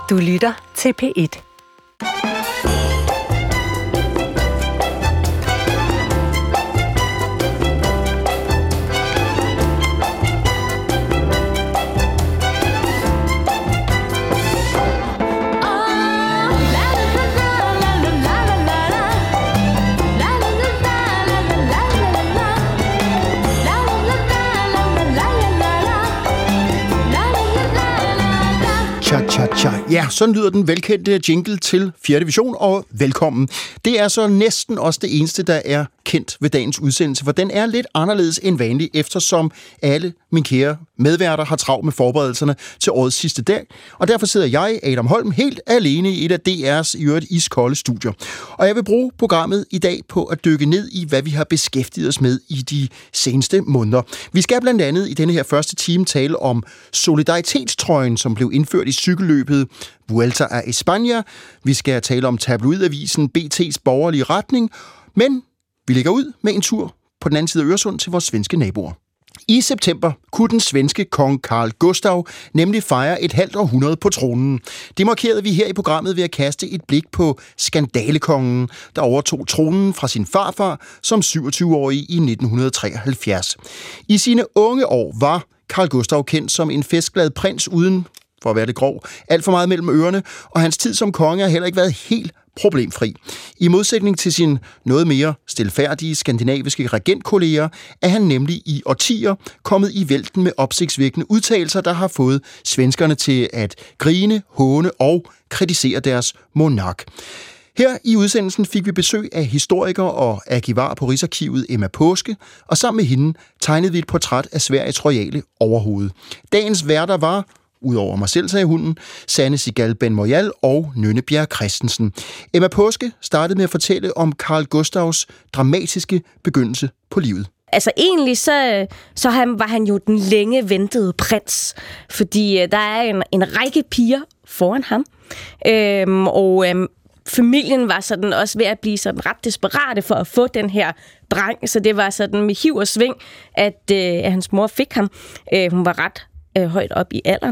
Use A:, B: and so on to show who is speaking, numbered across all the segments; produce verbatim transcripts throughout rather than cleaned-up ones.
A: Du lytter til P et.
B: Cha-cha-cha. Ja, sådan lyder den velkendte jingle til fjerde division, og velkommen. Det er så næsten også det eneste, der er kendt ved dagens udsendelse, for den er lidt anderledes end vanlig, eftersom alle mine kære medværter har travlt med forberedelserne til årets sidste dag, og derfor sidder jeg, Adam Holm, helt alene i et af D R's i øvrigt iskolde studier. Og jeg vil bruge programmet i dag på at dykke ned i, hvad vi har beskæftiget os med i de seneste måneder. Vi skal blandt andet i denne her første time tale om solidaritetstrøjen, som blev indført i cykelløbet Vuelta a España. Vi skal tale om tabloidavisen B T's borgerlige retning, men vi lægger ud med en tur på den anden side af Øresund til vores svenske naboer. I september kunne den svenske kong Carl Gustaf nemlig fejre et halvt århundrede på tronen. Det markerede vi her i programmet ved at kaste et blik på skandalekongen, der overtog tronen fra sin farfar som syvogtyve-årig i nitten treoghalvfjerds. I sine unge år var Carl Gustaf kendt som en festglad prins uden, for at være lidt grov, alt for meget mellem ørerne, og hans tid som konge har heller ikke været helt problemfri. I modsætning til sin noget mere stilfærdige skandinaviske regentkolleger, er han nemlig i årtier kommet i vælten med opsigtsvækkende udtalelser, der har fået svenskerne til at grine, håne og kritisere deres monark. Her i udsendelsen fik vi besøg af historiker og arkivar på Rigsarkivet Emma Påske, og sammen med hende tegnede vi et portræt af Sveriges royale overhoved. Dagens værter var, udover mig selv, sagde hunden, Sanne Sigal Ben Moyal og Nynne Bjerg Christensen. Emma Påske startede med at fortælle om Carl Gustafs dramatiske begyndelse på livet.
C: Altså egentlig så, så han, var han jo den længe ventede prins, fordi der er en, en række piger foran ham, øhm, og øhm, familien var sådan også ved at blive sådan ret desperate for at få den her dreng, så det var sådan med hiv og sving, at, øh, at hans mor fik ham. Øh, hun var ret øh, højt op i alderen.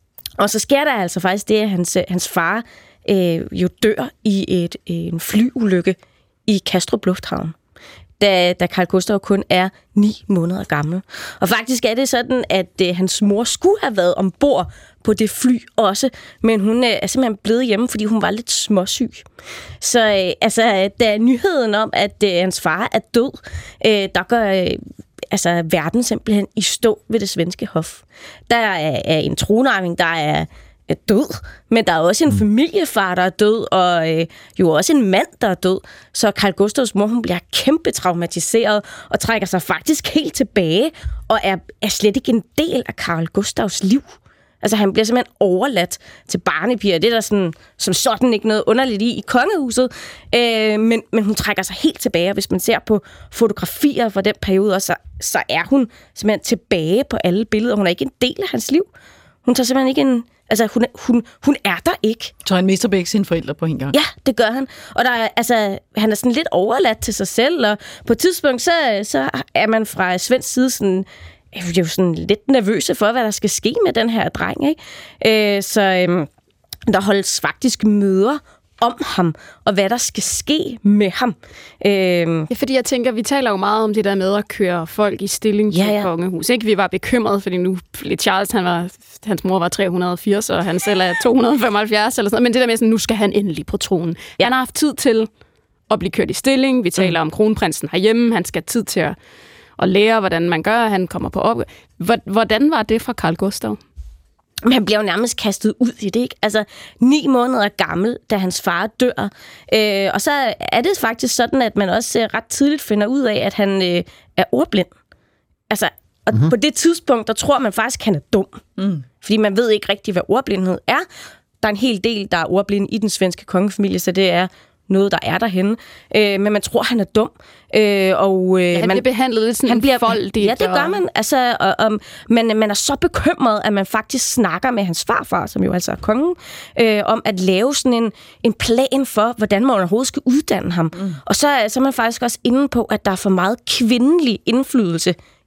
C: Og så sker der altså faktisk det, at hans, hans far øh, jo dør i et, en flyulykke i Kastrup Lufthavn, da, da Carl Gustaf kun er ni måneder gammel. Og faktisk er det sådan, at øh, hans mor skulle have været ombord på det fly også, men hun øh, er simpelthen blevet hjemme, fordi hun var lidt småsyg. Så øh, altså, da nyheden om, at øh, hans far er død, øh, der går øh, altså, verden simpelthen i stå ved det svenske hof. Der er, er en tronarving, der er er død, men der er også en familiefar, der er død, og øh, jo også en mand, der er død. Så Carl Gustafs mor, hun bliver kæmpe traumatiseret og trækker sig faktisk helt tilbage, og er, er slet ikke en del af Carl Gustafs liv. Altså, han bliver simpelthen overladt til barnepiger. Det er der sådan, som sådan ikke noget underligt i i kongehuset, øh, men, men hun trækker sig helt tilbage, og hvis man ser på fotografier fra den periode også, så, så er hun simpelthen tilbage på alle billeder. Hun er ikke en del af hans liv. Hun tager simpelthen ikke en... Altså, hun, hun, hun er der ikke.
D: Så han mister begge sine forældre på en gang?
C: Ja, det gør han. Og der er, altså, han er sådan lidt overladt til sig selv, og på et tidspunkt, så, så er man fra svensk side sådan, jo sådan lidt nervøse for, hvad der skal ske med den her dreng, ikke? Øh, så øh, der holdes faktisk møder om ham, og hvad der skal ske med ham. Øhm.
E: Ja, fordi jeg tænker, vi taler jo meget om det der med at køre folk i stilling til
C: ja, ja.
E: kongehus. Ikke? Vi var bekymrede, fordi nu Charles, han var, hans mor var tre hundrede og firs, og han selv er to hundrede og femoghalvfjerds, eller sådan noget. Men det der med, sådan, nu skal han endelig på tronen. Ja. Han har haft tid til at blive kørt i stilling. Vi taler mm. om kronprinsen herhjemme. Han skal have tid til at, at lære, hvordan man gør. Han kommer på op. Hvordan var det fra Carl Gustaf?
C: Men han bliver jo nærmest kastet ud i det, ikke? Altså, ni måneder gammel, da hans far dør. Øh, og så er det faktisk sådan, at man også ret tidligt finder ud af, at han øh, er ordblind. Altså, og mm-hmm. på det tidspunkt, der tror man faktisk, at han er dum. Mm. Fordi man ved ikke rigtig, hvad ordblindhed er. Der er en hel del, der er ordblinde i den svenske kongefamilie, så det er noget, der er derhenne. Øh, men man tror, han er dum. Øh, og, øh,
E: ja, han
C: man,
E: bliver behandlet lidt sådan
C: han bliver,
E: foldigt.
C: Ja, det gør man. Altså, og, og, man, man er så bekymret, at man faktisk snakker med hans farfar, som jo altså er kongen, øh, om at lave sådan en, en plan for, hvordan man overhovedet skal uddanne ham. Mm. Og så, så er man faktisk også inde på, at der er for meget kvindelig indflydelse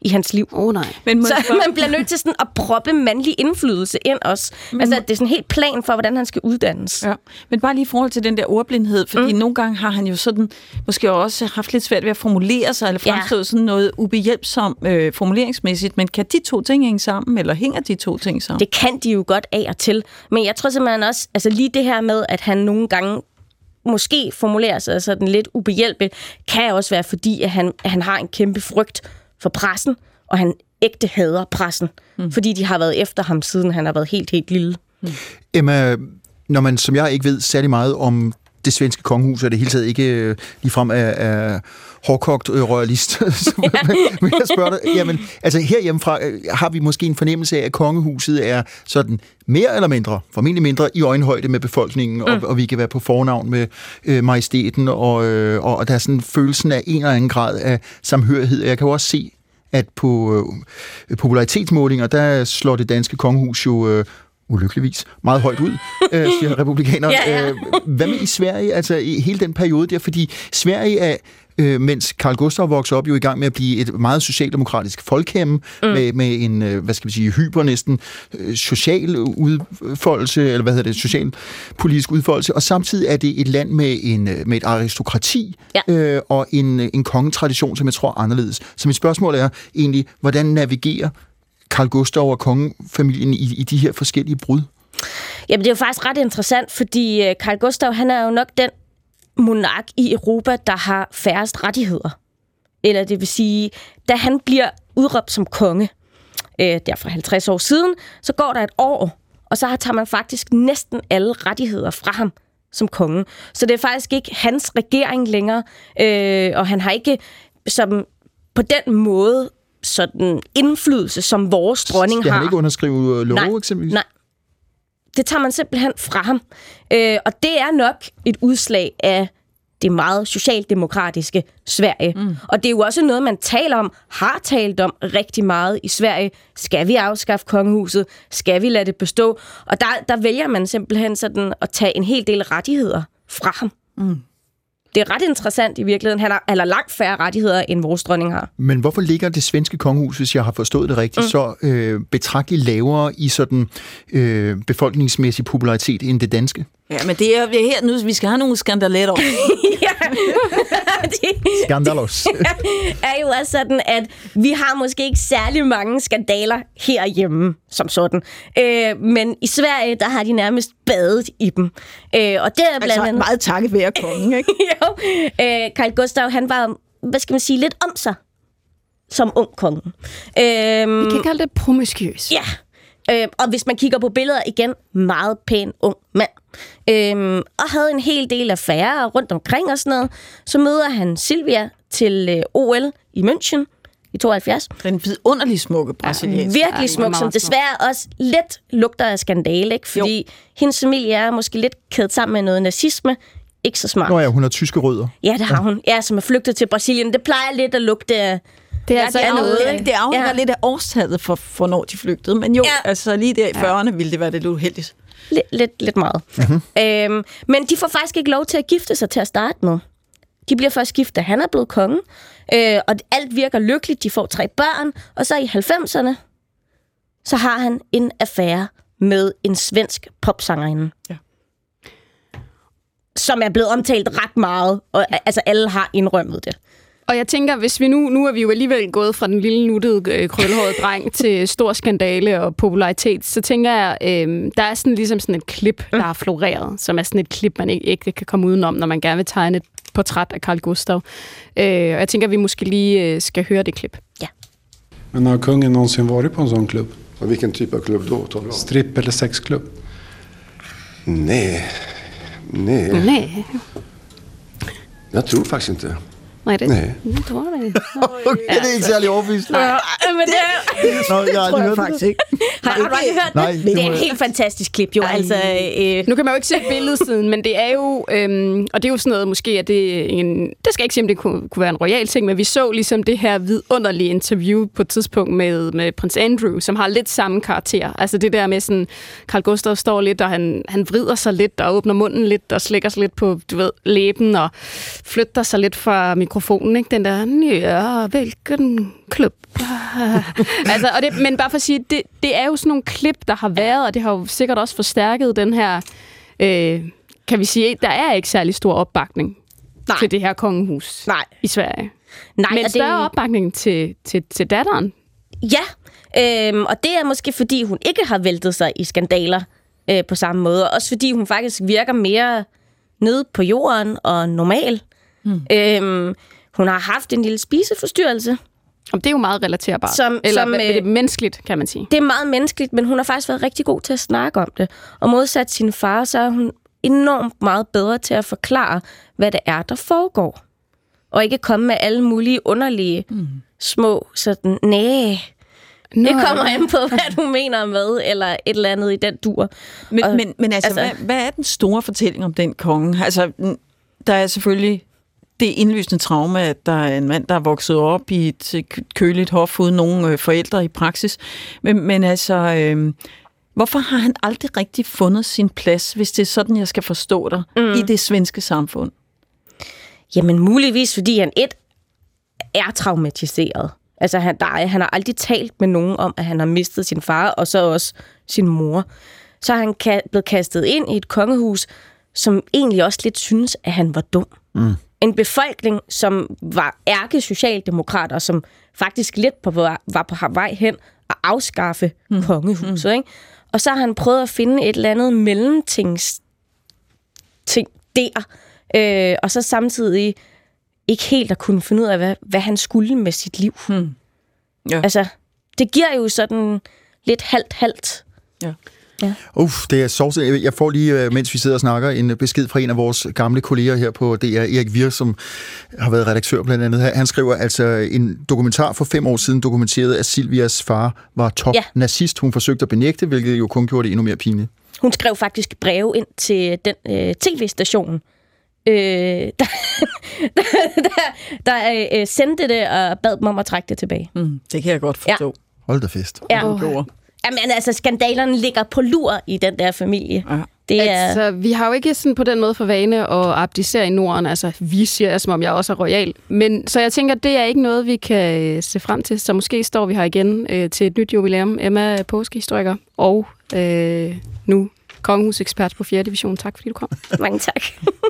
C: i hans liv.
E: Åh oh, nej.
C: Men så spørge... man bliver nødt til sådan at proppe mandlig indflydelse ind også. Men altså, at det er sådan en helt plan for, hvordan han skal uddannes.
D: Ja. Men bare lige i forhold til den der ordblindhed, fordi mm. nogle gange har han jo sådan, måske også haft lidt svært ved at formulere sig, eller fremstå ja. sådan noget ubehjælpsomt øh, formuleringsmæssigt, men kan de to ting hænge sammen, eller hænger de to ting sammen?
C: Det kan de jo godt af og til, men jeg tror simpelthen også, altså lige det her med, at han nogle gange måske formulerer sig sådan lidt ubehjælpeligt, kan også være fordi, at han, at han har en kæmpe frygt for pressen, og han ægte hader pressen, mm. fordi de har været efter ham, siden han har været helt, helt lille. Mm.
B: Emma, når man, som jeg ikke ved særlig meget om det svenske kongehus, er det hele taget ikke ligefrem er, er hårdkogt øh, royalist, så vil jeg spørge dig, jamen, altså herhjemmefra har vi måske en fornemmelse af, at kongehuset er sådan mere eller mindre, formentlig mindre, i øjenhøjde med befolkningen, mm. og, og vi kan være på fornavn med øh, majestæten, og, øh, og der er sådan følelsen af en eller anden grad af samhørighed. Jeg kan jo også se, at på øh, popularitetsmålinger, der slår det danske kongehus jo øh, ulykkeligvis meget højt ud, øh, siger republikanere. ja, ja. Hvad med i Sverige, altså i hele den periode der? Fordi Sverige er, øh, mens Carl Gustaf vokser op, jo i gang med at blive et meget socialdemokratisk folkhemme, mm. med, med en, øh, hvad skal vi sige, hyper næsten øh, social udfoldelse, eller hvad hedder det, socialpolitisk udfoldelse, og samtidig er det et land med, en, med et aristokrati, ja. øh, og en, en kongetradition, som jeg tror er anderledes. Så mit spørgsmål er egentlig, hvordan navigerer Carl Gustaf og kongefamilien i, i de her forskellige brud?
C: Jamen, det er jo faktisk ret interessant, fordi Carl Gustaf, han er jo nok den monark i Europa, der har færrest rettigheder. Eller det vil sige, da han bliver udråbt som konge, øh, der for halvtreds år siden, så går der et år, og så tager man faktisk næsten alle rettigheder fra ham som konge. Så det er faktisk ikke hans regering længere, øh, og han har ikke som på den måde sådan indflydelse, som vores dronning har.
B: Skal han ikke underskrive lov, eksempelvis?
C: Nej, det tager man simpelthen fra ham. Øh, og det er nok et udslag af det meget socialdemokratiske Sverige. Mm. Og det er jo også noget, man taler om, har talt om rigtig meget i Sverige. Skal vi afskaffe kongehuset? Skal vi lade det bestå? Og der, der vælger man simpelthen sådan at tage en hel del rettigheder fra ham. Mm. Det er ret interessant i virkeligheden. Han har, han har langt færre rettigheder, end vores dronning har.
B: Men hvorfor ligger det svenske kongehus, hvis jeg har forstået det rigtigt, mm. så øh, betragteligt lavere i sådan øh, befolkningsmæssig popularitet end det danske?
D: Ja, men det er her nu, vi skal have nogle skandaletter.
C: ja.
B: Skandalos.
C: Det er jo også sådan, at vi har måske ikke særlig mange skandaler herhjemme, som sådan. Øh, men i Sverige, der har de nærmest badet i dem. Øh, og det er blandt
D: altså,
C: andet
D: meget takket være kongen, ikke?
C: jo. Øh, Carl Gustaf, han var, hvad skal man sige, lidt om sig som ung konge. Øh,
E: vi kan kalde det promiskuøs.
C: Ja. Øh, og hvis man kigger på billeder igen, meget pæn ung mand. Øh, og havde en hel del affærer rundt omkring og sådan noget. Så møder han Silvia til øh, O L i München i tooghalvfjerds.
D: Den vidunderlig smukke brasiliansk.
C: Ja, virkelig smuk, som desværre også lidt lugter af skandale, ikke? Fordi jo. hendes familie er måske lidt kædet sammen med noget nazisme. Ikke så smart.
B: Nå ja, hun har tyske rødder.
C: Ja, det har ja. hun. Ja, som er flygtet til Brasilien. Det plejer lidt at lugte af...
D: Det er altså
C: det
D: noget, noget, det afhænger ja. lidt af årstallet for, for når de flygtede. Men jo, ja. altså lige der i fyrrerne ville det være lidt uheldigt.
C: Lidt, lidt, lidt meget. Mm-hmm. Øhm, men de får faktisk ikke lov til at gifte sig til at starte med. De bliver først gift, da han er blevet konge. Øh, og alt virker lykkeligt. De får tre børn. Og så i halvfemserne, så har han en affære med en svensk popsangerinde. Ja. Som er blevet omtalt ret meget. Og altså alle har indrømmet det.
E: Og jeg tænker, hvis vi nu, nu er vi jo alligevel gået fra den lille nuttede øh, krøllehårede dreng til stor skandale og popularitet, så tænker jeg, øh, der er sådan ligesom sådan et klip, der er floreret, som er sådan et klip, man ikke, ikke kan komme udenom, når man gerne vil tegne et portræt af Carl Gustaf. Øh, og jeg tænker, at vi måske lige øh, skal høre det klip.
C: Ja.
A: Men har kungen nogensinde varit på en sån klubb?
F: Och vilken typ av klubb då?
A: Strip- eller sexklubb?
F: Nej. Nej.
E: Nej.
F: Jag tror faktiskt inte.
E: Nej, det,
F: Nej.
E: det tror jeg ikke.
B: Okay, det er ikke særlig overbevist.
C: Ja, men det,
B: Nå, jeg har aldrig hørt
D: faktisk ikke.
C: Har du aldrig hørt
B: Nej,
C: det? Det er et helt fantastisk klip, jo. Altså, øh...
E: Nu kan man jo ikke se billedsiden, men det er jo, øhm, og det er jo sådan noget, måske at det en, det skal ikke sige, om det kunne, kunne være en royal ting, men vi så ligesom det her vidunderlige interview på et tidspunkt med, med prins Andrew, som har lidt samme karakter. Altså det der med sådan, Carl Gustaf står lidt, og han, han vrider sig lidt, og åbner munden lidt, og slikker sig lidt på, du ved, læben, og flytter sig lidt fra mikrofonen, ikke? Den der, ja, hvilken klub altså, og det, men bare for at sige, det, det er jo sådan nogle klip, der har været, og det har jo sikkert også forstærket den her, øh, kan vi sige, der er ikke særlig stor opbakning Nej. til det her kongehus
C: Nej.
E: i Sverige.
C: Nej,
E: men større det... opbakning til, til, til datteren.
C: Ja, øhm, og det er måske fordi, hun ikke har væltet sig i skandaler øh, på samme måde. Også fordi hun faktisk virker mere nede på jorden og normal. Mm. Øhm, hun har haft en lille spiseforstyrrelse.
E: Det er jo meget relaterbart.
C: Som,
E: Eller
C: som, øh,
E: det er menneskeligt, kan man sige.
C: Det er meget menneskeligt, men hun har faktisk været rigtig god til at snakke om det. Og modsat sin far, så er hun enormt meget bedre til at forklare, hvad det er, der foregår. Og ikke komme med alle mulige underlige mm. små sådan, næh, Nå. det kommer an på, hvad du mener med, eller et eller andet i den dur.
D: Men,
C: og,
D: men, men altså, altså hvad, hvad er den store fortælling om den konge? Altså, der er selvfølgelig det indlysende traume, at der er en mand, der er vokset op i et køligt hof uden nogen øh, forældre i praksis. Men, men altså, øh, hvorfor har han aldrig rigtig fundet sin plads, hvis det er sådan, jeg skal forstå dig, mm. i det svenske samfund?
C: Jamen muligvis, fordi han et er traumatiseret. Altså han, der, han har aldrig talt med nogen om, at han har mistet sin far, og så også sin mor. Så er han ka- blevet kastet ind i et kongehus, som egentlig også lidt synes, at han var dum. Mm. En befolkning, som var ærke-socialdemokrater, som faktisk lidt på, var på vej hen at afskaffe mm. kongehuset. Mm. Ikke? Og så har han prøvet at finde et eller andet mellemtings ting der, øh, og så samtidig ikke helt at kunne finde ud af, hvad, hvad han skulle med sit liv. Hmm. Ja. Altså, det giver jo sådan lidt halvt-halvt.
D: Ja.
B: Ja. Uff, det er så. Jeg får lige, mens vi sidder og snakker, en besked fra en af vores gamle kolleger her på D R, Erik Vir, som har været redaktør blandt andet her. Han skriver altså, en dokumentar for fem år siden dokumenterede, at Silvias far var top-nazist. Hun forsøgte at benægte, hvilket jo kun gjorde det endnu mere pinligt.
C: Hun skrev faktisk breve ind til den øh, tv-station, øh, der, der, der, der øh, sendte det og bad dem om at trække det tilbage.
D: Mm, det kan jeg godt forstå.
B: Ja. Hold da fest.
C: Ja. Oh. Jamen altså, skandalerne ligger på lur i den der familie. Ja. Det er...
E: Altså, vi har jo ikke sådan på den måde for vane at abdicere i Norden. Altså, vi siger, som om jeg også er royal. Men så jeg tænker, det er ikke noget, vi kan se frem til. Så måske står vi her igen øh, til et nyt jubilæum. Emma, påskehistoriker, og øh, nu kongehusekspert på fjerde division. Tak fordi du kom.
C: Mange tak.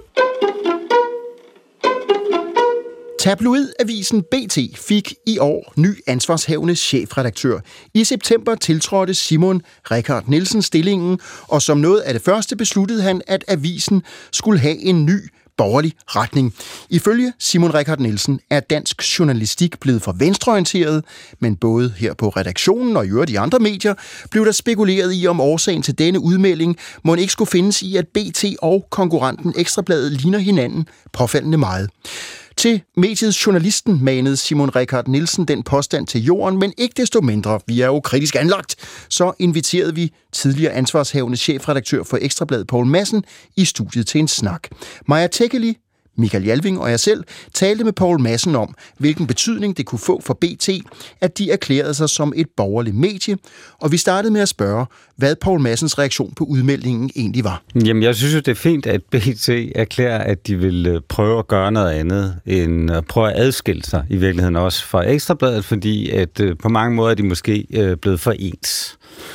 B: Tabloidavisen B T fik i år ny ansvarshavende chefredaktør. I september tiltrådte Simon Richard Nielsen stillingen, og som noget af det første besluttede han, at avisen skulle have en ny borgerlig retning. Ifølge Simon Richard Nielsen er dansk journalistik blevet for venstreorienteret, men både her på redaktionen og i øvrigt i andre medier blev der spekuleret i, om årsagen til denne udmelding må ikke skulle findes i, at B T og konkurrenten Ekstrabladet ligner hinanden påfaldende meget. Til mediets Journalisten manede Simon Richard Nielsen den påstand til jorden, men ikke desto mindre, vi er jo kritisk anlagt, så inviterede vi tidligere ansvarshavende chefredaktør for Ekstrabladet Poul Madsen i studiet til en snak. Maja Tekkeli, Michael Jalving og jeg selv talte med Poul Madsen om, hvilken betydning det kunne få for B T, at de erklærede sig som et borgerligt medie, og vi startede med at spørge, hvad Poul Madsens reaktion på udmeldingen egentlig var.
G: Jamen, jeg synes jo, det er fint, at B T erklærer, at de vil prøve at gøre noget andet, end at prøve at adskille sig i virkeligheden også fra Ekstrabladet, fordi at på mange måder er de måske blevet for ens.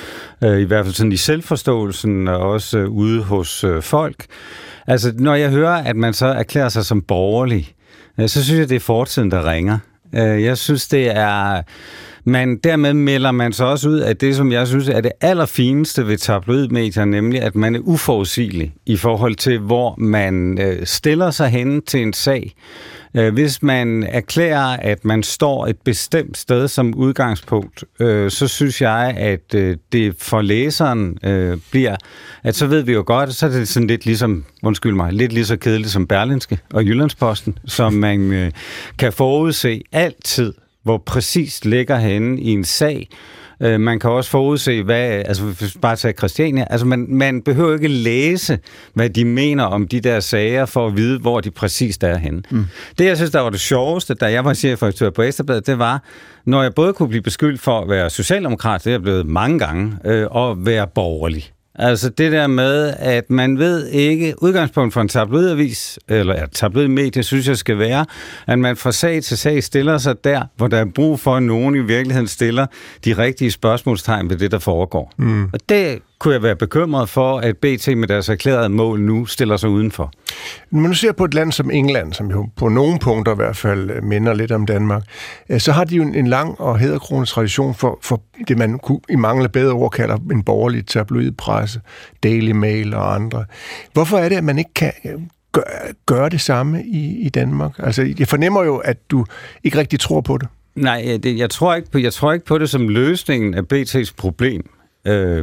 G: I hvert fald sådan i selvforståelsen og også ude hos folk. Altså, når jeg hører, at man så erklærer sig som borgerlig, så synes jeg, det er fortiden, der ringer. Jeg synes, det er... Men dermed melder man så også ud af det, som jeg synes er det allerfineste ved tabloidmedier, nemlig at man er uforudsigelig i forhold til, hvor man stiller sig hen til en sag. Hvis man erklærer, at man står et bestemt sted som udgangspunkt, øh, så synes jeg, at øh, det for læseren øh, bliver, at så ved vi jo godt, så er det sådan lidt ligesom, undskyld mig, lidt lige så kedeligt som Berlingske og Jyllandsposten, som man øh, kan forudse altid, hvor præcist ligger henne i en sag. Man kan også forudse, hvad, altså bare tage Christiania, altså man, man behøver ikke læse, hvad de mener om de der sager, for at vide, hvor de præcist er henne. Mm. Det, jeg synes, der var det sjoveste, da jeg var chefredaktør på Ekstrabladet, det var, når jeg både kunne blive beskyldt for at være socialdemokrat, det er jeg blevet mange gange, øh, og være borgerlig. Altså det der med, at man ved ikke, udgangspunkt for en tabloidavis, eller ja, tabloidmedie, synes jeg skal være, at man fra sag til sag stiller sig der, hvor der er brug for, at nogen i virkeligheden stiller de rigtige spørgsmålstegn ved det, der foregår. Mm. Og det kunne jeg være bekymret for, at B T med deres erklærede mål nu stiller sig udenfor.
H: Når man nu ser på et land som England, som jo på nogle punkter i hvert fald minder lidt om Danmark, så har de jo en lang og hæderkronet tradition for, for det, man kunne, i mangel af bedre ord kalder en borgerlig tabloidpresse, Daily Mail og andre. Hvorfor er det, at man ikke kan gøre, gøre det samme i, i Danmark? Altså, jeg fornemmer jo, at du ikke rigtig tror på det.
G: Nej, det, jeg, tror ikke på, jeg tror ikke på det som løsningen af B T's problem. Øh,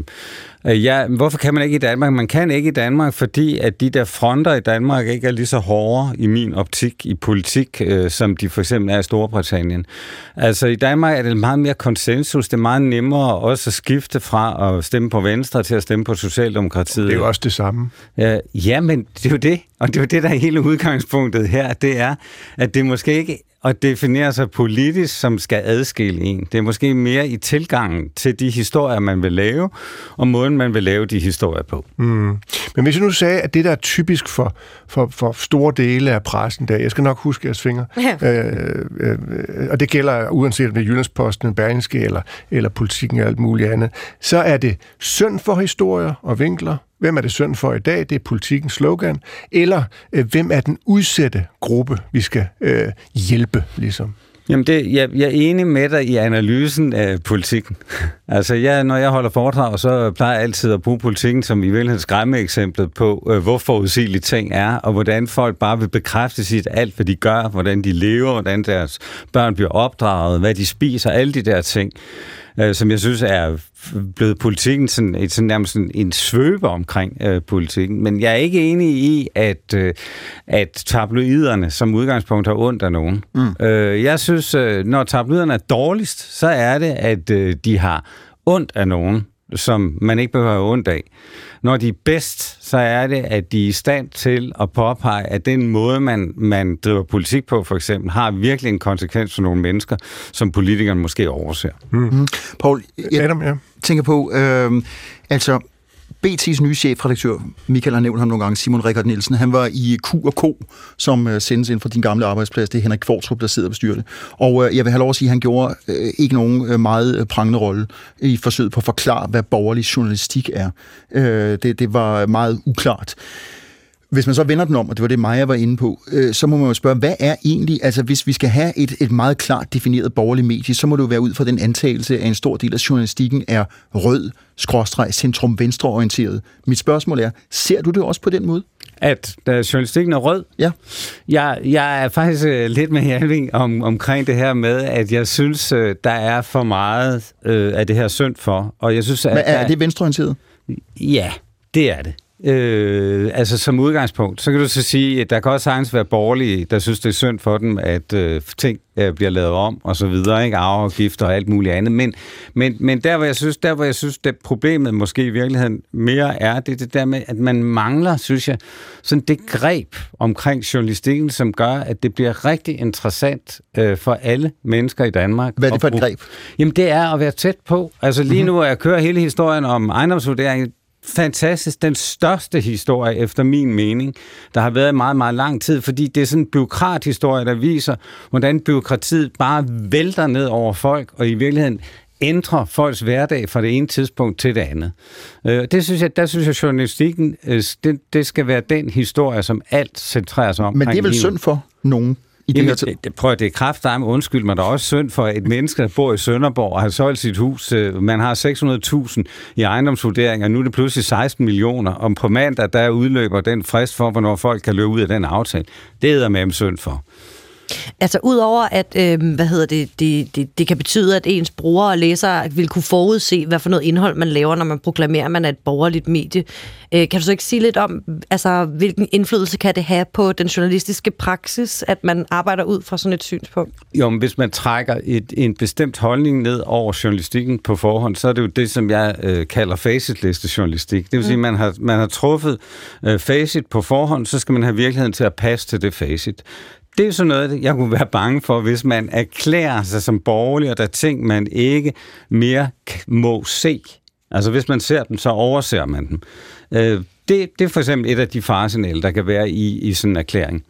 G: ja, hvorfor kan man ikke i Danmark? Man kan ikke i Danmark, fordi at de der fronter i Danmark ikke er lige så hårde i min optik i politik, øh, som de for eksempel er i Storbritannien. Altså i Danmark er det meget mere konsensus. Det er meget nemmere også at skifte fra at stemme på Venstre til at stemme på Socialdemokratiet.
H: Det er jo også det samme.
G: Ja, ja, men det er jo det. Og det er jo det, der er hele udgangspunktet her. Det er, at det måske ikke og definere sig politisk, som skal adskille en. Det er måske mere i tilgangen til de historier, man vil lave, og måden, man vil lave de historier på.
H: Mm. Men hvis jeg nu sagde, at det, der er typisk for, for, for store dele af pressen, der, jeg skal nok huske jeres fingre, ja. øh, øh, og det gælder uanset om det er Jyllandsposten, Berlingske eller, eller Politikken og alt muligt andet, så er det synd for historier og vinkler. Hvem er det synd for i dag? Det er Politikens slogan. Eller øh, hvem er den udsatte gruppe, vi skal øh, hjælpe, ligesom?
G: Jamen, det, jeg, jeg er enig med dig i analysen af politikken. Altså, jeg, når jeg holder foredrag, så plejer jeg altid at bruge politikken som i virkeligheden skræmmeeksemplet på, øh, hvor forudsigelige ting er, og hvordan folk bare vil bekræfte sit alt, hvad de gør, hvordan de lever, hvordan deres børn bliver opdraget, hvad de spiser, alle de der ting, øh, som jeg synes er blevet politikken sådan, et, sådan nærmest sådan en svøbe omkring øh, politikken. Men jeg er ikke enig i, at, øh, at tabloiderne som udgangspunkt har ondt af nogen. Mm. Øh, jeg synes, øh, når tabloiderne er dårligst, så er det, at øh, de har ondt af nogen, som man ikke behøver at have ondt af. Når de er bedst, så er det, at de er i stand til at påpege, at den måde, man, man driver politik på, for eksempel, har virkelig en konsekvens for nogle mennesker, som politikerne måske overser.
B: Mm. Mm. Poul, jeg
H: Adam, ja.
B: tænker på, øh, altså B T's nye chefredaktør, Michael har nævnt ham nogle gange, Simon Rikard Nielsen, han var i Q og K, som uh, sendes ind fra din gamle arbejdsplads. Det er Henrik Kvartrup, der sidder og bestyrer det. Og uh, jeg vil have lov at sige, at han gjorde uh, ikke nogen uh, meget prangende rolle i forsøget på at forklare, hvad borgerlig journalistik er. Uh, det, det var meget uklart. Hvis man så vender den om, og det var det, Maja var inde på, øh, så må man jo spørge, hvad er egentlig, altså hvis vi skal have et, et meget klart defineret borgerligt medie, så må det jo være ud fra den antagelse, at en stor del af journalistikken er rød, skråstreg, centrum-venstreorienteret. Mit spørgsmål er, ser du det også på den måde?
G: At uh, journalistikken er rød?
B: Ja.
G: Jeg, jeg er faktisk uh, lidt med Hjalving om, omkring det her med, at jeg synes, uh, der er for meget uh, af det her synd for. Og jeg synes, at
B: Men er
G: der,
B: det venstreorienteret?
G: Ja, det er det. Øh, altså som udgangspunkt, så kan du så sige, at der kan også sagtens være borgerlige, der synes, det er synd for dem, at øh, ting øh, bliver lavet om, og så videre, ikke? Arveafgifter og alt muligt andet. Men, men, men der, hvor jeg synes, der, hvor jeg synes, det problemet måske i virkeligheden mere er, det er det der med, at man mangler, synes jeg, sådan det greb omkring journalistikken, som gør, at det bliver rigtig interessant øh, for alle mennesker i Danmark.
B: Hvad er det for et greb?
G: Jamen, det er at være tæt på. Altså lige nu, jeg kører hele historien om ejendomsvurdering. Fantastisk. Den største historie, efter min mening, der har været i meget, meget lang tid, fordi det er sådan en bureaukrathistorie, der viser, hvordan bureaukratiet bare vælter ned over folk, og i virkeligheden ændrer folks hverdag fra det ene tidspunkt til det andet. Det synes jeg, der synes jeg, journalistikken, det, det skal være den historie, som alt centrerer sig om.
B: Men det er vel synd for nogen? I
G: Jamen, det, det, prøv at det er kraftedeme, undskyld mig, der er også synd for et menneske, der bor i Sønderborg og har solgt sit hus. Man har seks hundrede tusind i ejendomsvurderinger, og nu er det pludselig seksten millioner. Om på mandag, der udløber den frist for, hvornår folk kan løbe ud af den aftale. Det er med synd for.
I: Altså udover at øh, hvad hedder det, det, det, det kan betyde, at ens brugere og læsere vil kunne forudse, hvad for noget indhold man laver, når man proklamerer, at man er et borgerligt medie. Øh, kan du så ikke sige lidt om, altså hvilken indflydelse kan det have på den journalistiske praksis, at man arbejder ud fra sådan et synspunkt?
G: Jo, men hvis man trækker et, en bestemt holdning ned over journalistikken på forhånd, så er det jo det, som jeg øh, kalder facitliste-journalistik. Det vil sige, at man har, man har truffet øh, facit på forhånd, så skal man have virkeligheden til at passe til det facit. Det er sådan noget, jeg kunne være bange for, hvis man erklærer sig som borgerlig, og der er ting, man ikke mere må se. Altså hvis man ser dem, så overser man dem. Øh, det, det er for eksempel et af de faresignaler, der kan være i, i sådan en erklæring.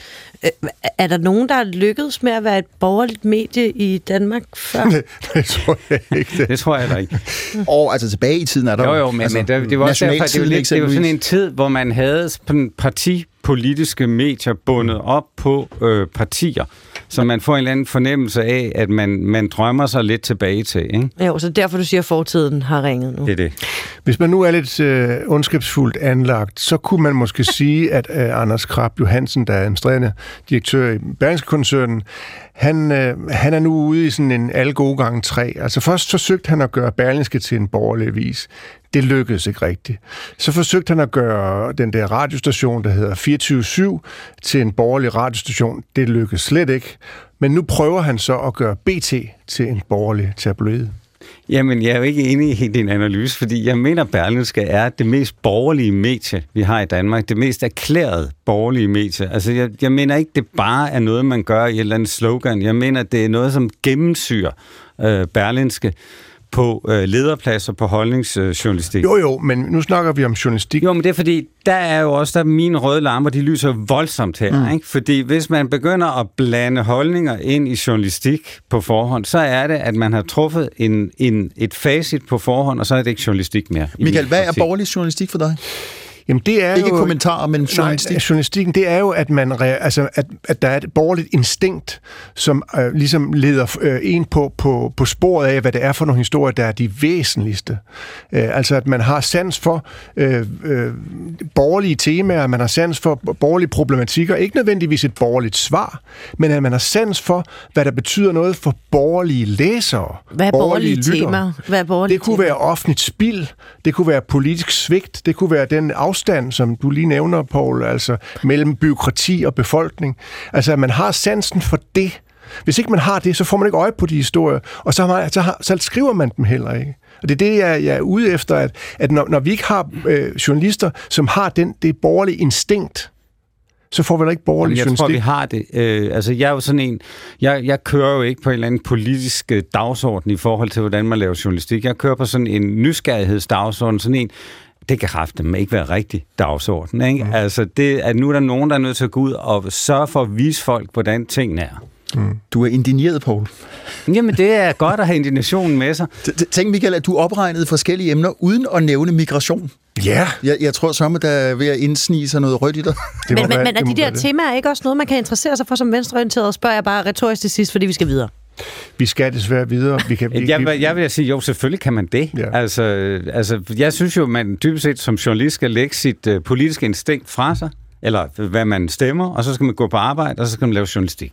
I: Er der nogen, der er lykkedes med at være et borgerligt medie i Danmark før?
H: Det tror jeg ikke. Det,
G: det tror jeg heller ikke.
B: Og altså tilbage i tiden er der
G: jo jo, men, altså, men det, det var også derfor, det var, lidt, det var sådan en tid, hvor man havde partipolitiske medier bundet op på øh, partier, så man får en eller anden fornemmelse af, at man, man drømmer sig lidt tilbage til. Ikke?
I: Jo, så derfor du siger, at fortiden har ringet nu.
G: Det er det.
H: Hvis man nu er lidt øh, ondskabsfuldt anlagt, så kunne man måske sige, at øh, Anders Krab Johansen, der er administrerende direktør i Berlingske-koncernen, han, øh, han er nu ude i sådan en alle gode gange tre. Altså først forsøgte han at gøre Berlingske til en borgerlig avis. Det lykkedes ikke rigtigt. Så forsøgte han at gøre den der radiostation, der hedder fireogtyve syv, til en borgerlig radiostation. Det lykkedes slet ikke. Men nu prøver han så at gøre B T til en borgerlig tabloid.
G: Jamen, jeg er jo ikke enig i din analyse, fordi jeg mener, at Berlingske er det mest borgerlige medie, vi har i Danmark. Det mest erklærede borgerlige medie. Altså, jeg, jeg mener ikke, det bare er noget, man gør i et eller andet slogan. Jeg mener, det er noget, som gennemsyrer øh, Berlingske på øh, lederpladser på holdningsjournalistik.
H: Jo, jo, men nu snakker vi om journalistik.
G: Jo, men det er fordi, der er jo også, der mine røde lamper, de lyser voldsomt her, mm. ikke? Fordi hvis man begynder at blande holdninger ind i journalistik på forhånd, så er det, at man har truffet en, en, et facit på forhånd, og så er det ikke journalistik mere.
B: Michael, hvad er borgerlig journalistik for dig?
H: Jamen, det er
B: ikke
H: jo,
B: kommentarer, men journalistik.
H: Nej, journalistikken, det er jo, at, man, altså, at, at der er et borgerligt instinkt, som øh, ligesom leder øh, en på, på, på sporet af, hvad det er for nogle historier, der er de væsentligste. Øh, altså, at man har sans for øh, øh, borgerlige temaer, man har sans for borgerlige problematikker, ikke nødvendigvis et borgerligt svar, men at man har sans for, hvad der betyder noget for borgerlige læsere.
I: Hvad er borgerlige, borgerlige temaer? Hvad er borgerlige
H: det kunne
I: temaer?
H: være offentligt spild, det kunne være politisk svigt, det kunne være den afstand, som du lige nævner, Poul, altså mellem byråkrati og befolkning. Altså, at man har sansen for det. Hvis ikke man har det, så får man ikke øje på de historier, og så, man, så, har, så skriver man dem heller ikke. Og det er det, jeg, jeg er ude efter, at, at når, når vi ikke har øh, journalister, som har den, det borgerlige instinkt, så får vi da ikke borgerlig
G: jeg
H: journalistik.
G: Jeg tror, vi har det. Øh, altså, jeg er jo sådan en... Jeg, jeg kører jo ikke på en eller anden politisk dagsorden i forhold til, hvordan man laver journalistik. Jeg kører på sådan en nysgerrighedsdagsorden, sådan en... Det kan kraftedeme ikke være rigtig dagsorden, ikke? Mm. Altså, det, at nu er der nogen, der er nødt til at gå ud og sørge for at vise folk, hvordan tingene er.
B: Mm. Du er indigneret, Poul.
G: Jamen, det er godt at have indignationen med sig.
B: Tænk, Michael, at du opregnede forskellige emner uden at nævne migration.
H: Ja. Yeah.
B: Jeg, jeg tror så, at der er ved at indsnige sig noget rødt i dig.
I: Men, men, men er de der temaer ikke også noget, man kan interessere sig for som venstreorienteret? Spørger jeg bare retorisk til sidst, fordi vi skal videre.
H: Vi skal desværre videre. Vi kan, vi,
G: jeg, vil, jeg vil sige, jo, selvfølgelig kan man det. Ja. Altså, altså, jeg synes jo, man dybest set som journalist skal lægge sit uh, politiske instinkt fra sig, eller hvad man stemmer, og så skal man gå på arbejde, og så skal man lave journalistik.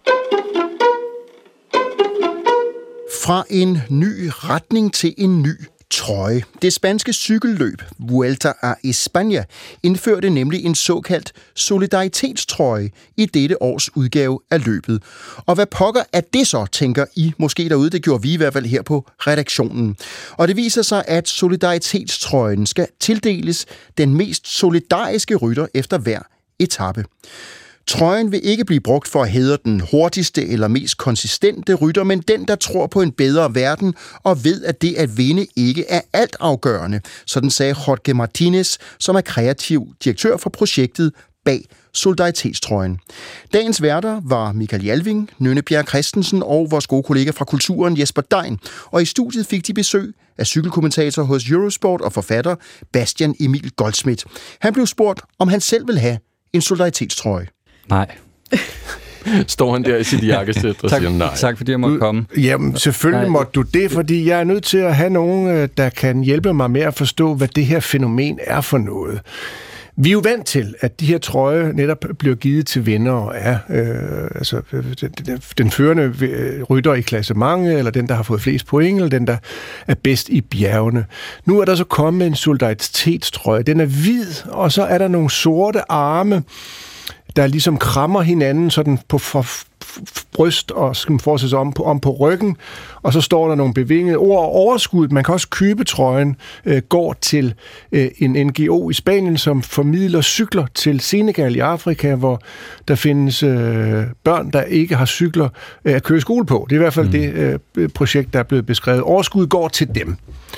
B: Fra en ny retning til en ny trøje. Det spanske cykelløb Vuelta a España indførte nemlig en såkaldt solidaritetstrøje i dette års udgave af løbet. Og hvad pokker er det så, tænker I måske derude? Det gjorde vi i hvert fald her på redaktionen. Og det viser sig, at solidaritetstrøjen skal tildeles den mest solidariske rytter efter hver etape. Trøjen vil ikke blive brugt for at hædre den hurtigste eller mest konsistente rytter, men den, der tror på en bedre verden og ved, at det at vinde ikke er altafgørende. Sådan sagde Jorge Martinez, som er kreativ direktør for projektet bag solidaritetstrøjen. Dagens værter var Michael Jalving, Nynne Bjerre Christensen og vores gode kollega fra Kulturen Jesper Dein. Og i studiet fik de besøg af cykelkommentator hos Eurosport og forfatter Bastian Emil Goldsmith. Han blev spurgt, om han selv vil have en solidaritetstrøje.
J: Nej. Står han der i sit jakkesæt og siger nej.
G: Tak fordi jeg måtte komme.
H: Jamen, selvfølgelig nej. Måtte du det, fordi jeg er nødt til at have nogen, der kan hjælpe mig med at forstå, hvad det her fænomen er for noget. Vi er jo vant til, at de her trøjer netop bliver givet til vinder af øh, altså, den, den førende rytter i klassementet, eller den, der har fået flest point, eller den, der er bedst i bjergene. Nu er der så kommet en solidaritetstrøje. Den er hvid, og så er der nogle sorte arme, der ligesom krammer hinanden sådan på for, for, bryst og skal man fortsætte sig om på, om på ryggen, og så står der nogle bevingede ord og overskud. Man kan også købe trøjen, øh, går til øh, en N G O i Spanien, som formidler cykler til Senegal i Afrika, hvor der findes øh, børn, der ikke har cykler øh, at køre i skole på. Det er i hvert fald mm. det øh, projekt, der er blevet beskrevet. Overskud går til dem.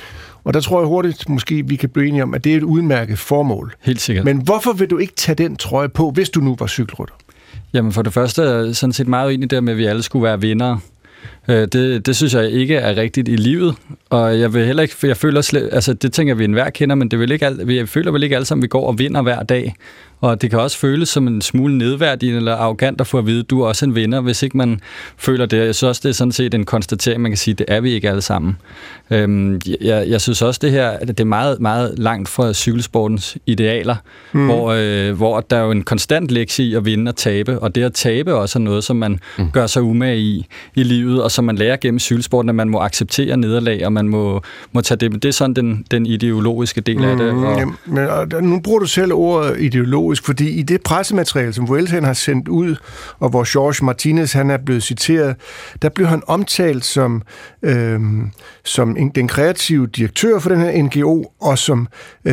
H: Og der tror jeg hurtigt, måske vi kan blive enige om, at det er et udmærket formål.
K: Helt sikkert.
H: Men hvorfor vil du ikke tage den trøje på, hvis du nu var cykelrytter?
K: Jamen for det første er jeg sådan set meget enig der med, at vi alle skulle være vindere. Det, det synes jeg ikke er rigtigt i livet, og jeg vil heller ikke, for jeg føler slet, altså det tænker vi enhver kender, men det vil ikke al, vi føler vel ikke alle sammen, at vi går og vinder hver dag, og det kan også føles som en smule nedværdigende eller arrogant at få at vide, at du er også en vinder, hvis ikke man føler det. Jeg synes også, det er sådan set en konstatering, man kan sige, det er vi ikke alle sammen. Øhm, jeg, jeg synes også, det her, at det er meget, meget langt fra cykelsportens idealer, mm. hvor, øh, hvor der er jo en konstant lektie i at vinde og tabe, og det at tabe også er noget, som man mm. gør sig umage i i livet, og som man lærer gennem cykelsporten, at man må acceptere nederlag, og man må, må tage det. Det er sådan den, den ideologiske del af det. Og
H: Jamen, men, og nu bruger du selv ordet ideologisk, fordi i det pressemateriale, som Vueltaen har sendt ud, og hvor Jorge Martinez han er blevet citeret, der blev han omtalt som, øh, som en, den kreative direktør for den her N G O, og som øh,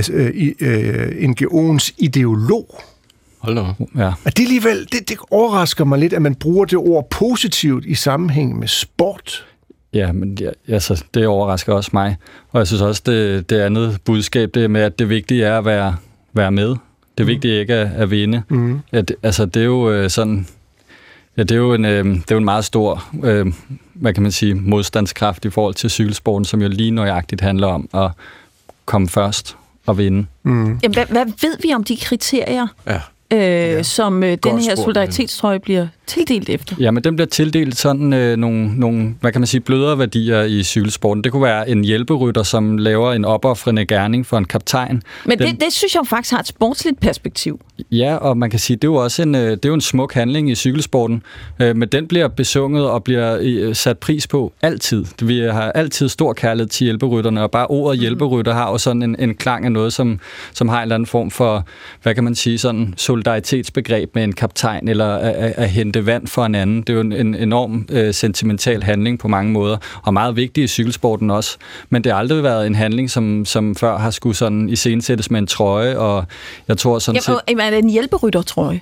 H: øh, N G O'ens ideolog.
J: Hold da.
K: Ja.
H: Og det alligevel, det, det overrasker mig lidt, at man bruger det ord positivt i sammenhæng med sport.
K: Ja, men ja, altså, det overrasker også mig. Og jeg synes også, det, det andet budskab, det med, at det vigtige er at være, være med. Det vigtige er ikke at, at vinde. Mm. At, altså, det er jo øh, sådan... Ja, det er jo en, øh, det er jo en meget stor, øh, hvad kan man sige, modstandskraft i forhold til cykelsporten, som jo lige nøjagtigt handler om at komme først og vinde.
D: Mm. Jamen, hvad, hvad ved vi om de kriterier? Ja. Øh, ja. som øh, den her solidaritetstrøje bliver tildelt efter?
K: Ja, men den bliver tildelt sådan øh, nogle, nogle, hvad kan man sige, blødere værdier i cykelsporten. Det kunne være en hjælperytter, som laver en opoffrende gerning for en kaptajn.
D: Men
K: den,
D: det, det synes jeg jo faktisk har et sportsligt perspektiv.
K: Ja, og man kan sige, det er jo også en, det er jo en smuk handling i cykelsporten, øh, men den bliver besunget og bliver øh, sat pris på altid. Vi har altid stor kærlighed til hjælperytterne, og bare ordet hjælperytter har jo sådan en, en klang af noget, som, som har en eller anden form for, hvad kan man sige, sådan solidaritetsbegreb med en kaptajn, eller at, at hente vand for en anden. Det er jo en, en enorm øh, sentimental handling på mange måder, og meget vigtig i cykelsporten også. Men det har aldrig været en handling, som, som før har skulle sådan iscenesættes med en trøje, og jeg tror sådan set...
D: Jamen, er det en hjælperyttertrøje?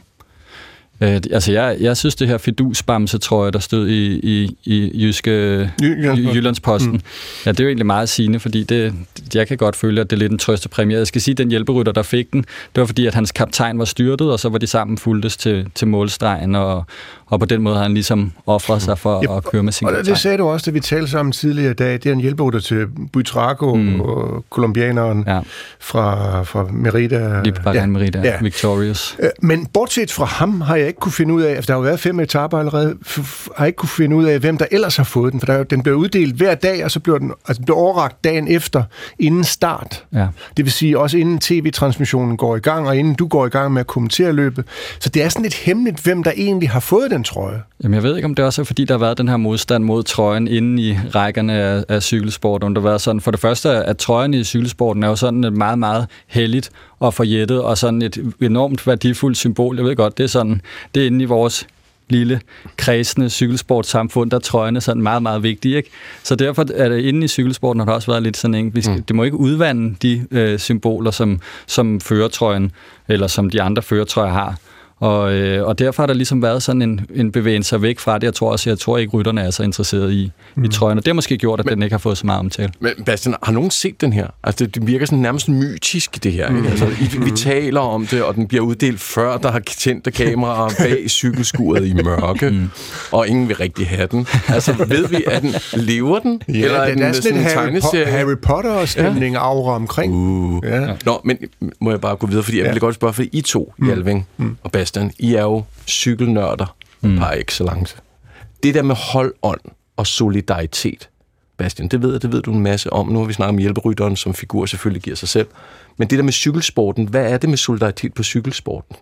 K: Øh, altså, jeg, jeg synes, det her fidusbamse-trøje, der stod i, i, i Jyske, Jy- Jyllandsposten, mm. ja, det er jo egentlig meget sigende, fordi det, jeg kan godt føle, at det er lidt en trøstepræmie. Jeg skal sige, at den hjælperytter, der fik den, det var fordi, at hans kaptajn var styrtet, og så var de sammen fulgtes til, til målstregen, og, og på den måde har han ligesom offret sig for ja, at køre med sin
H: og
K: kaptajn.
H: Det sagde du også, da vi talte sammen tidligere i dag. Det er en hjælperytter til Buitrago, mm. og kolumbianeren ja. fra, fra Merida.
K: Libre ja. Merida, ja. Victorious.
H: Men bortset fra ham har jeg ikke kunne finde ud af, efter der har jo været fem etaper allerede, har jeg ikke kunne finde ud af, hvem der ellers har fået den, for der, den bliver uddelt hver dag, og så bliver den, altså den bliver overrakt dagen efter, inden start. Ja. Det vil sige også inden tv-transmissionen går i gang, og inden du går i gang med at kommentere løbet. Så det er sådan lidt hemmeligt, hvem der egentlig har fået den trøje.
K: Jamen jeg ved ikke, om det også er, fordi der har været den her modstand mod trøjen inden i rækkerne af, af cykelsport. Om der har været sådan, for det første, at trøjen i cykelsporten er jo sådan et meget, meget heldigt og forjættet, og sådan et enormt værdifuldt symbol. Jeg ved godt, det er sådan, det er inde i vores lille, kredsende cykelsportssamfund, der trøjen er sådan meget, meget vigtig, ikke? Så derfor er det inde i cykelsporten, har der også været lidt sådan en, vi skal, mm. det må ikke udvande de øh, symboler, som, som førertrøjen, eller som de andre førertrøjer har. Og, øh, og derfor har der ligesom været sådan en, en bevægelse væk fra det. Jeg tror også, jeg tror ikke, rytterne er så interesserede i, mm. i trøjen. Og det har måske gjort, at men, den ikke har fået så meget omtale.
J: Men Bastian, har nogen set den her? Altså, det, det virker sådan nærmest mytisk, det her. Mm. Altså, vi, vi taler om det, og den bliver uddelt før, der har tændte kameraer bag cykelskuret i mørke, mm. og ingen vil rigtig have den. Altså, ved vi, at den lever den?
H: Ja,
J: eller er
H: den
J: den
H: er sådan en Harry, po- Harry Potter-stemning, ja. aura omkring.
J: Uh. Ja. Nå, men må jeg bare gå videre, fordi jeg ja. vil godt spørge, fordi I to, mm. Hjalving mm. og Bastian, I er jo cykelnørder mm. par excellence. Det der med holdånd og solidaritet, Bastian, det ved jeg, det ved du en masse om. Nu har vi snakket om hjælperytteren, som figur selvfølgelig giver sig selv. Men det der med cykelsporten, hvad er det med solidaritet på cykelsporten?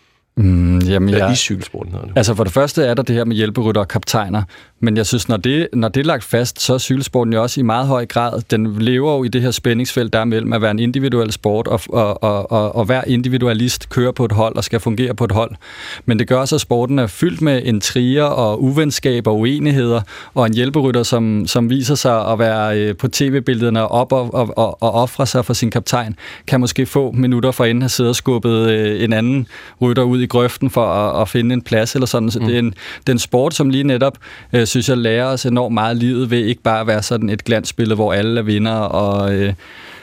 K: Mm, jamen,
J: ja,
K: jeg,
J: i cykelsporten hedder det.
K: Altså for det første er der det her med hjælperytter og kaptajner, men jeg synes, når det, når det er lagt fast, så er cykelsporten jo også i meget høj grad, den lever jo i det her spændingsfelt, der er mellem at være en individuel sport, og, og, og, og, og hver individualist kører på et hold og skal fungere på et hold. Men det gør også, at sporten er fyldt med intriger og uvenskab og uenigheder, og en hjælperytter, som, som viser sig at være på tv-billederne op og, og, og, og ofre sig for sin kaptajn, kan måske få minutter for inden have siddet og skubbet en anden rytter ud i grøften for at, at finde en plads eller sådan. Så mm. det er en, det er en sport, som lige netop, øh, synes jeg, lærer os enormt meget livet ved ikke bare at være sådan et glansbillede, hvor alle er vinder, og, øh,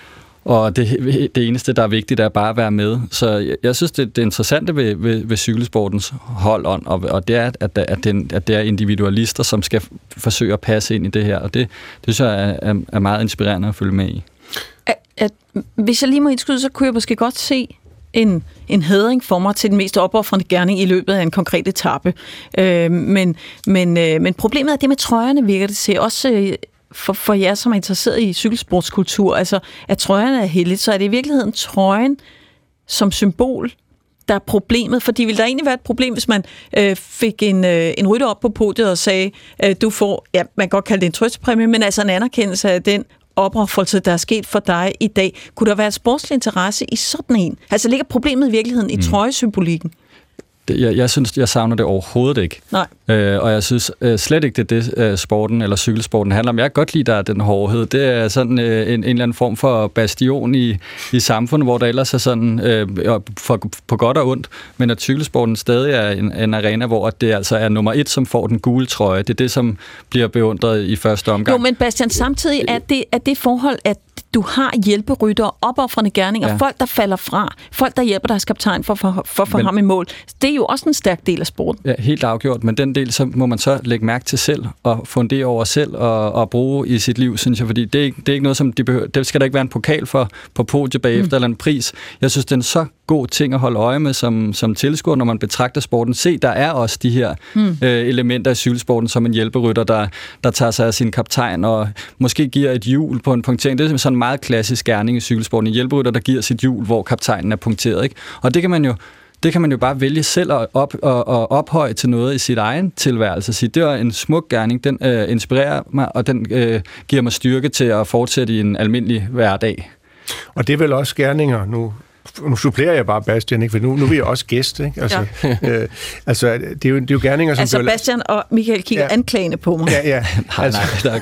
K: og det, det eneste, der er vigtigt, er bare at være med. Så jeg, jeg synes, det, det interessante ved, ved, ved cykelsportens holdånd, og, og det er, at, at, det, at det er individualister, som skal forsøge at passe ind i det her, og det, det synes jeg er, er meget inspirerende at følge med i.
D: At, at, hvis jeg lige må indskyde, så kunne jeg måske godt se en, en hædring for mig til den mest opoffrende gerning i løbet af en konkret etape. Øh, men, men, øh, men problemet er det med trøjerne, virker det til. Også øh, for, for jer, som er interesseret i cykelsportskultur, altså at trøjerne er heldigt, så er det i virkeligheden trøjen som symbol, der er problemet. Fordi ville der egentlig være et problem, hvis man øh, fik en, øh, en rytter op på podiet og sagde, øh, du får, ja, man kan godt kalde det en trøstepræmie, men altså en anerkendelse af den opoffrelse, der er sket for dig i dag. Kunne der være sportslig interesse i sådan en? Altså ligger problemet i virkeligheden i mm. trøjesymbolikken?
K: Jeg, jeg synes, jeg savner det overhovedet ikke.
D: Nej.
K: Øh, og jeg synes øh, slet ikke, det er det, øh, sporten eller cykelsporten handler om. Jeg kan godt lide, der er den hårdhed. Det er sådan øh, en, en eller anden form for bastion i, i samfundet, hvor der ellers er sådan øh, for, på godt og ondt. Men at cykelsporten stadig er en, en arena, hvor det altså er nummer et, som får den gule trøje. Det er det, som bliver beundret i første omgang.
D: Jo, men Bastian, samtidig er det, er det forhold, at du har hjælperyttere, opoffrende gerninger, ja. Folk, der falder fra, folk, der hjælper deres kaptajn for, for, for, for men, ham i mål. Det er jo også en stærk del af sporten.
K: Ja, helt afgjort, men den del, så må man så lægge mærke til selv, og fundere over selv, og, og bruge i sit liv, synes jeg, fordi det er ikke, det er ikke noget, som de behøver. Det skal der ikke være en pokal for på podiet bagefter, mm. eller en pris. Jeg synes, det er en så god ting at holde øje med som, som tilskuer, når man betragter sporten. Se, der er også de her mm. øh, elementer i cykelsporten, som en hjælperytter, der, der tager sig af sin kaptajn, og måske giver et hjul på en punktering. Det er sådan en meget klassisk gerning i cykelsporten. En hjælperytter, der giver sit hjul, hvor kaptajnen er punkteret. Ikke? Og det kan man jo Det kan man jo bare vælge selv at op, og, og ophøje til noget i sit egen tilværelse. Sige, det var en smuk gerning, den øh, inspirerer mig, og den øh, giver mig styrke til at fortsætte i en almindelig hverdag.
H: Og det er vel også gerninger nu. Nu supplerer jeg bare Bastian, ikke? For nu, nu er jeg også gæst, ikke? Altså, ja. øh, altså det, er jo, det er jo gerninger, som...
D: Altså bliver... Bastian og Michael kigger ja. anklagende på mig.
H: Ja, ja.
K: nej,
H: altså,
K: nej,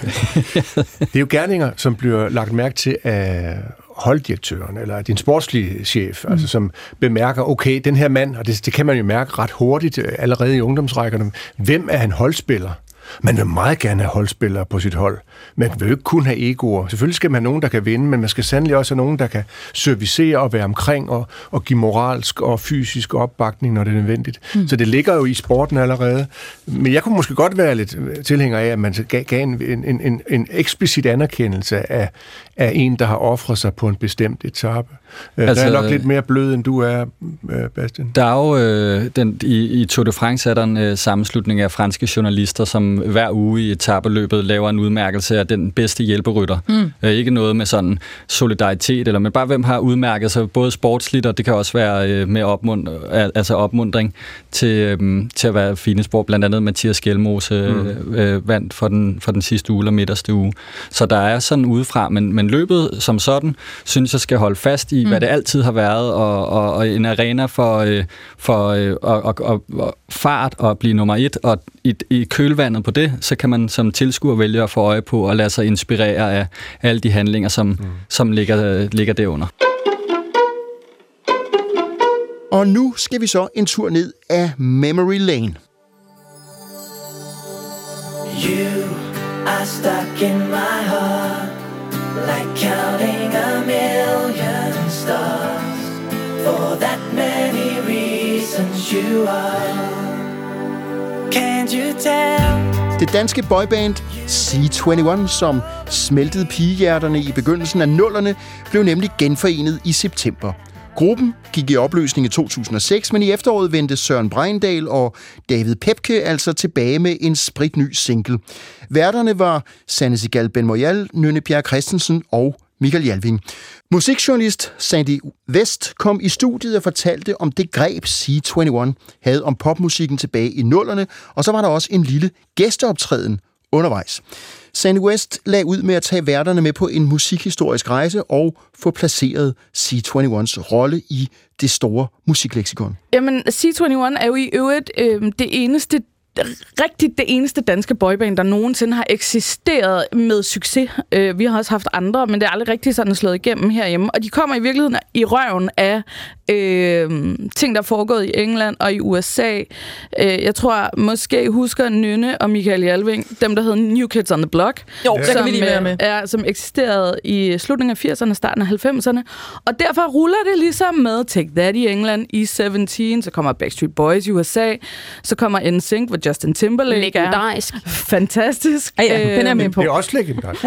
H: det er jo gerninger, som bliver lagt mærke til af holddirektøren, eller din sportslige chef, mm. altså som bemærker, okay, den her mand, og det, det kan man jo mærke ret hurtigt allerede i ungdomsrækkerne, hvem er han holdspiller? Man vil meget gerne have holdspillere på sit hold. Man vil jo ikke kun have egoer. Selvfølgelig skal man have nogen, der kan vinde, men man skal sandelig også have nogen, der kan servicere og være omkring og, og give moralsk og fysisk opbakning, når det er nødvendigt. Mm. Så det ligger jo i sporten allerede. Men jeg kunne måske godt være lidt tilhænger af, at man gav en, en, en, en eksplicit anerkendelse af, af en, der har offret sig på en bestemt etape. Altså, der er nok lidt mere blød, end du er, Bastian.
K: Der er jo øh, den, i, i Tour de France er der en øh, sammenslutning af franske journalister, som hver uge i etapeløbet laver en udmærkelse af den bedste hjælperytter. Mm. Øh, ikke noget med sådan solidaritet, eller men bare hvem har udmærket sig, både sportsligt, og det kan også være øh, med opmund, altså opmundring til, øh, til at være fine sport. Blandt andet Mathias Gjelmose mm. øh, vandt for den, for den sidste uge, eller midterste uge. Så der er sådan udefra, men, men løbet som sådan, synes jeg skal holde fast i, mm. hvad det altid har været, og, og, og en arena for, øh, for øh, og, og, og, og fart og blive nummer et, og i, i kølvandet på det, så kan man som tilskuer vælge at få øje på og lade sig inspirere af alle de handlinger, som, mm. som ligger, ligger derunder.
B: Og nu skal vi så en tur ned af Memory Lane.
L: You are stuck in my heart, like counting a million stars. For that many reasons you are. Can't you tell?
B: Det danske boyband C enogtyve, som smeltede pigehjerterne i begyndelsen af nullerne, blev nemlig genforenet i september. Gruppen gik i opløsning i to tusind og seks, men i efteråret vendte Søren Breindal og David Pepke altså tilbage med en spritny single. Værterne var Sanne Sigal Ben-Moyal, Nynne Bjerre Christensen og Michael Jalving. Musikjournalist Sandy West kom i studiet og fortalte om det greb C enogtyve havde om popmusikken tilbage i nullerne, og så var der også en lille gæsteoptræden undervejs. Sandy West lagde ud med at tage værterne med på en musikhistorisk rejse og få placeret C enogtyves rolle i det store musikleksikon.
M: Jamen, C enogtyve er jo i øvrigt øh, det eneste rigtigt det eneste danske boyband, der nogensinde har eksisteret med succes. Vi har også haft andre, men det er aldrig rigtig sådan slået igennem herhjemme. Og de kommer i virkeligheden i røven af øh, ting, der er foregået i England og i U S A. Øh, jeg tror, måske husker Nynne og Michael Jalving, dem, der hed New Kids on the Block.
D: Jo, ja.
M: som,
D: kan vi lige være med.
M: Er, som eksisterede i slutningen af firserne og starten af halvfemserne. Og derfor ruller det ligesom med Take That i England, E sytten, så kommer Backstreet Boys i U S A, så kommer N Sync, hvor Justin Timberlake
E: legendarisk.
M: er fantastisk.
D: Ja, ja, den er med på.
H: Det er også legendarisk.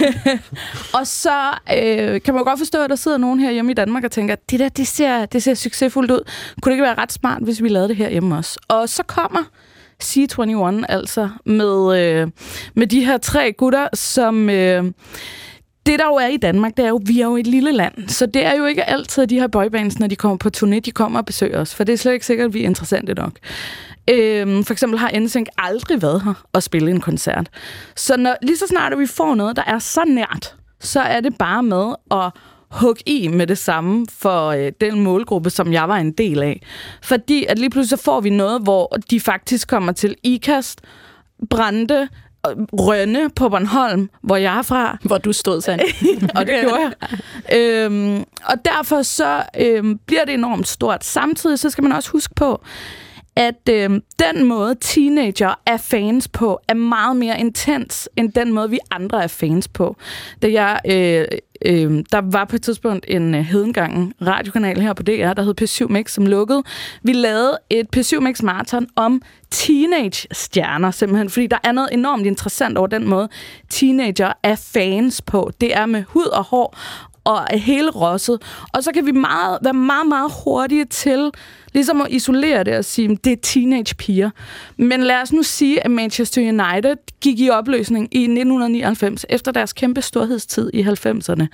M: Og så øh, kan man godt forstå, at der sidder nogen her hjemme i Danmark og tænker, det der, det ser, det ser succesfuldt ud. Kunne det ikke være ret smart, hvis vi lavede det her hjemme også? Og så kommer C enogtyve altså med, øh, med de her tre gutter, som... Øh, det, der jo er i Danmark, det er jo, vi er jo et lille land, så det er jo ikke altid, de her boybands, når de kommer på turné, de kommer og besøger os, for det er slet ikke sikkert, at vi er interessante nok. Øhm, for eksempel har N Sync aldrig været her og spille en koncert. Så når, lige så snart, at vi får noget, der er så nært, så er det bare med at hugge i med det samme for øh, den målgruppe, som jeg var en del af. Fordi at lige pludselig så får vi noget, hvor de faktisk kommer til Ikast, Brande, Rønne på Bornholm, hvor jeg er fra.
E: Hvor du stod, Sand.
M: Og det gjorde jeg. øhm, og derfor så øhm, bliver det enormt stort. Samtidig så skal man også huske på, at øhm, den måde teenager er fans på, er meget mere intens, end den måde, vi andre er fans på. Da jeg... Øh, Øh, der var på et tidspunkt en uh, Hedengangen radiokanal her på D R, der hed P syv Mix, som lukkede. Vi lavede et P syv Mix marathon om teenage-stjerner, simpelthen, fordi der er noget enormt interessant over den måde, teenager er fans på. Det er med hud og hår og hele rosset. Og så kan vi meget, være meget, meget hurtige til ligesom at isolere det og sige, at det er teenage-piger. Men lad os nu sige, at Manchester United gik i opløsning i nitten nioghalvfems, efter deres kæmpe storhedstid i halvfemserne.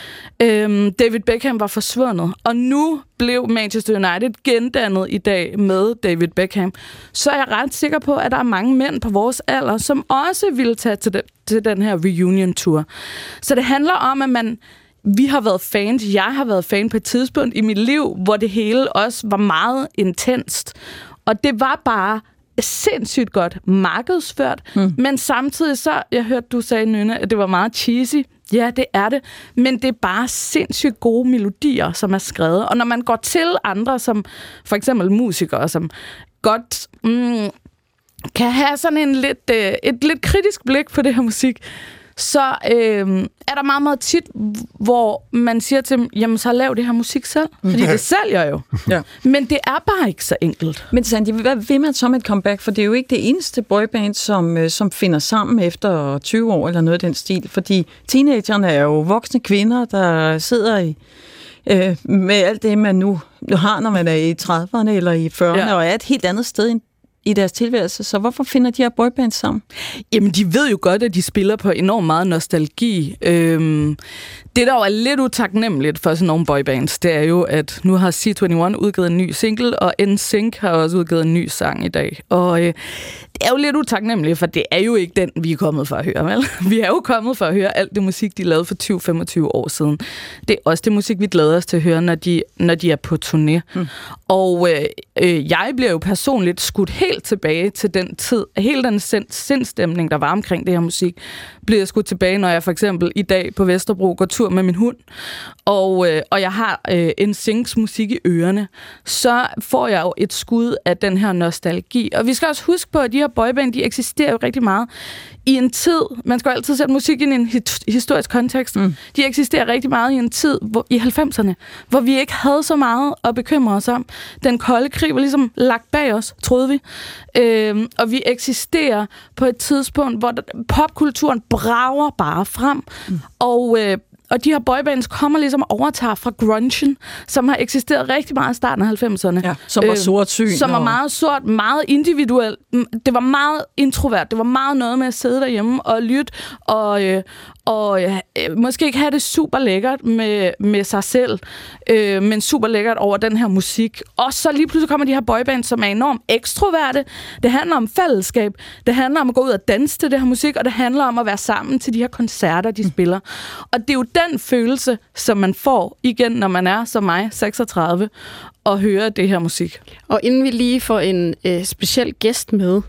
M: Øhm, David Beckham var forsvundet, og nu blev Manchester United gendannet i dag med David Beckham. Så er jeg ret sikker på, at der er mange mænd på vores alder, som også ville tage til, de, til den her reunion-tour. Så det handler om, at man... Vi har været fans, jeg har været fan på et tidspunkt i mit liv, hvor det hele også var meget intenst. Og det var bare sindssygt godt markedsført, mm. men samtidig så, jeg hørte du sagde, Nynne, at det var meget cheesy. Ja, det er det, men det er bare sindssygt gode melodier, som er skrevet. Og når man går til andre, som for eksempel musikere, som godt... Mm, kan have sådan en lidt, øh, et lidt kritisk blik på det her musik, så øh, er der meget, meget tit, hvor man siger til dem, jamen så lav det her musik selv, fordi det sælger jo. Ja. Men det er bare ikke så enkelt.
D: Men Sandy, hvad vil man så med et comeback? For det er jo ikke det eneste boyband, som, som finder sammen efter tyve år eller noget af den stil, fordi teenagerne er jo voksne kvinder, der sidder i øh, med alt det, man nu har, når man er i trediverne eller i fyrrerne, ja. Og er et helt andet sted end i deres tilværelse. Så hvorfor finder de her boybands sammen?
M: Jamen, de ved jo godt, at de spiller på enormt meget nostalgi. Øhm, det, der jo er lidt utaknemmeligt for sådan nogle boybands, det er jo, at nu har C enogtyve udgivet en ny single, og N Sync har også udgivet en ny sang i dag. Og øh, det er jo lidt utaknemmeligt, for det er jo ikke den, vi er kommet for at høre, vel? Vi er jo kommet for at høre alt det musik, de lavede for tyve til femogtyve år siden. Det er også det musik, vi glæder os til at høre, når de, når de er på turné. Hmm. Og øh, øh, jeg bliver jo personligt skudt helt tilbage til den tid. Hele den sind, sindstemning, der var omkring det her musik, bliver skudt tilbage, når jeg for eksempel i dag på Vesterbro går tur med min hund, og, øh, og jeg har øh, en Syncs musik i ørerne, så får jeg jo et skud af den her nostalgi. Og vi skal også huske på, at de her boyband, de eksisterer jo rigtig meget i en tid, man skal jo altid sætte musik i en historisk kontekst, mm. de eksisterer rigtig meget i en tid hvor, i halvfemserne, hvor vi ikke havde så meget at bekymre os om. Den kolde krig var ligesom lagt bag os, troede vi. Øhm, og vi eksisterer på et tidspunkt, hvor popkulturen brager bare frem, mm. og øh, Og de her boybands kommer ligesom og overtager fra grungen, som har eksisteret rigtig meget i starten af halvfemserne.
D: Ja, som var sortsyn.
M: Øh, som var meget sort, meget individuelt. Det var meget introvert. Det var meget noget med at sidde derhjemme og lytte, og, øh, og øh, måske ikke have det super lækkert med, med sig selv, øh, men super lækkert over den her musik. Og så lige pludselig kommer de her boybands, som er enormt ekstroverte. Det handler om fællesskab. Det handler om at gå ud og danse til det her musik, og det handler om at være sammen til de her koncerter, de spiller. Og det er jo den følelse, som man får igen, når man er som mig, seksogtredive, og hører det her musik.
E: Og inden vi lige får en øh, speciel gæst med,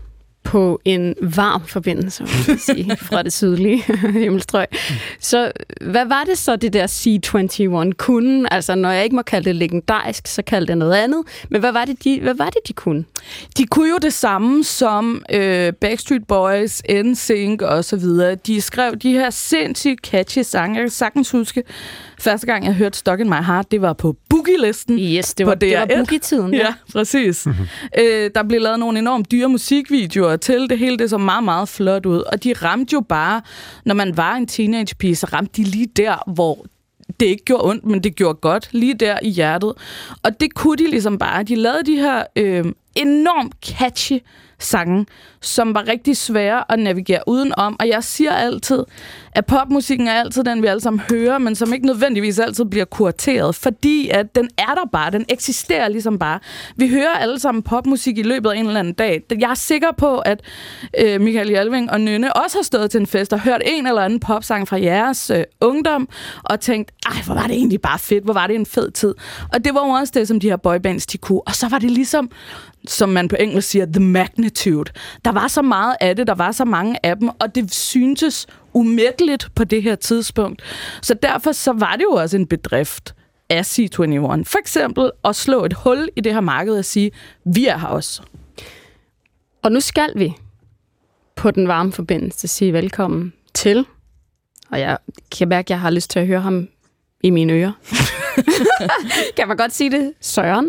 E: på en varm forbindelse, vil jeg sige, fra det sydlige himmelstrøg. Så hvad var det så, det der C enogtyve kunne? Altså, når jeg ikke må kalde det legendarisk, så kald det noget andet. Men hvad var det, de, hvad var det, de kunne?
M: De kunne jo det samme som øh, Backstreet Boys, N Sync og så videre. De skrev de her sindssygt catchy sange. Jeg kan sagtens huske, første gang jeg hørte Stuck in My Heart, det var på Boogie-listen.
E: Yes, det var, det var Boogie-tiden.
M: Ja, ja præcis. Mm-hmm. Øh, der blev lavet nogle enormt dyre musikvideoer til. Det hele det så meget, meget flot ud. Og de ramte jo bare, når man var en teenagepige, så ramte de lige der, hvor det ikke gjorde ondt, men det gjorde godt. Lige der i hjertet. Og det kunne de ligesom bare. De lavede de her øh, enormt catchy sange, som var rigtig svære at navigere udenom. Og jeg siger altid, at popmusikken er altid den, vi alle sammen hører, men som ikke nødvendigvis altid bliver kurateret, fordi at den er der bare, den eksisterer ligesom bare. Vi hører alle sammen popmusik i løbet af en eller anden dag. Jeg er sikker på, at øh, Michael Jalving og Nynne også har stået til en fest og hørt en eller anden popsang fra jeres øh, ungdom, og tænkt, ej, hvor var det egentlig bare fedt, hvor var det en fed tid. Og det var jo også det, som de her boybands, de kunne. Og så var det ligesom, som man på engelsk siger, the magnitude. Der var så meget af det, der var så mange af dem, og det syntes umætteligt på det her tidspunkt. Så derfor så var det jo også en bedrift af C enogtyve. For eksempel at slå et hul i det her marked og sige, vi er her også.
E: Og nu skal vi på den varme forbindelse sige velkommen til, og jeg kan mærke, at jeg har lyst til at høre ham i mine ører. Kan man godt sige det? Søren?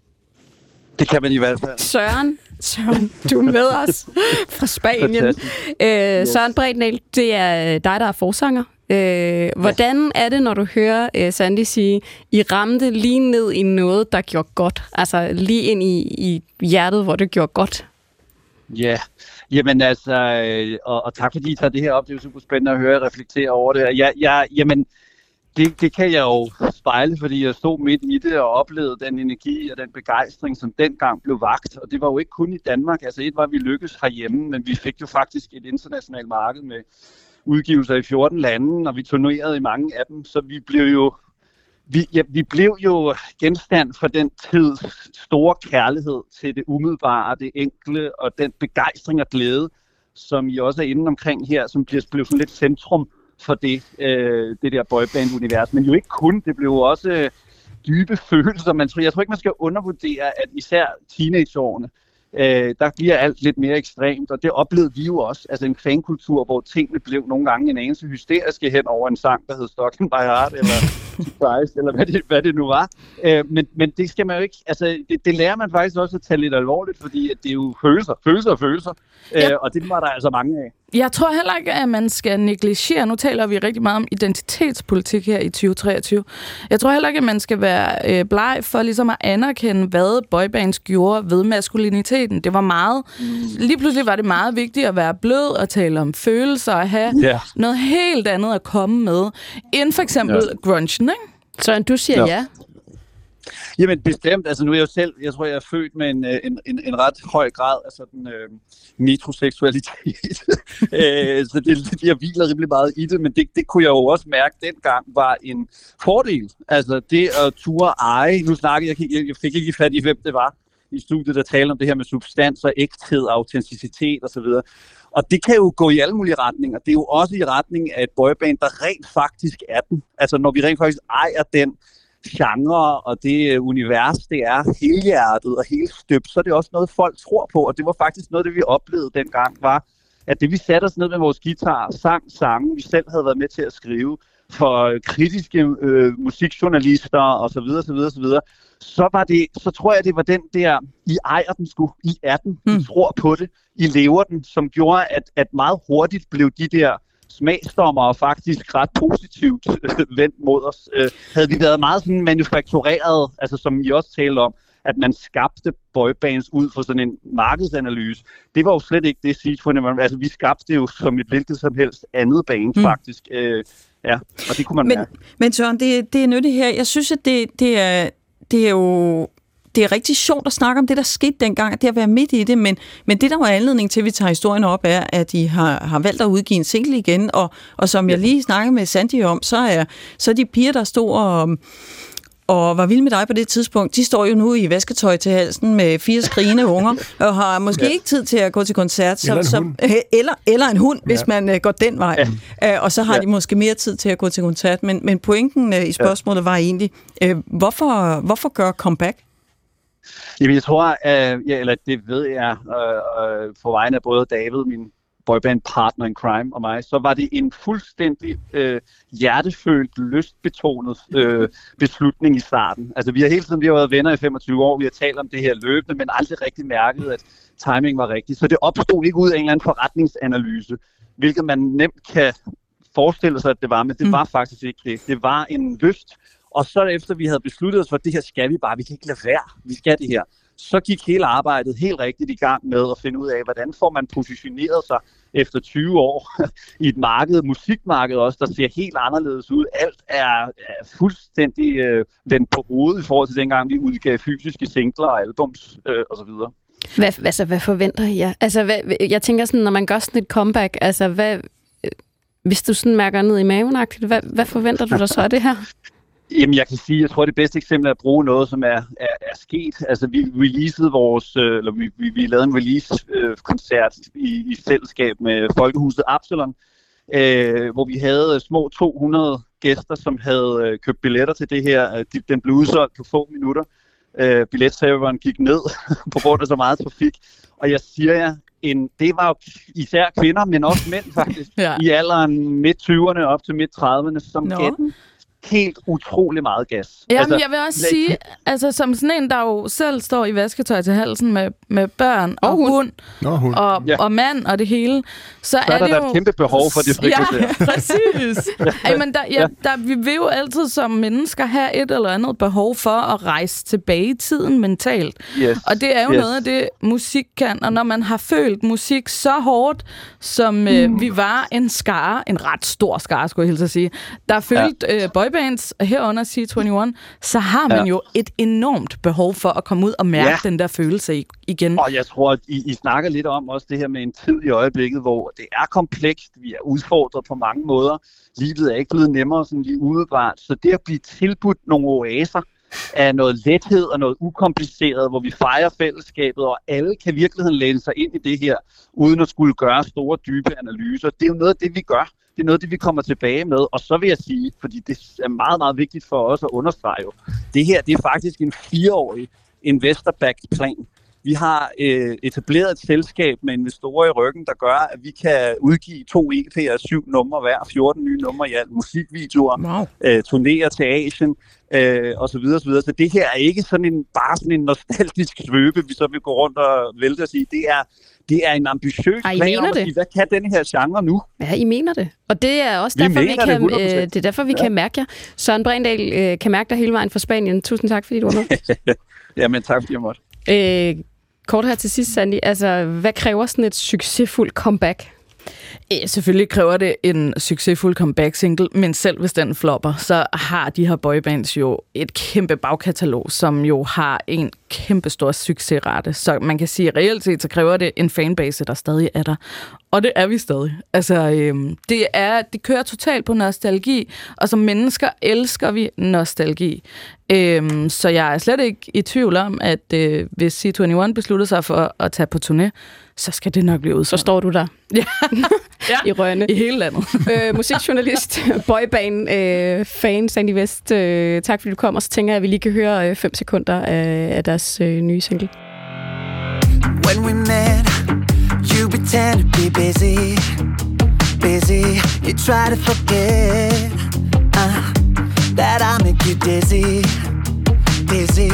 N: Det kan man i hvert fald.
E: Søren, Søren, du er med os fra Spanien. Øh, Søren Bredendahl, det er dig, der er forsanger. Øh, hvordan er det, når du hører øh, Sandy sige, I ramte lige ned i noget, der gjorde godt? Altså lige ind i, i hjertet, hvor det gjorde godt?
N: Ja, jamen altså, øh, og, og tak fordi I tager det her op. Det er jo super spændende at høre og reflektere over det her. Ja, ja, jamen, Det, det kan jeg jo spejle, fordi jeg stod midt i det og oplevede den energi og den begejstring, som dengang blev vakt. Og det var jo ikke kun i Danmark. Altså et var, at vi lykkedes herhjemme, men vi fik jo faktisk et internationalt marked med udgivelser i fjorten lande, og vi turnerede i mange af dem. Så vi blev jo, vi, ja, vi blev jo genstand for den tids store kærlighed til det umiddelbare, det enkle og den begejstring og glæde, som I også er inde omkring her, som bliver blevet sådan lidt centrum for det, øh, det der boyband-univers. Men jo ikke kun, det blev også øh, dybe følelser. Man tror, jeg tror ikke, man skal undervurdere, at især teenageårene, øh, der bliver alt lidt mere ekstremt, og det oplevede vi jo også. Altså en fankultur, hvor tingene blev nogle gange en anelse hysteriske hen over en sang, der hed Stuck in My Heart, eller Surprised, eller hvad det, hvad det nu var. Øh, men, men det skal man jo ikke, altså det, det lærer man faktisk også at tage lidt alvorligt, fordi at det er jo følelser, følelser og følelser, ja. øh, og det var der altså mange af.
M: Jeg tror heller ikke, at man skal negligere. Nu taler vi rigtig meget om identitetspolitik her i tyve treogtyve. Jeg tror heller ikke, at man skal være øh, bleg for ligesom at anerkende, hvad boybands gjorde ved maskuliniteten. Det var meget... Mm. Lige pludselig var det meget vigtigt at være blød og tale om følelser og have yeah. noget helt andet at komme med, end for eksempel yeah. grungen, ikke?
E: Så du siger ja. ja.
N: Jamen bestemt, altså nu er jeg jo selv, jeg tror jeg er født med en, en, en, en ret høj grad af sådan øh, metroseksualitet, øh, så det, jeg hviler rimelig meget i det, men det, det kunne jeg jo også mærke dengang var en fordel, altså det at ture eje, nu snakkede jeg, jeg, jeg fik ikke fat i hvem det var i studiet, der talte om det her med substans og ægthed, autenticitet osv., og det kan jo gå i alle mulige retninger, det er jo også i retning af et boyband, der rent faktisk er den, altså når vi rent faktisk ejer den genre og det univers, det er helhjertet og helt støbt, så er det også noget, folk tror på, og det var faktisk noget, det vi oplevede dengang, var, at det vi satte os ned med vores guitar, sang sange, vi selv havde været med til at skrive for kritiske øh, musikjournalister og så videre, så videre, så videre, så var det, så tror jeg, det var den der, I ejer den sgu, I er den, I mm. tror på det, I lever den, som gjorde, at, at meget hurtigt blev de der smagsdommer faktisk ret positivt øh, vendt mod os. Øh, havde vi været meget sådan manufaktureret, altså som I også talte om, at man skabte boybands ud fra sådan en markedsanalyse. Det var jo slet ikke det, C enogtyve. Altså vi skabte det jo som et hvilket som helst andet band mm. faktisk. Øh, ja, og det kunne man
D: men,
N: mærke.
D: Men Søren, det, det er nyttigt her. Jeg synes, at det, det, er, det er jo... Det er rigtig sjovt at snakke om det, der skete dengang, at det at være midt i det, men, men det, der var anledning til, at vi tager historien op, er, at I har, har valgt at udgive en single igen, og, og som jeg lige snakkede med Sandy om, så er, så er de piger, der stod og, og var vild med dig på det tidspunkt, de står jo nu i vasketøj til halsen med fire skrigende unger, og har måske ja. ikke tid til at gå til koncert.
H: Eller
D: så,
H: en hund.
D: Så, eller, eller en hund, ja. hvis man uh, går den vej. Ja. Uh, og så har ja. de måske mere tid til at gå til koncert. Men, men pointen uh, i spørgsmålet var egentlig, uh, hvorfor, hvorfor gøre comeback?
N: Jamen, jeg tror, uh, ja, eller det ved jeg, uh, uh, for vejen af både David, min boyband partner in crime og mig, så var det en fuldstændig øh, hjertefølt, lystbetonet øh, beslutning i starten. Altså vi har hele tiden vi har været venner i femogtyve år, vi har talt om det her løbende, men aldrig rigtig mærket, at timing var rigtig. Så det opstod ikke ud af en eller anden forretningsanalyse, hvilket man nemt kan forestille sig, at det var, men det var faktisk ikke det. Det var en lyst, og så efter vi havde besluttet os for, at det her skal vi bare, vi kan ikke lade være, vi skal det her. Så gik hele arbejdet helt rigtigt i gang med at finde ud af, hvordan får man positioneret sig efter tyve år i et marked, musikmarked også, der ser helt anderledes ud. Alt er, er fuldstændig øh, vendt på hovedet i forhold til dengang, vi udgav fysiske singler og albums øh, osv.
E: Hvad, altså, hvad forventer I jer? Altså, hvad, jeg tænker sådan, når man gør sådan et comeback, altså, hvad, hvis du sådan mærker ned i maven-agtigt, hvad, hvad forventer du der så af det her?
N: Jamen, jeg kan sige, jeg tror, det bedste eksempel er at bruge noget, som er, er, er sket. Altså, vi releasede vores, eller vi, vi, vi lavede en release-koncert i, i fællesskab med Folkehuset Absalon, øh, hvor vi havde små to hundrede gæster, som havde købt billetter til det her. Den blev udsolgt på få minutter. Øh, billetserveren gik ned på grund af så meget trafik. Og jeg siger jer, en, det var jo især kvinder, men også mænd faktisk, ja. i alderen midt tyverne op til midt trediverne, som gav den helt utrolig meget gas.
M: Jamen, altså, jeg vil også læg... sige, altså som sådan en, der jo selv står i vasketøj til halsen med, med børn og, og hund, hund, Nå, hund. Og, ja. og mand og det hele, så, så er, er der, det jo...
N: der et kæmpe behov for det frikvarter.
M: Ja, præcis. Ej, men der, ja, der, vi vil jo altid som mennesker have et eller andet behov for at rejse tilbage i tiden mentalt. Yes. Og det er jo yes. noget af det, musik kan. Og når man har følt musik så hårdt, som mm. øh, vi var en skare, en ret stor skare, skulle jeg hilse at sige, der følte ja. øh, boybands herunder C enogtyve, så har man ja. jo et enormt behov for at komme ud og mærke ja. den der følelse igen.
N: Og jeg tror, at I, I snakker lidt om også det her med en tid i øjeblikket, hvor det er komplekst, vi er udfordret på mange måder. Livet er ikke blevet nemmere sådan lige udebart, så det at blive tilbudt nogle oaser af noget lethed og noget ukompliceret, hvor vi fejrer fællesskabet, og alle kan i virkeligheden læne sig ind i det her, uden at skulle gøre store, dybe analyser. Det er jo noget af det, vi gør. Det er noget af det, vi kommer tilbage med. Og så vil jeg sige, fordi det er meget, meget vigtigt for os at understrege jo, det her, det er faktisk en fireårig investor-backed plan. Vi har øh, etableret et selskab med investorer i ryggen, der gør, at vi kan udgive to E P'er, syv numre hver, fjorten nye numre i alt, musikvideoer, wow. øh, turnéer til Asien, øh, og så videre, så videre. Så det her er ikke sådan en, bare sådan en nostalgisk svøbe, vi så vil gå rundt og vælte og sige, det er, det er en ambitiøs
E: Ej,
N: plan om at sige, hvad kan den her genre nu?
E: Ja, I mener det. Og det er også vi derfor, vi kan, det, øh, det er derfor, vi ja. kan mærke jer. Søren Bregendahl øh, kan mærke dig hele vejen fra Spanien. Tusind tak, fordi du var med.
N: Jamen, tak fordi jeg måtte.
E: Øh, kort her til sidst, Sandy. Altså, hvad kræver sådan et succesfuldt comeback?
M: Ja, selvfølgelig kræver det en succesfuld comeback-single, men selv hvis den flopper, så har de her boybands jo et kæmpe bagkatalog, som jo har en kæmpe stor succesrate. Så man kan sige, at reelt set, så kræver det en fanbase, der stadig er der. Og det er vi stadig. Altså, øhm, det, er, det kører totalt på nostalgi, og som mennesker elsker vi nostalgi. Øhm, så jeg er slet ikke i tvivl om, at øh, hvis C enogtyve beslutter sig for at tage på turné, så skal det nok blive udsolgt.
E: Så står du der.
M: Ja. ja.
E: I Rønne.
M: I hele landet.
E: øh, musikjournalist, boyband, øh, fan, Sandy West. Øh, tak fordi du kom, og så tænker jeg, at vi lige kan høre øh, fem sekunder af, af deres øh, nye single.
L: When we met, you pretend to be busy, busy. You try to forget uh, that I make you dizzy, dizzy.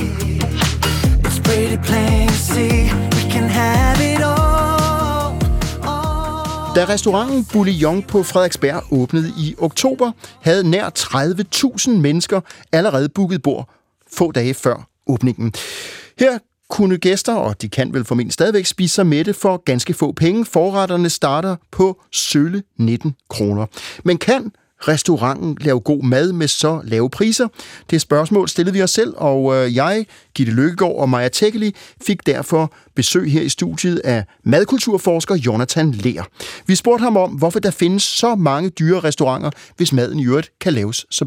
L: It's pretty plain to see we can have it all, all.
B: Da restauranten Bouillon på Frederiksberg åbnede i oktober, havde nær tredive tusind mennesker allerede booket bord få dage før åbningen. Her kunne gæster, og de kan vel formentlig stadigvæk, spise sig mætte for ganske få penge. Forretterne starter på sølle nitten kroner. Men kan restauranten lave god mad med så lave priser? Det spørgsmål stillede vi os selv, og jeg, Gitte Løkkegaard og Maja Tekkeli, fik derfor besøg her i studiet af madkulturforsker Jonathan Lehr. Vi spurgte ham om, hvorfor der findes så mange dyre restauranter, hvis maden i øvrigt kan laves så billigt.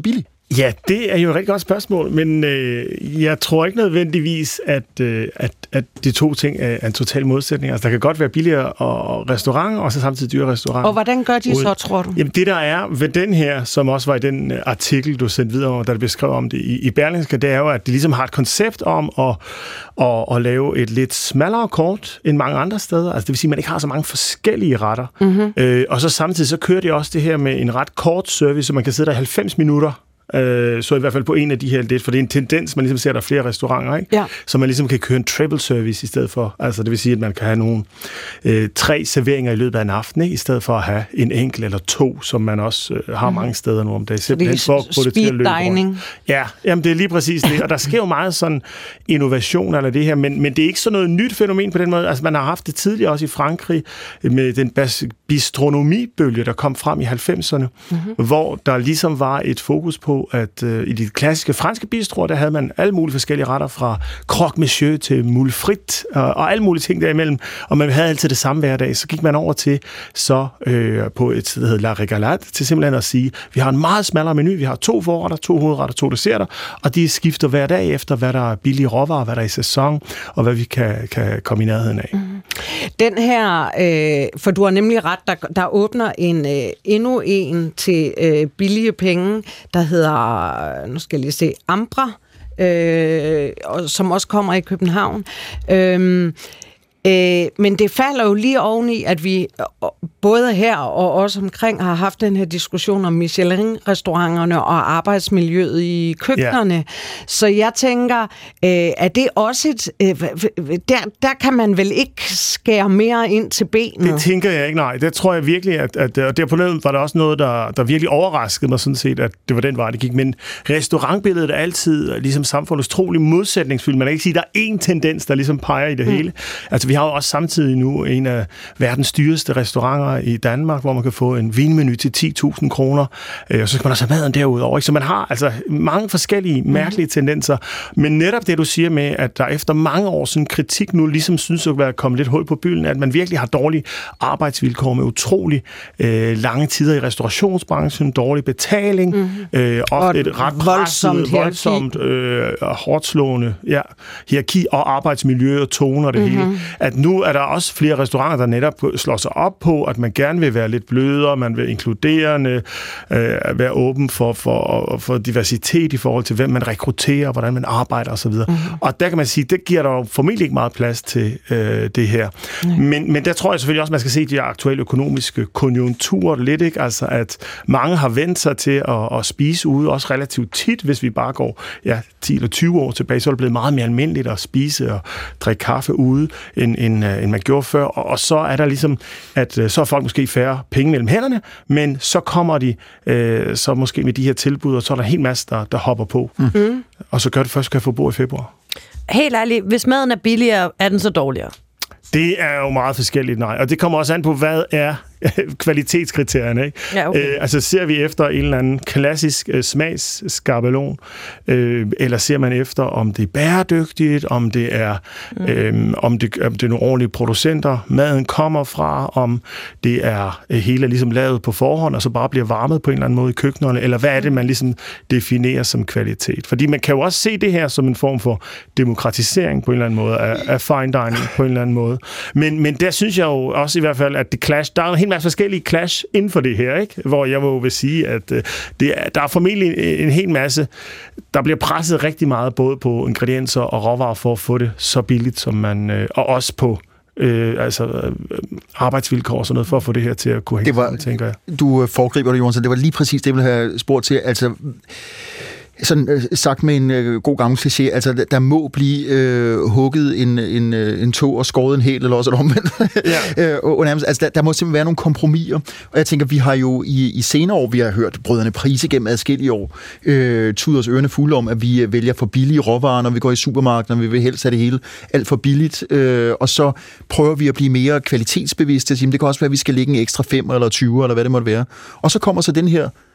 O: Ja, det er jo et rigtig godt spørgsmål, men øh, jeg tror ikke nødvendigvis, at, øh, at, at de to ting er en total modsætning. Altså, der kan godt være billigere og restauranter, og så samtidig dyre restauranter.
I: Og hvordan gør de så, tror du?
O: Jamen, det der er ved den her, som også var i den artikel, du sendte videre om, der det beskrev om det i, i Berlingske, det er jo, at de ligesom har et koncept om at, at, at lave et lidt smallere kort end mange andre steder. Altså, det vil sige, at man ikke har så mange forskellige retter. Mm-hmm. Øh, og så samtidig så kører de også det her med en ret kort service, så man kan sidde der halvfems minutter. Øh, så i hvert fald på en af de her lidt, for det er en tendens, man ligesom ser, der er flere restauranter, ikke? Ja. Så man ligesom kan køre en triple service i stedet for. Altså det vil sige, at man kan have nogle øh, tre serveringer i løbet af en aften, ikke? I stedet for at have en enkelt eller to, som man også øh, har mm. mange steder nu om dagen.
I: Simpelthen for at få det til at løbe rundt.
O: Ja, jamen det er lige præcis det. Og der sker jo meget sådan innovation eller det her, men, men det er ikke sådan noget nyt fænomen på den måde. Altså man har haft det tidligere også i Frankrig med den bistronomibølge, der kom frem i halvfemserne, mm-hmm. hvor der ligesom var et fokus på, at øh, i de klassiske franske bistroer, der havde man alle mulige forskellige retter, fra croque monsieur til moule frit, og, og alle mulige ting derimellem, og man havde altid det samme hver dag. Så gik man over til så øh, på et sted, der hedder La Regalade, til simpelthen at sige, vi har en meget smallere menu, vi har to forretter, to hovedretter, to desserter, og de skifter hver dag efter, hvad der er billige råvarer, hvad der er i sæson, og hvad vi kan, kan komme i nærheden af. Mm.
I: Den her, øh, for du har nemlig ret, der, der åbner en øh, endnu en til øh, billige penge, der hedder, nu skal jeg lige se, Ambra, øh, og, som også kommer i København. Øh, Øh, men det falder jo lige oveni, at vi både her og også omkring har haft den her diskussion om Michelin-restauranterne og arbejdsmiljøet i køkkenerne. Yeah. Så jeg tænker, øh, er det også et... Øh, der, der kan man vel ikke skære mere ind til benet?
O: Det tænker jeg ikke, nej. Det tror jeg virkelig, at... at og der på den var der også noget, der, der virkelig overraskede mig sådan set, at det var den vej, det gik. Men restaurantbilledet er altid ligesom samfundets trolig modsætningsfyldt. Man kan ikke sige, at der er én tendens, der ligesom peger i det mm. hele. Altså, vi har jo også samtidig nu en af verdens dyreste restauranter i Danmark, hvor man kan få en vinmenu til ti tusind kroner, og så skal man også have maden derudover. Ikke? Så man har altså mange forskellige mærkelige mm. tendenser. Men netop det, du siger med, at der efter mange år sådan kritik nu ligesom synes at være kommet lidt hul på bylden, at man virkelig har dårlige arbejdsvilkår med utrolig øh, lange tider i restaurationsbranchen, dårlig betaling, mm. øh, ofte et ret presset, voldsomt, øh, hårdt slående ja, hierarki og arbejdsmiljø og tone og det mm-hmm. hele. At nu er der også flere restauranter, der netop slår sig op på, at man gerne vil være lidt blødere, man vil inkluderende, øh, være åben for, for, for diversitet i forhold til, hvem man rekrutterer, hvordan man arbejder osv. Mm-hmm. Og der kan man sige, det giver der formentlig ikke meget plads til øh, det her. Mm. Men, men der tror jeg selvfølgelig også, man skal se de aktuelle økonomiske konjunkturer lidt, ikke? Altså at mange har vendt sig til at, at spise ude, også relativt tit, hvis vi bare går ja, ti eller tyve år tilbage, så er det blevet meget mere almindeligt at spise og drikke kaffe ude, end, end, end man gjorde før. Og, og så er der ligesom, at så har folk måske færre penge mellem hænderne, men så kommer de øh, så måske med de her tilbud, og så er der en hel masse, der, der hopper på. Mm. Og så gør det først, kan jeg få bord i februar.
I: Helt ærligt, hvis maden er billigere, er den så dårligere?
O: Det er jo meget forskelligt, nej. Og det kommer også an på, hvad er kvalitetskriterierne, ikke? Ja, okay. øh, altså ser vi efter en eller anden klassisk øh, smagsskabelon, øh, eller ser man efter, om det er bæredygtigt, om det er, mm. øh, om det, om det er nogle ordentlige producenter, maden kommer fra, om det er øh, hele ligesom lavet på forhånd, og så bare bliver varmet på en eller anden måde i køkkenerne, eller hvad er det, man ligesom definerer som kvalitet? Fordi man kan jo også se det her som en form for demokratisering på en eller anden måde, af, af fine dining på en eller anden måde. Men, men der synes jeg jo også i hvert fald, at det clash, der er en masse forskellige clash inden for det her, ikke? Hvor jeg må vil sige, at øh, det er, der er formentlig en hel masse, der bliver presset rigtig meget, både på ingredienser og råvarer for at få det så billigt, som man, øh, og også på øh, altså, øh, arbejdsvilkår og sådan noget, for at få det her til at kunne hænge sammen, tænker jeg.
B: Du foregriber det, Johansson. Det var lige præcis det, jeg ville have spurgt til. Altså, sådan øh, sagt med en øh, god gammel kliché, altså der må blive øh, hugget en, en, en tog og skåret en hæl, eller også et omvendt. Ja. øh, og nærmest, altså der, der må simpelthen være nogle kompromiser. Og jeg tænker, vi har jo i, i senere år, vi har hørt Brødrene Price gennem adskillige år, øh, tude os ørerne fulde om, at vi vælger for billige råvarer, når vi går i supermarkedet, vi vil helst have det hele alt for billigt, øh, og så prøver vi at blive mere kvalitetsbevidste. Det kan også være, at vi skal lægge en ekstra fem eller tyve, eller hvad det måtte være. Og så kommer så den her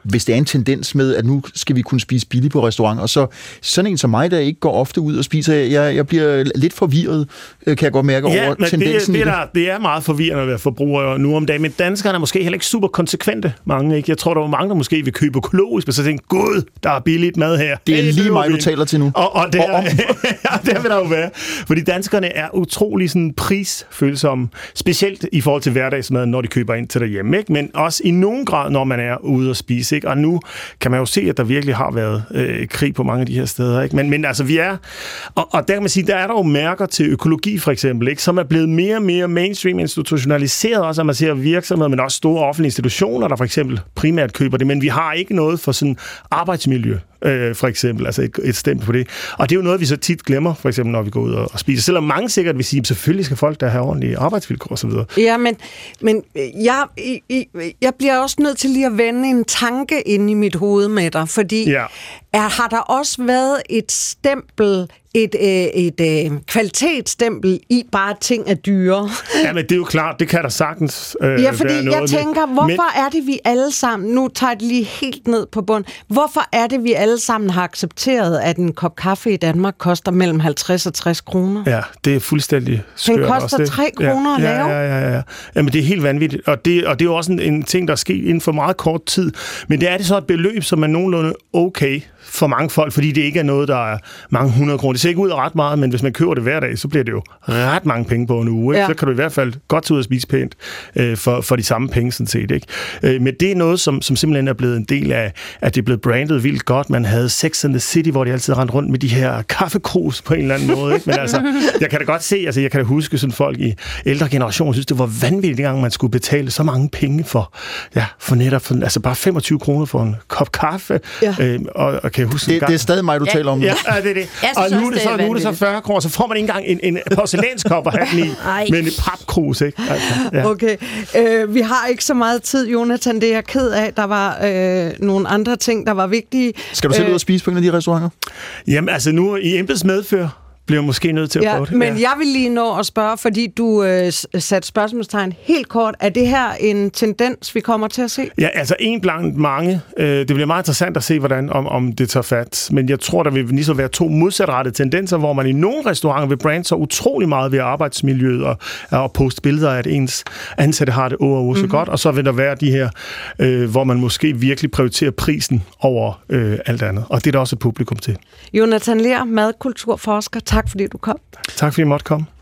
B: hvis det er en tendens med, at nu skal vi kunne spise billigt på restaurant, og så sådan en som mig, der ikke går ofte ud og spiser, jeg, jeg bliver lidt forvirret, kan jeg godt mærke
O: ja,
B: over
O: men
B: tendensen
O: det,
B: det,
O: det, der, det er meget forvirrende at være forbruger nu om dagen, men danskerne er måske heller ikke super konsekvente, mange, ikke? Jeg tror, der er mange, der måske vil købe økologisk, men så tænker, gud, der er billigt mad her.
B: Det er
O: hey,
B: lige
O: det
B: mig, du taler til nu.
O: Og, og det,
B: og
O: er, ja, det vil der jo være. Fordi danskerne er utrolig sådan prisfølsomme, specielt i forhold til hverdagsmad, når de køber ind til derhjemme, ikke? Men også i nogen grad, når man er ude og spise, ikke? Og nu kan man jo se, at der virkelig har været øh, krig på mange af de her steder, ikke? Men, men altså, vi er... Og, og der kan man sige, der er der jo mærker til økologi, for eksempel, ikke? Som er blevet mere og mere mainstream institutionaliseret, også at man ser virksomheder, men også store offentlige institutioner, der for eksempel primært køber det, men vi har ikke noget for sådan arbejdsmiljø, øh, for eksempel, altså et, et stempel på det. Og det er jo noget, vi så tit glemmer, for eksempel, når vi går ud og, og spiser. Selvom mange sikkert vil sige, at selvfølgelig skal folk der have ordentlige arbejdsvilkår osv.
P: Ja, men, men jeg, jeg, jeg bliver også nødt til lige at vende en tanke ind i mit hoved med dig, fordi
O: ja.
P: er, har der også været et stempel, et, et, et kvalitetsstempel i bare ting er dyre?
O: Ja, men det er jo klart, det kan der sagtens øh,
P: ja, fordi
O: være noget
P: jeg tænker,
O: med.
P: hvorfor
O: men...
P: er det, vi alle sammen, nu tager det lige helt ned på bund, hvorfor er det, vi alle sammen har accepteret, at en kop kaffe i Danmark koster mellem halvtreds og tres kroner?
O: Ja, det er fuldstændig skørt.
P: Den koster
O: også,
P: tre kroner
O: ja,
P: at lave?
O: Ja, ja, ja, ja. Jamen, det er helt vanvittigt, og det, og det er jo også en, en ting, der er sket inden for meget kort tid. Men det er det så et beløb, som er nogenlunde okay for mange folk, fordi det ikke er noget, der er mange hundrede kroner. Det ser ikke ud af ret meget, men hvis man køber det hver dag, så bliver det jo ret mange penge på en uge. Ikke? Ja. Så kan du i hvert fald godt tage ud og spise pænt øh, for, for de samme penge, sådan set. Ikke? Øh, men det er noget, som, som simpelthen er blevet en del af, at det er blevet brandet vildt godt. Man havde Sex and the City, hvor de altid rendte rundt med de her kaffekrus på en eller anden måde. Ikke? Men altså, jeg kan da godt se, altså jeg kan da huske sådan folk i ældre generationer, synes det var vanvittigt, dengang man skulle betale så mange penge for, ja, for netop, for, altså bare femogtyve kroner for en kop kaffe. Ja. Øh, og, og kan jeg huske
B: det, det er stadig mig, du
O: ja,
B: taler om.
O: Ja, ja, det er det. Og nu er det, så, nu er det så fyrre kroner, så får man ikke engang en, en porcelænskop at have den i, med en papkrus, ikke? Altså, ja.
P: Okay. Øh, vi har ikke så meget tid, Jonathan, det er jeg ked af. Der var øh, nogle andre ting, der var vigtige.
B: Skal du selv ud og spise på en af de restauranter?
O: Jamen, altså nu i embeds medfør bliver måske nødt til at
P: ja,
O: prøve det.
P: Men ja. jeg vil lige nå at spørge, fordi du øh, satte spørgsmålstegn helt kort. Er det her en tendens, vi kommer til at se?
O: Ja, altså en blandt mange. Øh, det bliver meget interessant at se, hvordan om, om det tager fat. Men jeg tror, der vil lige så være to modsatrettede tendenser, hvor man i nogle restauranter vil brande så utrolig meget ved arbejdsmiljøet og, og poste billeder af, at ens ansatte har det å og å så mm-hmm. godt. Og så vil der være de her, øh, hvor man måske virkelig prioriterer prisen over øh, alt andet. Og det er der også et publikum til.
P: Jonathan Ler, madkulturforsker. Tak fordi du kom.
O: Tak fordi I måtte komme.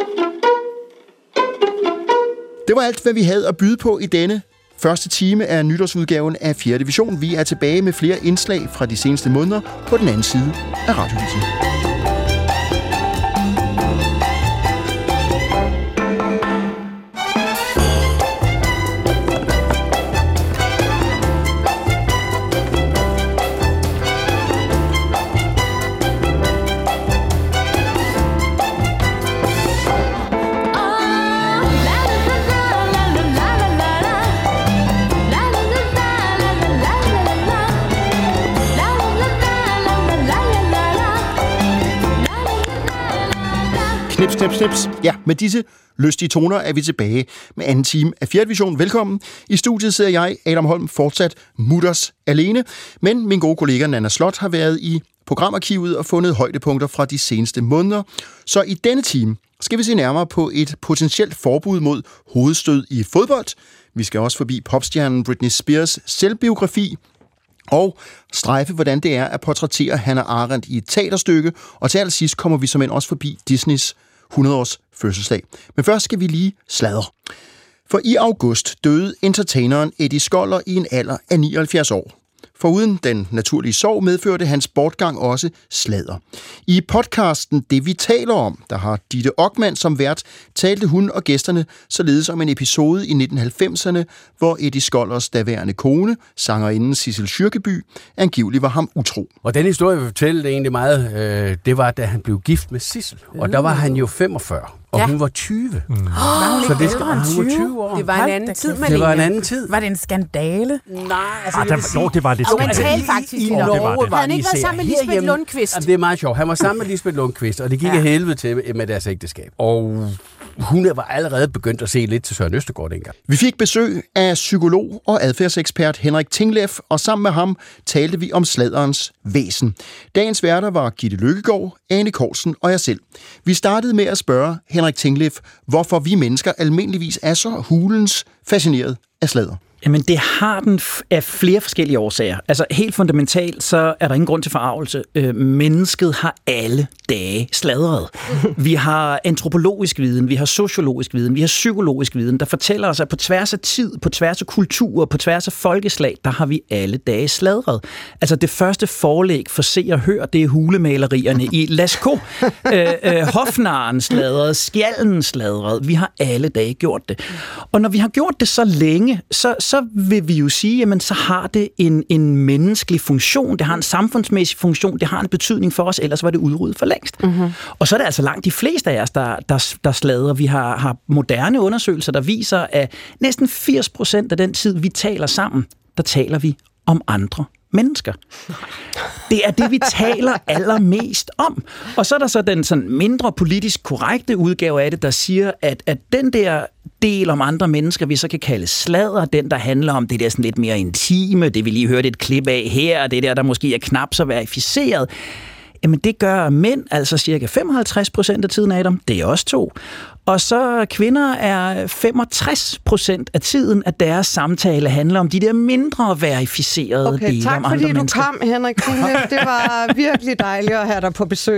B: Det var alt, hvad vi havde at byde på i denne første time af nytårsudgaven af fjerde division. Vi er tilbage med flere indslag fra de seneste måneder på den anden side af radiohuset. Knips, knips, knips. Ja, med disse lystige toner er vi tilbage med anden time af fjerde division. Velkommen. I studiet sidder jeg, Adam Holm, fortsat mutters alene, men min gode kollega Nana Slot har været i programarkivet og fundet højdepunkter fra de seneste måneder. Så i denne time skal vi se nærmere på et potentielt forbud mod hovedstød i fodbold. Vi skal også forbi popstjernen Britney Spears selvbiografi og strejfe, hvordan det er at portrættere Hannah Arendt i et teaterstykke. Og til allersidst kommer vi såmænd også forbi Disneys hundrede-års fødselsdag. Men først skal vi lige sladre. For i august døde entertaineren Eddie Skoller i en alder af nioghalvfjerds år. Foruden den naturlige sorg medførte hans bortgang også sladder. I podcasten Det vi taler om, der har Ditte Okman som vært, talte hun og gæsterne således om en episode i nitten halvfemserne, hvor Eddie Skollers daværende kone, sangerinden Sissel Kyrkjebø, angiveligt var ham utro.
Q: Og den historie, vi fortælle egentlig meget, øh, det var, da han blev gift med Sissel. Og der var han jo femogfyrre. Og ja. Hun var tyve. Mm.
R: Oh,
Q: så det skal, hun var tyve år.
R: Det var en anden tid,
Q: Malene. Det var en anden tid.
R: Var det en skandale?
Q: Nej, altså
O: ah, der, sige, jo, det var lidt
R: skandale. Altså, man faktisk
Q: i, i Norge var det.
R: Havde han ikke været sammen med Lisbeth Lundqvist?
Q: Det er meget sjovt. Han var sammen med Lisbeth Lundqvist, og det gik ja. af helvede til med deres ægteskab. Og hun var allerede begyndt at se lidt til Søren Østergaard dengang.
B: Vi fik besøg af psykolog og adfærdsekspert Henrik Tingleff, og sammen med ham talte vi om sladderens væsen. Dagens værter var Gitte Løkkegaard, Ane Cortzen og jeg selv. Vi startede med at spørge Henrik Tingleff, hvorfor vi mennesker almindeligvis er så hulens fascineret af sladder.
S: Jamen, det har den af flere forskellige årsager. Altså, helt fundamentalt, så er der ingen grund til forarvelse. Øh, mennesket har alle dage sladret. Vi har antropologisk viden, vi har sociologisk viden, vi har psykologisk viden, der fortæller os, at på tværs af tid, på tværs af kultur, på tværs af folkeslag, der har vi alle dage sladret. Altså, det første forlæg for Se og Hør, det er hulemalerierne i Lascaux. øh, øh, Hofnaren sladret, Skjalden sladret. Vi har alle dage gjort det. Og når vi har gjort det så længe, så så vil vi jo sige, jamen så har det en, en menneskelig funktion, det har en samfundsmæssig funktion, det har en betydning for os, ellers var det udryddet for længst. Mm-hmm. Og så er det altså langt de fleste af os, der, der, der sladrer. Vi har, har moderne undersøgelser, der viser, at næsten firs procent af den tid, vi taler sammen, der taler vi om andre mennesker. Det er det, vi taler allermest om. Og så er der så den sådan mindre politisk korrekte udgave af det, der siger, at, at den der del om andre mennesker, vi så kan kalde sladder, den der handler om det der sådan lidt mere intime, det vi lige hørte et klip af her, det der, der måske er knap så verificeret, jamen det gør mænd, altså cirka femoghalvtreds procent af tiden af dem, det er også to. Og så kvinder er femogtres procent af tiden, at deres samtale handler om de der mindre verificerede
P: okay,
B: dele om andre
P: mennesker. Okay, tak fordi du
B: mennesker.
P: kom, Henrik Tingleff. Det var virkelig dejligt at have dig på besøg.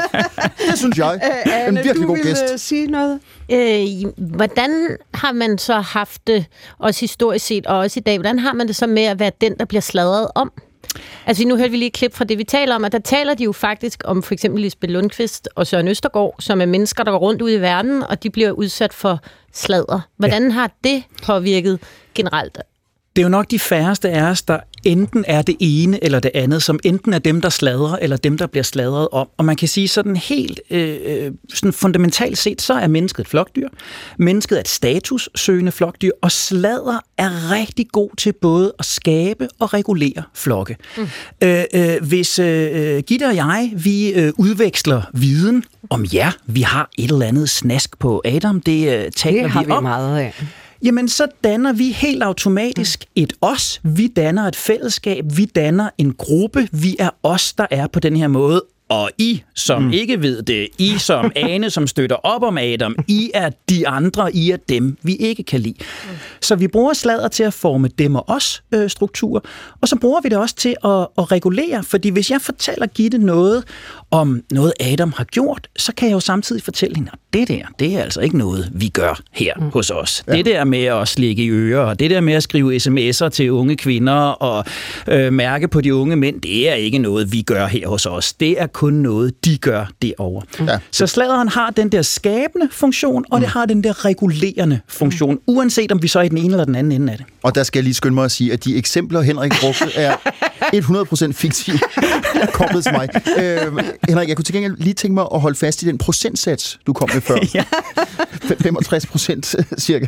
B: Det synes jeg.
P: Æ, Anne,
B: en virkelig
P: du
B: god gæst.
P: ville sige noget?
T: Øh, hvordan har man så haft det, også historisk set, og også i dag, hvordan har man det så med at være den, der bliver sladret om? Altså nu hørte vi lige et klip fra det, vi taler om, at der taler de jo faktisk om for eksempel Lisbeth Lundqvist og Søren Østergaard, som er mennesker, der går rundt ud i verden, og de bliver udsat for sladder. Hvordan ja. har det påvirket generelt?
S: Det er jo nok de færreste af os, der enten er det ene eller det andet, som enten er dem, der sladrer, eller dem, der bliver sladret om. Og man kan sige sådan helt øh, sådan fundamentalt set, så er mennesket et flokdyr. Mennesket er et statussøgende flokdyr, og sladder er rigtig god til både at skabe og regulere flokke. Mm. Øh, øh, hvis øh, Gitte og jeg, vi øh, udveksler viden om jer, vi har et eller andet snask på Adam, det øh, taler
P: det har
S: vi,
P: vi
S: om.
P: meget af.
S: Jamen, så danner vi helt automatisk et os. Vi danner et fællesskab. Vi danner en gruppe. Vi er os, der er på den her måde. Og I, som mm. ikke ved det, I som Ane, som støtter op om Adam, I er de andre, I er dem, vi ikke kan lide. Mm. Så vi bruger sladder til at forme dem og os øh, struktur, og så bruger vi det også til at, at regulere, fordi hvis jeg fortæller Gitte noget om noget Adam har gjort, så kan jeg jo samtidig fortælle hende, at det der, det er altså ikke noget, vi gør her mm. hos os. Ja. Det der med at slikke i ører, og det der med at skrive sms'er til unge kvinder og øh, mærke på de unge mænd, det er ikke noget, vi gør her hos os. Det er kun noget, de gør derovre. Ja. Så sladderen har den der skabende funktion, og mm. det har den der regulerende funktion, mm. uanset om vi så er i den ene eller den anden ende af det.
B: Og der skal jeg lige skynde mig at sige, at de eksempler, Henrik brugte, er hundrede procent fiktive koblet til mig. Øh, Henrik, jeg kunne til gengæld lige tænke mig at holde fast i den procentsats, du kom med før. Ja. femogtres procent cirka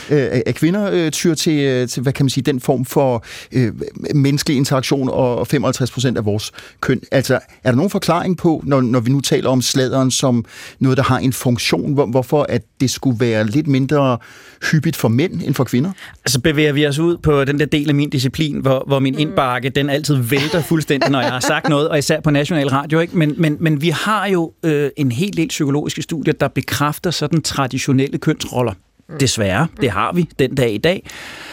B: af kvinder tyr til, til, hvad kan man sige, den form for øh, menneskelig interaktion, og femoghalvtreds procent af vores køn. Altså, er der nogen forklaring på, når, når vi nu taler om sladderen som noget, der har en funktion, hvor, hvorfor at det skulle være lidt mindre hyppigt for mænd end for kvinder?
S: Altså bevæger vi os ud på den der del af min disciplin, hvor, hvor min indbakke, den altid vælter fuldstændig, når jeg har sagt noget, og især på national radio, ikke? Men, men, men vi har jo øh, en hel del psykologiske studier, der bekræfter sådan traditionelle kønsroller. Desværre, det har vi den dag i dag.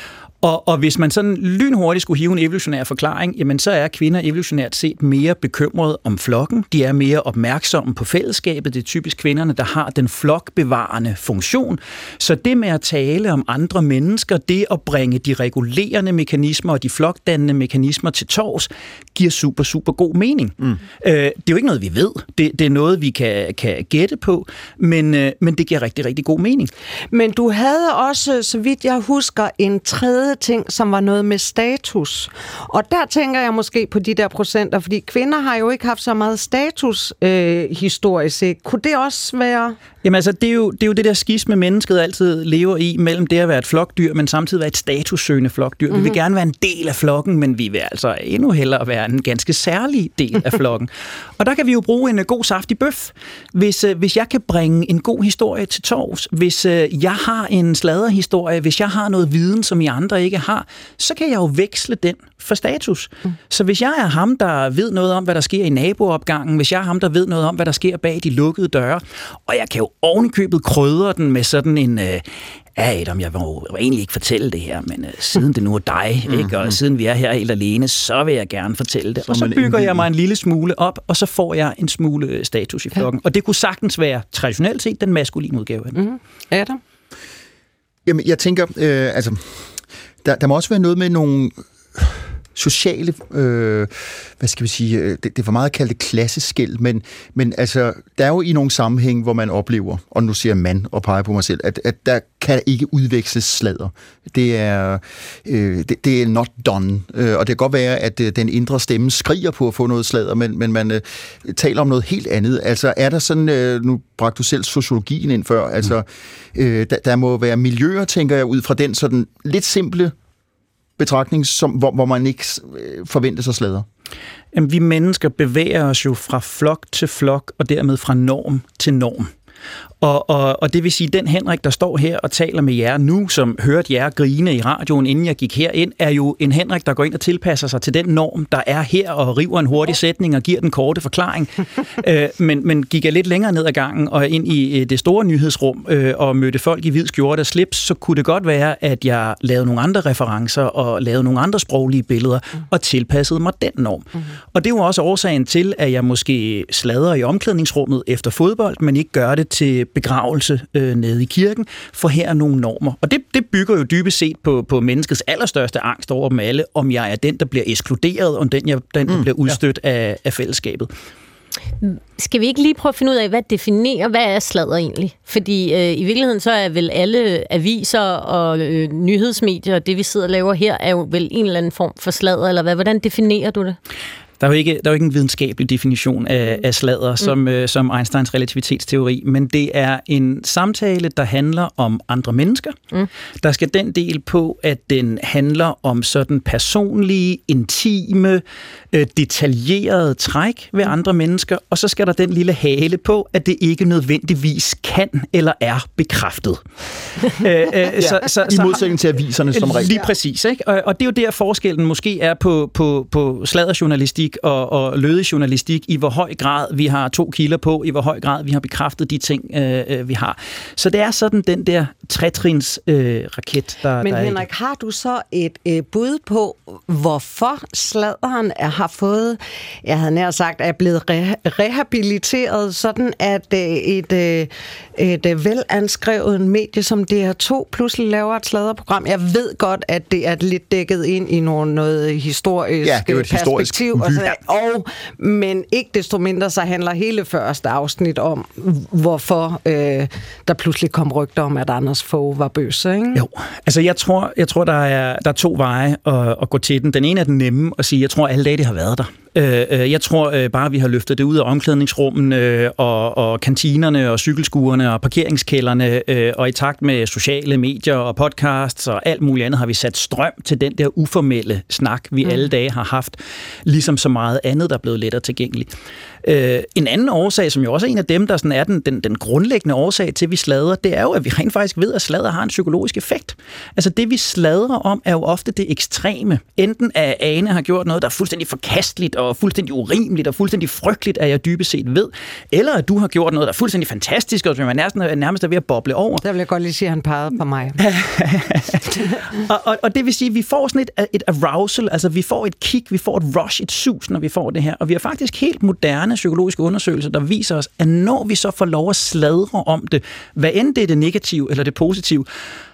S: Og, og hvis man sådan lynhurtigt skulle hive en evolutionær forklaring, jamen så er kvinder evolutionært set mere bekymrede om flokken. De er mere opmærksomme på fællesskabet. Det er typisk kvinderne, der har den flokbevarende funktion. Så det med at tale om andre mennesker, det at bringe de regulerende mekanismer og de flokdannende mekanismer til torvs, giver super, super god mening. Mm. Øh, det er jo ikke noget, vi ved. Det, det er noget, vi kan, kan gætte på, men, øh, men det giver rigtig, rigtig god mening.
P: Men du havde også, så vidt jeg husker, en tredje ting, som var noget med status. Og der tænker jeg måske på de der procenter, fordi kvinder har jo ikke haft så meget status øh, historisk set. Kunne det også være?
S: Jamen altså, det er, jo, det er jo det der skisme, mennesket altid lever i, mellem det at være et flokdyr, men samtidig være et statussøgende flokdyr. Mm-hmm. Vi vil gerne være en del af flokken, men vi vil altså endnu hellere være en ganske særlig del af flokken. Og der kan vi jo bruge en god saftig bøf. Hvis, hvis jeg kan bringe en god historie til torvs, hvis jeg har en sladderhistorie, hvis jeg har noget viden, som I andre ikke har, så kan jeg jo veksle den for status. Mm. Så hvis jeg er ham, der ved noget om, hvad der sker i naboopgangen, hvis jeg er ham, der ved noget om, hvad der sker bag de lukkede døre, og jeg kan jo ovenikøbet krydre den med sådan en... Øh, ja, Adam, jeg vil jo egentlig ikke fortælle det her, men øh, siden det nu er dig, mm, ikke, og mm. siden vi er her helt alene, så vil jeg gerne fortælle det. Så og så bygger jeg mig en lille smule op, og så får jeg en smule status i flokken. Ja. Og det kunne sagtens være traditionelt set den maskuline udgave.
P: Mm. Adam?
B: Jamen, jeg tænker, øh, altså, der, der må også være noget med nogle... sociale, øh, hvad skal vi sige, det, det er for meget at kalde det klasseskel, men, men altså, der er jo i nogle sammenhæng, hvor man oplever, og nu siger man og peger på mig selv, at, at der kan ikke udveksles sladder. Det er, øh, det, det er not done, øh, og det kan godt være, at øh, den indre stemme skriger på at få noget sladder, men, men man øh, taler om noget helt andet. Altså, er der sådan, øh, nu bragte du selv sociologien ind før, altså, øh, der, der må være miljøer, tænker jeg, ud fra den sådan lidt simple betragtning, som, hvor, hvor man ikke øh, forventer sig sladder?
S: Jamen, vi mennesker bevæger os jo fra flok til flok, og dermed fra norm til norm. Og, og, og det vil sige, den Henrik, der står her og taler med jer nu, som hørte jer grine i radioen, inden jeg gik herind, er jo en Henrik, der går ind og tilpasser sig til den norm, der er her, og river en hurtig sætning og giver den korte forklaring. øh, men, men gik jeg lidt længere ned ad gangen og ind i det store nyhedsrum øh, og mødte folk i hvid skjorte og slips, så kunne det godt være, at jeg lavede nogle andre referencer og lavede nogle andre sproglige billeder og tilpassede mig den norm. Mm. Og det var også årsagen til, at jeg måske sladrer i omklædningsrummet efter fodbold, men ikke gør det til begravelse øh, nede i kirken, for her er nogle normer. Og det, det bygger jo dybest set på, på menneskets allerstørste angst over dem alle, om jeg er den, der bliver ekskluderet, og den, jeg, den der mm, bliver udstødt ja. af, af fællesskabet.
T: Skal vi ikke lige prøve at finde ud af, hvad definerer, hvad er sladder egentlig? Fordi øh, i virkeligheden så er vel alle aviser og øh, nyhedsmedier, og det vi sidder og laver her, er jo vel en eller anden form for sladder, eller hvad? Hvordan definerer du det?
S: Der er jo ikke, der er jo ikke en videnskabelig definition af, af sladder, mm. som, øh, som Einsteins relativitetsteori, men det er en samtale, der handler om andre mennesker. Mm. Der skal den del på, at den handler om sådan personlige, intime, øh, detaljerede træk ved andre mennesker, og så skal der den lille hale på, at det ikke nødvendigvis kan eller er bekræftet. øh, øh, så, så,
B: I modsætning til aviserne som regel.
S: Lige præcis, ikke? Og, og det er jo der forskellen måske er på, på, på sladderjournalistik og, og lødig journalistik, i hvor høj grad vi har to kilder på, i hvor høj grad vi har bekræftet de ting, øh, vi har. Så det er sådan den der tretrins øh, raket, der,
P: Men
S: der er
P: Henrik, i. Har du så et øh, bud på, hvorfor sladderen er, har fået, jeg havde nær sagt, er blevet re- rehabiliteret, sådan at øh, et, øh, et øh, velanskrevet medie som D R to pludselig laver et sladderprogram? Jeg ved godt, at det er lidt dækket ind i noget, noget historisk
B: ja, det er et
P: perspektiv,
B: historisk
P: og, så, og men ikke desto mindre, så handler hele første afsnit om, hvorfor øh, der pludselig kom rygter om, at Anders Fogh var bøsse, ikke?
S: Jo, altså jeg tror, jeg tror der, er, der er to veje at, at gå til den. Den ene er den nemme at sige, jeg tror alle dage, det har været der. Jeg tror bare, vi har løftet det ud af omklædningsrummene og, og kantinerne og cykelskuerne og parkeringskælderne, og i takt med sociale medier og podcasts og alt muligt andet har vi sat strøm til den der uformelle snak, vi mm. alle dage har haft, ligesom så meget andet, der er blevet lettere tilgængeligt. En anden årsag, som jo også er en af dem, der sådan er den, den, den grundlæggende årsag til, at vi sladrer, det er jo, at vi rent faktisk ved, at sladder har en psykologisk effekt. Altså det, vi sladrer om, er jo ofte det ekstreme. Enten at Ane har gjort noget, der er fuldstændig forkasteligt og fuldstændig urimeligt og fuldstændig frygteligt, at jeg dybest set ved, eller at du har gjort noget, der er fuldstændig fantastisk, og som er nærmest, nærmest er ved at boble over.
P: Der vil jeg godt lige sige, at han pegede på mig.
S: og, og, og det vil sige, at vi får sådan et, et arousal, altså vi får et kick, vi får et rush, et sus, når vi får det her, og vi har faktisk helt moderne psykologiske undersøgelser, der viser os, at når vi så får lov at sladre om det, hvad end det er det negative eller det positive,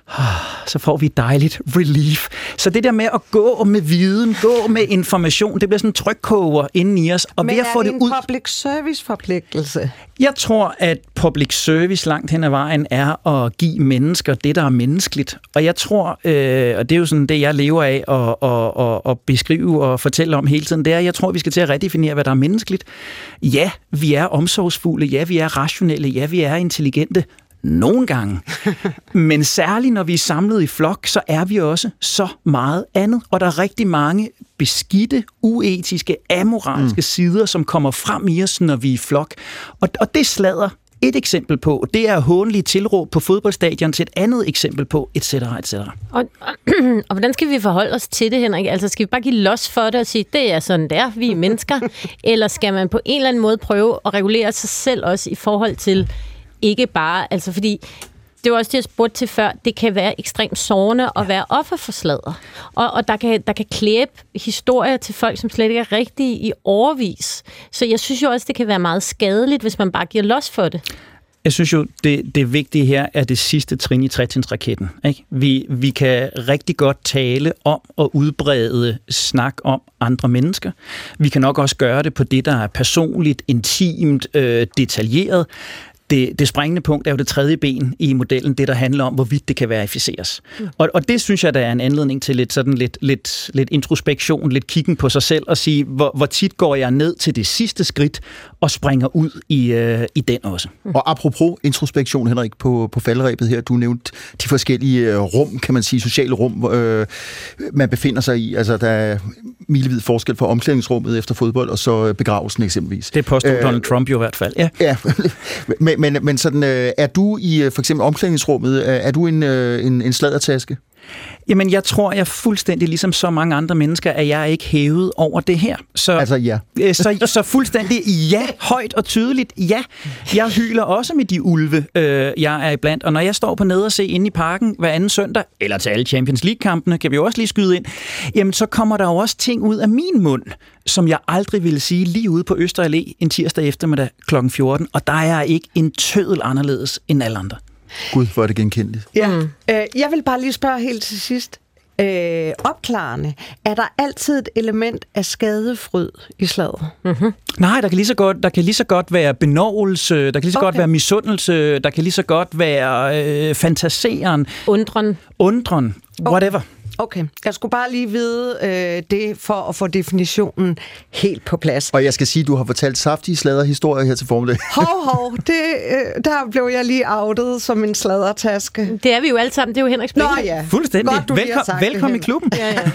S: så får vi et dejligt relief. Så det der med at gå med viden, gå med information, det bliver sådan en trykkoger inden i os. Og
P: Men
S: ved at
P: er
S: få
P: det
S: det
P: en
S: ud...
P: public service forpligtelse?
S: Jeg tror, at public service langt hen ad vejen er at give mennesker det, der er menneskeligt. Og jeg tror, øh, og det er jo sådan det, jeg lever af at, at, at, at beskrive og fortælle om hele tiden, det er, at jeg tror, vi skal til at redefinere, hvad der er menneskeligt. Ja, vi er omsorgsfulde, ja, vi er rationelle, ja, vi er intelligente. Nogle gange. Men særligt når vi er samlet i flok, så er vi også så meget andet. Og der er rigtig mange beskidte, uetiske, amoralske mm. sider, som kommer frem i os, når vi er i flok. Og, og det slader et eksempel på. Det er hånlige tilråb på fodboldstadion til et andet eksempel på, et cetera, et cetera.
T: Og, og, og hvordan skal vi forholde os til det, Henrik? Altså skal vi bare give los for det og sige, det er sådan der, vi er mennesker? Eller skal man på en eller anden måde prøve at regulere sig selv også i forhold til ikke bare, altså fordi, det var også det, jeg spurgte til før, det kan være ekstremt sårende at være offer for sladder. Og, og der kan, der kan klæbe historier til folk, som slet ikke er rigtige i årevis. Så jeg synes jo også, det kan være meget skadeligt, hvis man bare giver los for det.
S: Jeg synes jo, det, det vigtige her er det sidste trin i tretrinsraketten. Ikke? Vi, vi kan rigtig godt tale om og udbrede snak om andre mennesker. Vi kan nok også gøre det på det, der er personligt, intimt, øh, detaljeret. Det, det springende punkt er jo det tredje ben i modellen, det der handler om, hvorvidt det kan verificeres. Mm. Og, og det synes jeg, der er en anledning til lidt, sådan lidt, lidt, lidt introspektion, lidt kiggen på sig selv og sige, hvor, hvor tit går jeg ned til det sidste skridt og springer ud i, øh, i den også.
B: Mm. Og apropos introspektion, Henrik, på, på faldrebet her, du nævnte de forskellige øh, rum, kan man sige, sociale rum, øh, man befinder sig i. Altså, der er milevid forskel for omklædningsrummet efter fodbold, og så begravelsen eksempelvis.
S: Det påstår øh, Donald Trump jo i hvert fald, ja.
B: Ja, men, men, men sådan, øh, er du i for eksempel omklædningsrummet, er du en, øh, en, en sladdertaske?
S: Jamen, jeg tror, jeg fuldstændig, ligesom så mange andre mennesker, at jeg er ikke hævet over det her. Så,
B: altså ja.
S: så, så fuldstændig ja, højt og tydeligt ja. Jeg hyler også med de ulve, øh, jeg er iblandt. Og når jeg står på nede og se inde i parken hver anden søndag, eller til alle Champions League-kampene, kan vi jo også lige skyde ind, jamen så kommer der jo også ting ud af min mund, som jeg aldrig ville sige lige ude på Øster Allé en tirsdag eftermiddag klokken fjorten. Og der er jeg ikke en tødel anderledes end alle andre.
B: Gud, hvor er det genkendeligt.
P: Ja. Mm. Øh, jeg vil bare lige spørge helt til sidst. Øh, opklarende. Er der altid et element af skadefryd i sladder?
S: Mm-hmm. Nej, der kan lige så godt, der kan lige så godt være benovelse, der kan lige så okay. godt være misundelse, der kan lige så godt være øh, fantaseren.
T: Undren.
S: Undren. Whatever.
P: Okay, jeg skulle bare lige vide øh, det for at få definitionen helt på plads.
B: Og jeg skal sige, at du har fortalt saftige sladderhistorier her til formiddag.
P: Hov, hov, det, øh, der blev jeg lige outet som en sladdertaske.
T: Det er vi jo alle sammen, det er jo Henriks penge.
P: Nå ja.
S: Fuldstændig. Godt, Velkom, velkommen i klubben.
T: Ja, ja.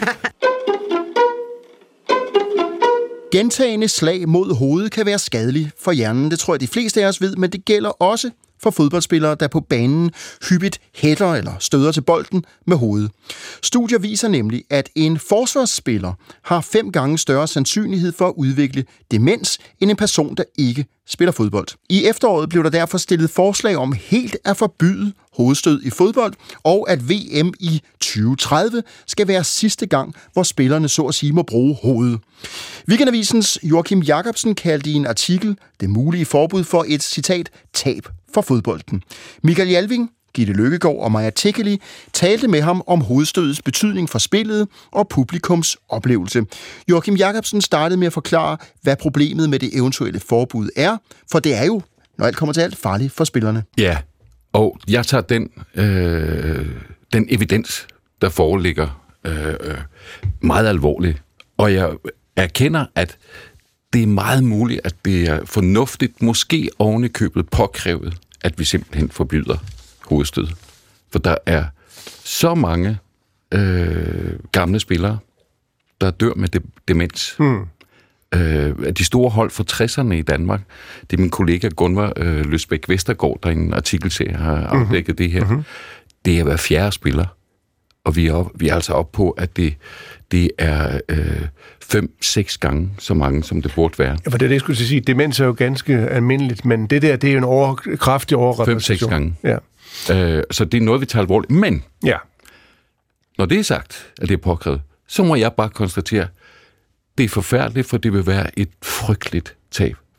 B: Gentagende slag mod hovedet kan være skadelige for hjernen. Det tror jeg, de fleste af os ved, men det gælder også for fodboldspillere, der på banen hyppigt hætter eller støder til bolden med hovedet. Studier viser nemlig, at en forsvarsspiller har fem gange større sandsynlighed for at udvikle demens end en person, der ikke spiller fodbold. I efteråret blev der derfor stillet forslag om helt at forbyde hovedstød i fodbold, og at V M i tyve tredive skal være sidste gang, hvor spillerne så at sige må bruge hovedet. Weekendavisens Joachim Jacobsen kaldte i en artikel det mulige forbud for et, citat, tab for fodbolden. Michael Jalving, Gitte Løkkegaard og Maja Tekeli talte med ham om hovedstødets betydning for spillet og publikums oplevelse. Joachim Jacobsen startede med at forklare, hvad problemet med det eventuelle forbud er, for det er jo, når alt kommer til alt, farligt for spillerne.
S: Ja, og jeg tager den, øh, den evidens, der foreligger, øh, meget alvorligt, og jeg erkender, at det er meget muligt, at det er fornuftigt, måske ovenikøbet påkrævet, at vi simpelthen forbyder hovedstød. For der er så mange øh, gamle spillere, der dør med de- demens. Hmm. Øh, de store hold fra tresserne i Danmark, det er min kollega Gunvar øh, Løsbæk Vestergaard, der i en artikelserie har afdækket mm-hmm. det her. Mm-hmm. Det er hver fjerde spiller. Og vi er, op, vi er altså oppe på, at det, det er øh, fem-seks gange så mange, som det burde være.
H: Ja, for det er det, jeg skulle sige. Demens er jo ganske almindeligt, men det der, det er jo en over, kraftig overrepræsentation.
S: Fem-seks gange.
H: Ja.
S: Øh, så det er noget, vi tager alvorligt. Men,
H: ja.
S: når det er sagt, at det er påkrævet, så må jeg bare konstatere, det er forfærdeligt, for det vil være et frygteligt tab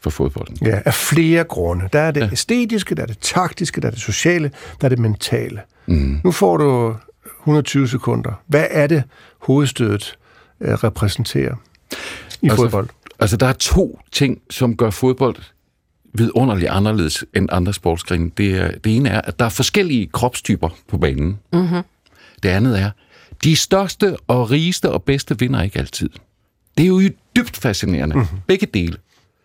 S: for fodbolden.
H: Ja, af flere grunde. Der er det ja. æstetiske, der er det taktiske, der er det sociale, der er det mentale.
S: Mm.
H: Nu får du et hundrede og tyve sekunder. Hvad er det, hovedstødet øh, repræsenterer i
S: altså,
H: fodbold?
S: Altså, der er to ting, som gør fodbold vidunderligt anderledes end andre sportsgrene. Det, er, det ene er, at der er forskellige kropstyper på banen.
T: Mm-hmm.
S: Det andet er, de største og rigeste og bedste vinder ikke altid. Det er jo dybt fascinerende. Mm-hmm. Begge dele.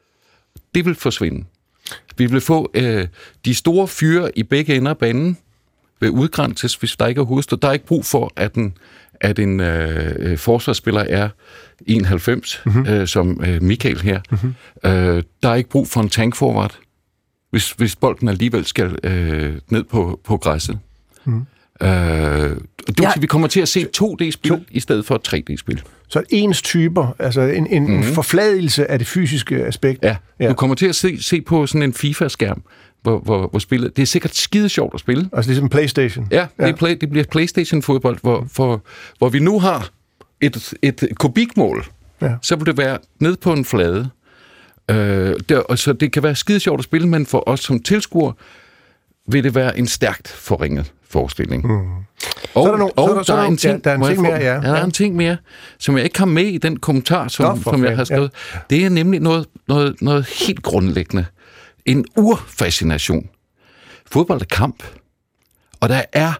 S: Det vil forsvinde. Vi vil få øh, de store fyre i begge ender af banen vil udgrænses, hvis der ikke er hovedstød. Der er ikke brug for, at en, at en øh, forsvarsspiller er enoghalvfems, mm-hmm. øh, som øh, Michael her. Mm-hmm. Øh, der er ikke brug for en tankforward, hvis, hvis bolden alligevel skal øh, ned på, på græsset. Mm-hmm. Øh, det ja. Vi kommer til at se to D-spil to. i stedet for tre D-spil.
H: Så ens typer, altså en, en mm-hmm. forfladelse af det fysiske aspekt.
S: Ja, ja. Du kommer til at se, se på sådan en FIFA-skærm, hvor, hvor, hvor spillet... Det er sikkert skide sjovt at spille.
H: Altså ligesom PlayStation?
S: Ja, det, ja. Play, det bliver PlayStation-fodbold, hvor, hvor, hvor vi nu har et, et kubikmål. Ja. Så vil det være ned på en flade. Øh, der, og så det kan være skide sjovt at spille, men for os som tilskuer vil det være en stærkt forringet forestilling. Mm. Og,
H: så er der, no,
S: og
H: så er der, så
S: der,
H: er
S: en ting,
H: der er en ting mere, ja.
S: Ja, der er en ting mere, som jeg ikke har med i den kommentar, som,
H: Nå,
S: som jeg har skrevet. Ja. Det er nemlig noget, noget, noget helt grundlæggende. En urfascination. Fodbold er kamp. Og der er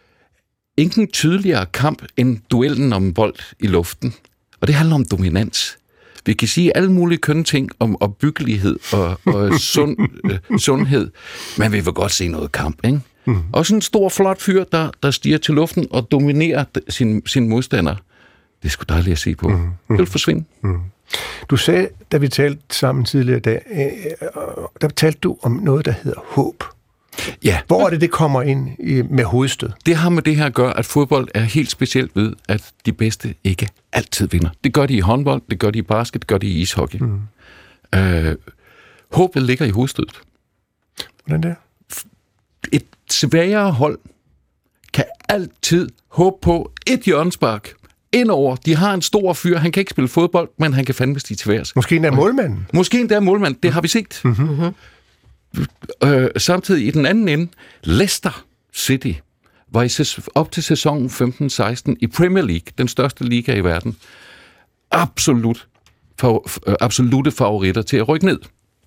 S: ingen tydeligere kamp end duellen om bold i luften. Og det handler om dominans. Vi kan sige alle mulige kønne ting om opbyggelighed og, og sund, øh, sundhed, men vi vil godt se noget kamp, ikke? Mm. Og sådan en stor, flot fyr, der, der stiger til luften og dominerer sin, sin modstander. Det er sgu dejligt at se på. Mm. Det vil forsvinde.
H: Mm. Du sagde, da vi talte sammen tidligere i dag, øh, der talte du om noget, der hedder håb.
S: Ja.
H: Hvor er det, det kommer ind i, med hovedstød?
S: Det har med det her at gøre, at fodbold er helt specielt ved, at de bedste ikke altid vinder. Det gør de i håndbold, det gør de i basket, det gør de i ishockey. Mm. Øh, håbet ligger i hovedstødet.
H: Hvordan det?
S: Et svagere hold kan altid håbe på et hjørnespark indover. De har en stor fyr, han kan ikke spille fodbold, men han kan fandme stige til værs.
H: Måske endda målmanden.
S: Måske endda målmanden, det har vi set.
H: Mm-hmm.
S: Øh, samtidig i den anden ende, Leicester City var i sæs- op til sæsonen femten seksten i Premier League, den største liga i verden, absolut for, øh, absolutte favoritter til at rykke ned.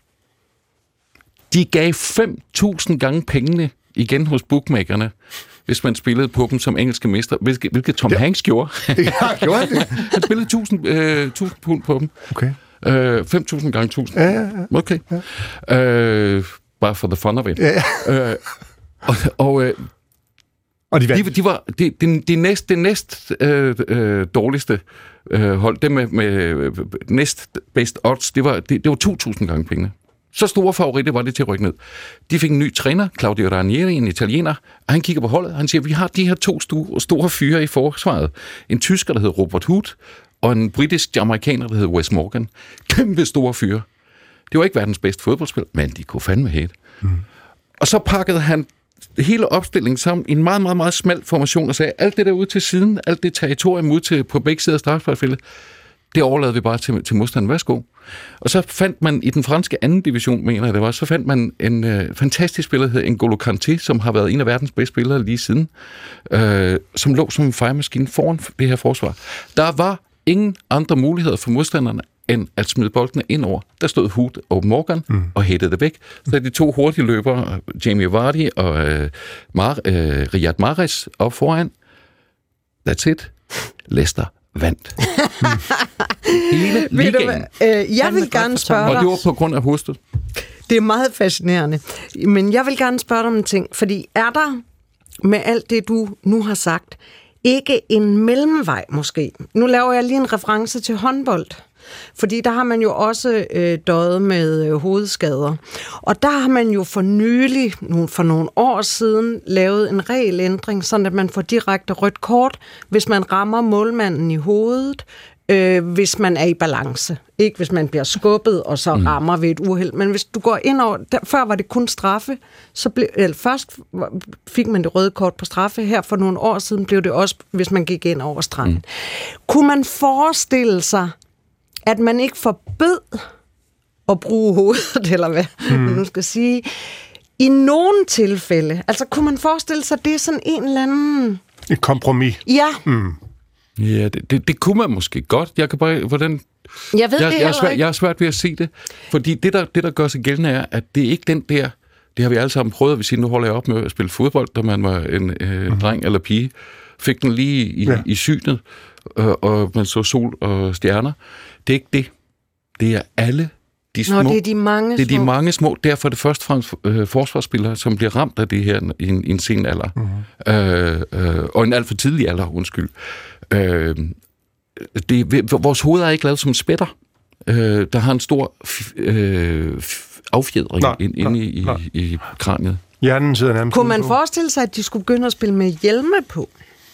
S: De gav fem tusind gange pengene igen hos bookmakerne, hvis man spillede på dem som engelske mester, hvilket, hvilket Tom ja. Hanks gjorde.
H: Ja, gjorde det?
S: Han spillede tusind, øh, tusind pund på dem.
H: Okay.
S: Øh, fem tusind gange tusind.
H: Ja, ja, ja.
S: Okay. Ja. Øh, bare for the fun of it.
H: Ja,
S: ja. Øh, og og, øh,
H: og de,
S: de, de var de, de, de næst, det næst øh, øh, dårligste øh, hold, det med, med næst bedst odds, det var, det, det var to tusind gange pengene. Så store favoritter var det til at rykke ned. De fik en ny træner, Claudio Ranieri, en italiener, og han kigger på holdet, og han siger, vi har de her to store, store fyre i forsvaret. En tysker, der hedder Robert Hood, og en britisk amerikaner, der hedder Wes Morgan. Kæmpe store fyre. Det var ikke verdens bedste fodboldspil, men de kunne fandme hætte. Mm. Og så pakkede han hele opstillingen sammen i en meget, meget, meget smal formation, og sagde, alt det der ude til siden, alt det territorium ude til, på begge sider af straffesparksfeltet, det overladede vi bare til, til modstanden. Værsgo. Og så fandt man i den franske anden division, mener jeg det var, så fandt man en øh, fantastisk spiller, der hedder N'Golo Kanté, som har været en af verdens bedste spillere lige siden, øh, som lå som en fejemaskine foran det her forsvar. Der var ingen andre muligheder for modstanderne, end at smide boldene ind over. Der stod Hood og Morgan mm. og hættede det væk. Så de to hurtige løbere, Jamie Vardy og øh, Mar- øh, Riyad Mahrez op foran. That's it. Leicester vandt. Hele ligaen.
P: Øh, jeg vil gerne spørge dig...
S: Og det var på grund af hovedstød.
P: Det er meget fascinerende. Men jeg vil gerne spørge dig om en ting. Fordi er der med alt det, du nu har sagt, ikke en mellemvej måske? Nu laver jeg lige en reference til håndbold. Fordi der har man jo også øh, døjet med øh, hovedskader. Og der har man jo for nylig, for nogle år siden, lavet en regelændring, sådan at man får direkte rødt kort, hvis man rammer målmanden i hovedet, øh, hvis man er i balance. Ikke hvis man bliver skubbet og så rammer ved et uheld. Men hvis du går ind over... Der, før var det kun straffe. Så ble, eller først fik man det røde kort på straffe. Her for nogle år siden blev det også, hvis man gik ind over stregen. Mm. Kunne man forestille sig, at man ikke forbød at bruge hovedet, eller hvad mm. man nu skal sige. I nogle tilfælde, altså kunne man forestille sig, det er sådan en eller anden...
H: Et kompromis.
P: Ja.
H: Mm.
S: Ja, det, det, det kunne man måske godt. Jeg kan bare... Hvordan...
P: Jeg ved
S: jeg,
P: det
S: jeg, er svært,
P: ikke.
S: jeg er svært ved at se det, fordi det der, det, der gør sig gældende, er, at det er ikke den der... Det har vi alle sammen prøvet, at vi siger, nu holder jeg op med at spille fodbold, da man var en øh, mm. dreng eller pige. Fik den lige i, ja. i synet, øh, og man så sol og stjerner. Det er ikke det. Det er alle de små...
P: Nå, det er de mange
S: det er
P: små.
S: de mange små. Derfor er det først og fremmest øh, forsvarsspillere, som bliver ramt af det her i en, i en sen alder. Mm. Øh, øh, og en alt for tidlig alder, undskyld. Øh, det, vores hoved er ikke lavet som spætter. Øh, der har en stor f- øh, f- affjedring nej, inde nej, i, nej. i, i kraniet.
H: Hjernen sidder nærmest.
P: Kunne man forestille sig, at de skulle begynde at spille med hjelme på?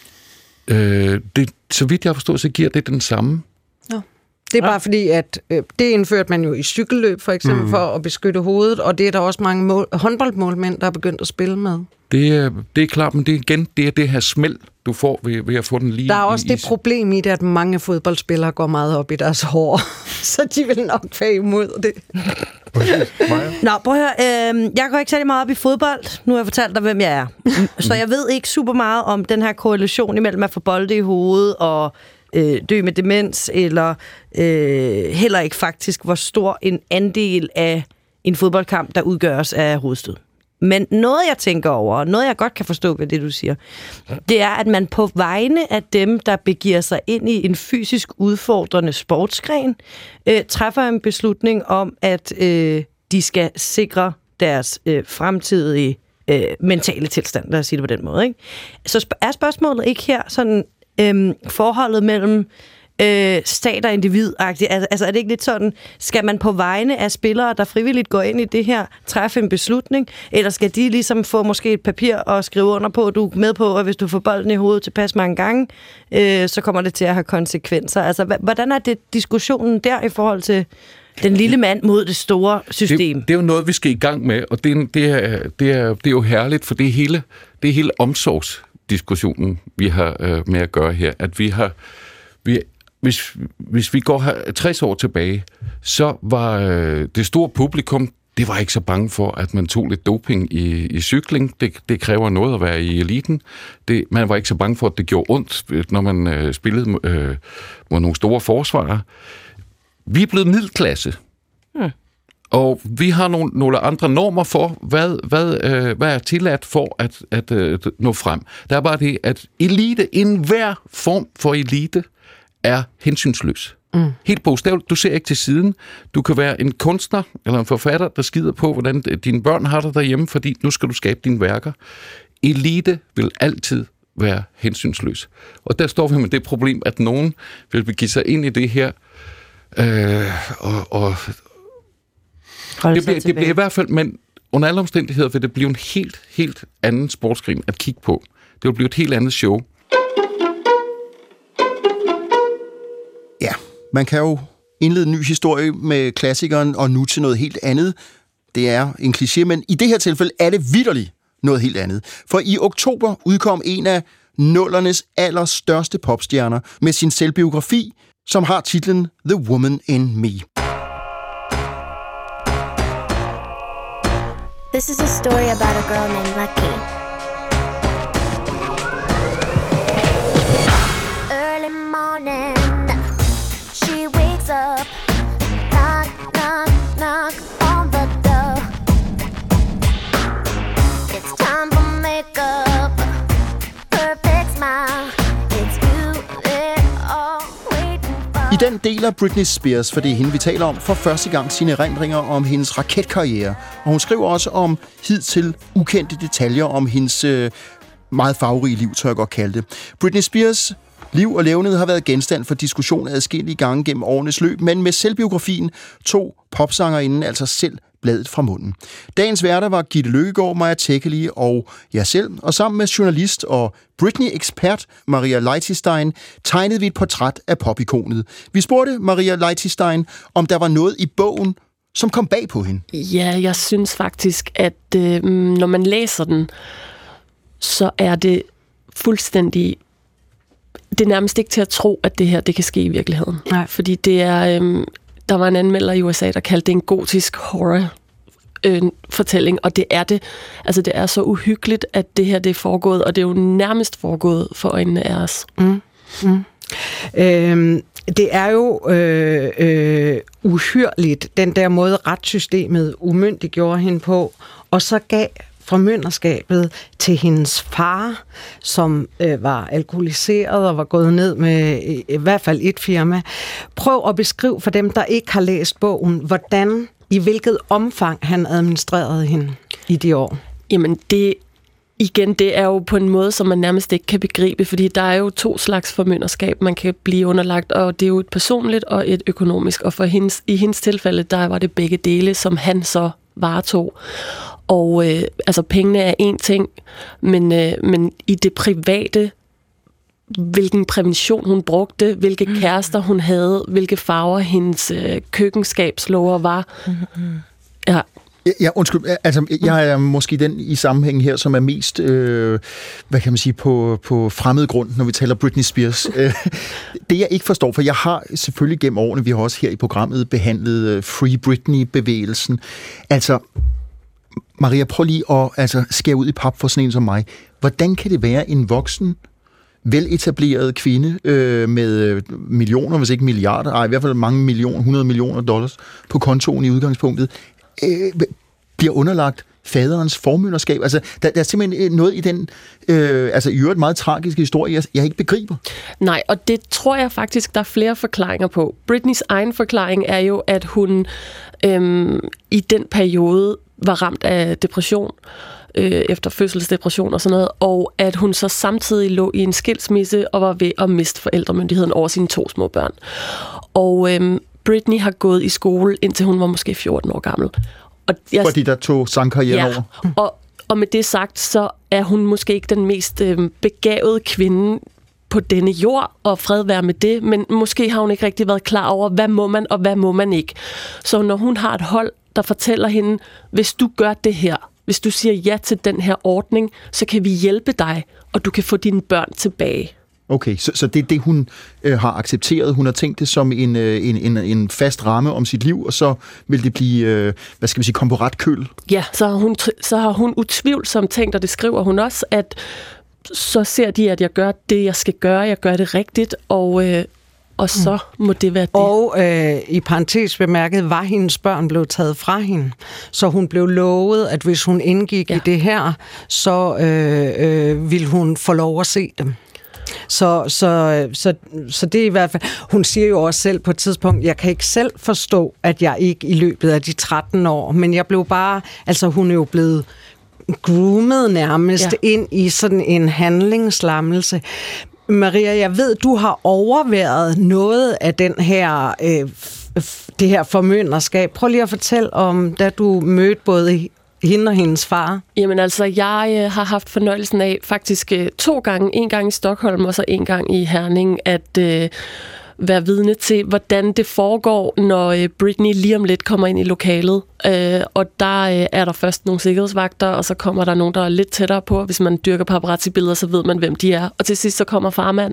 S: Øh, det, så vidt jeg har forstået, så giver det den samme.
P: Ja. Det er bare fordi, at øh, det indførte man jo i cykelløb, for eksempel, mm. for at beskytte hovedet, og det er der også mange mål, håndboldmålmænd, der er begyndt at spille med.
S: Det er, det er klart, men det er igen, det er det her smæld, du får ved, ved at få den lige.
P: Der er også
S: i,
P: det problem i det, at mange fodboldspillere går meget op i deres hår, så de vil nok være imod det.
I: Nå, prøv at høre. Øh, jeg går ikke særlig meget op i fodbold. Nu har jeg fortalt dig, hvem jeg er. Så jeg ved ikke super meget om den her korrelation imellem at få bolde i hovedet og øh, dø med demens, eller øh, heller ikke faktisk, hvor stor en andel af en fodboldkamp, der udgøres af hovedstød. Men noget, jeg tænker over, og noget, jeg godt kan forstå ved det, du siger, det er, at man på vegne af dem, der begiver sig ind i en fysisk udfordrende sportsgren, øh, træffer en beslutning om, at øh, de skal sikre deres øh, fremtidige øh, mentale tilstand, lad os sige det på den måde. Ikke? Så sp- er spørgsmålet ikke her sådan øh, forholdet mellem Øh, stat og individ-agtigt. Altså er det ikke lidt sådan, skal man på vegne af spillere, der frivilligt går ind i det her, træffe en beslutning, eller skal de ligesom få måske et papir og skrive under på, at du er med på, at hvis du får bolden i hovedet tilpas mange gange, øh, så kommer det til at have konsekvenser. Altså hvordan er det diskussionen der i forhold til den lille mand mod det store system?
S: Det, det er jo noget, vi skal i gang med, og det er, det er, det er, det er jo herligt, for det er hele, det er hele omsorgsdiskussionen, vi har øh, med at gøre her, at vi har vi Hvis, hvis vi går her tres år tilbage, så var øh, det store publikum, det var ikke så bange for, at man tog lidt doping i, i cykling. Det, det kræver noget at være i eliten. Det, man var ikke så bange for, at det gjorde ondt, når man øh, spillede øh, mod nogle store forsvarere. Vi er blevet middelklasse. Hmm. Og vi har nogle, nogle andre normer for, hvad, hvad, øh, hvad er tilladt for at, at øh, nå frem. Der er bare det, at elite, enhver form for elite, er hensynsløs. Mm. Helt bogstaveligt. Du ser ikke til siden. Du kan være en kunstner eller en forfatter, der skider på, hvordan dine børn har det derhjemme, fordi nu skal du skabe dine værker. Elite vil altid være hensynsløs. Og der står vi med det problem, at nogen vil begive sig ind i det her, øh, og, og det, bliver, det bliver i hvert fald, men under alle omstændigheder vil det blive en helt, helt anden sportsgren at kigge på. Det vil blive et helt andet show.
B: Ja, man kan jo indlede en ny historie med klassikeren og nu til noget helt andet. Det er en kliché, men i det her tilfælde er det vitterligt noget helt andet. For i oktober udkom en af nullernes allerstørste popstjerner med sin selvbiografi, som har titlen The Woman in Me.
U: This is a story about a girl named Lucky. Early morning, she wakes up, knock, knock, knock on the door. It's time for makeup, perfect smile. It's you they're all waiting for.
B: I den deler Britney Spears, for det er hende, vi taler om, for første gang sine erindringer om hendes raketkarriere. Og hun skriver også om hidtil ukendte detaljer om hendes øh, meget farverige liv, tør jeg godt kalde det. Britney Spears liv og levned har været genstand for diskussion adskillige gange gennem årenes løb, men med selvbiografien tog popsangerinden altså selv bladet fra munden. Dagens værter var Gitte Løkkegaard, Maja Teckeli og jeg selv, og sammen med journalist og Britney-ekspert Maria Leitestein tegnede vi et portræt af popikonet. Vi spurgte Maria Leitestein, om der var noget i bogen, som kom bag på hende.
V: Ja, jeg synes faktisk, at øh, når man læser den, så er det fuldstændig... Det er nærmest ikke til at tro, at det her det kan ske i virkeligheden. Nej. Fordi det er, øhm, der var en anmelder i U S A, der kaldte det en gotisk horror øh, fortælling, og det er det. Altså, det er så uhyggeligt, at det her det er foregået, og det er jo nærmest foregået for øjnene af os.
P: Mm. Mm. Øhm, det er jo øh, øh, uhyrligt, den der måde retssystemet umyndiggjorde hende på, og så gav formynderskabet til hendes far, som øh, var alkoholiseret og var gået ned med i, i hvert fald et firma. Prøv at beskrive for dem, der ikke har læst bogen, hvordan, i hvilket omfang han administrerede hende i de år.
V: Jamen, det igen, det er jo på en måde, som man nærmest ikke kan begribe, fordi der er jo to slags formynderskab, man kan blive underlagt, og det er jo et personligt og et økonomisk, og for hendes, i hendes tilfælde, der var det begge dele, som han så varetog. Og øh, altså, pengene er én ting, men, øh, men i det private, hvilken prævention hun brugte, hvilke mm. kærester hun havde, hvilke farver hendes øh, køkkenskabslåger var. Mm-hmm. Ja.
B: Ja, undskyld. Altså, jeg er måske den i sammenhængen her, som er mest, øh, hvad kan man sige, på, på fremmed grund, når vi taler Britney Spears. Det, jeg ikke forstår, for jeg har selvfølgelig gennem årene, vi har også her i programmet behandlet Free Britney-bevægelsen. Altså, Maria, prøv lige at altså, skære ud i pap for sådan en som mig. Hvordan kan det være en voksen, veletableret kvinde øh, med millioner, hvis ikke milliarder, ej, i hvert fald mange millioner, hundrede millioner dollars på kontoen i udgangspunktet, øh, bliver underlagt faderens formynderskab? Altså, der, der er simpelthen noget i den, øh, altså i øvrigt meget tragiske historie, jeg, jeg ikke begriber.
V: Nej, og det tror jeg faktisk, der er flere forklaringer på. Britneys egen forklaring er jo, at hun øh, i den periode var ramt af depression, øh, efter fødselsdepression og sådan noget, og at hun så samtidig lå i en skilsmisse og var ved at miste forældremyndigheden over sine to små børn. Og øh, Britney har gået i skole, indtil hun var måske fjorten år gammel. Og jeg,
B: Fordi der tog sangkarrieren
V: ja,
B: over.
V: Og, og med det sagt, så er hun måske ikke den mest øh, begavede kvinde på denne jord, og fred være med det, men måske har hun ikke rigtig været klar over, hvad må man, og hvad må man ikke. Så når hun har et hold, der fortæller hende, hvis du gør det her, hvis du siger ja til den her ordning, så kan vi hjælpe dig, og du kan få dine børn tilbage.
B: Okay, så, så det er det, hun øh, har accepteret. Hun har tænkt det som en, øh, en, en, en fast ramme om sit liv, og så vil det blive, øh, hvad skal vi sige, kom på ret køl.
V: Ja, så har hun, så har hun utvivlsomt tænkt, og det skriver hun også, at så ser de, at jeg gør det, jeg skal gøre, jeg gør det rigtigt, og, øh, og så må det være det.
P: Og øh, i parentes bemærket, var hendes børn blevet taget fra hende. Så hun blev lovet, at hvis hun indgik ja. i det her, så øh, øh, ville hun få lov at se dem. Så, så, så, så det er i hvert fald... Hun siger jo også selv på et tidspunkt, jeg kan ikke selv forstå, at jeg ikke i løbet af de tretten år, men jeg blev bare... Altså, hun er jo blevet groomet nærmest ja. ind i sådan en handlingslammelse. Maria, jeg ved, du har overværet noget af den her, øh, det her formynderskab. Prøv lige at fortælle om, da du mødte både hende og hendes far.
V: Jamen altså, jeg øh, har haft fornøjelsen af faktisk øh, to gange, en gang i Stockholm og så en gang i Herning, at øh, være vidne til, hvordan det foregår, når øh, Britney lige om lidt kommer ind i lokalet. Øh, og der øh, er der først nogle sikkerhedsvagter, og så kommer der nogen, der er lidt tættere på. Hvis man dyrker paparazzi-billeder, så ved man, hvem de er. Og til sidst så kommer farmand.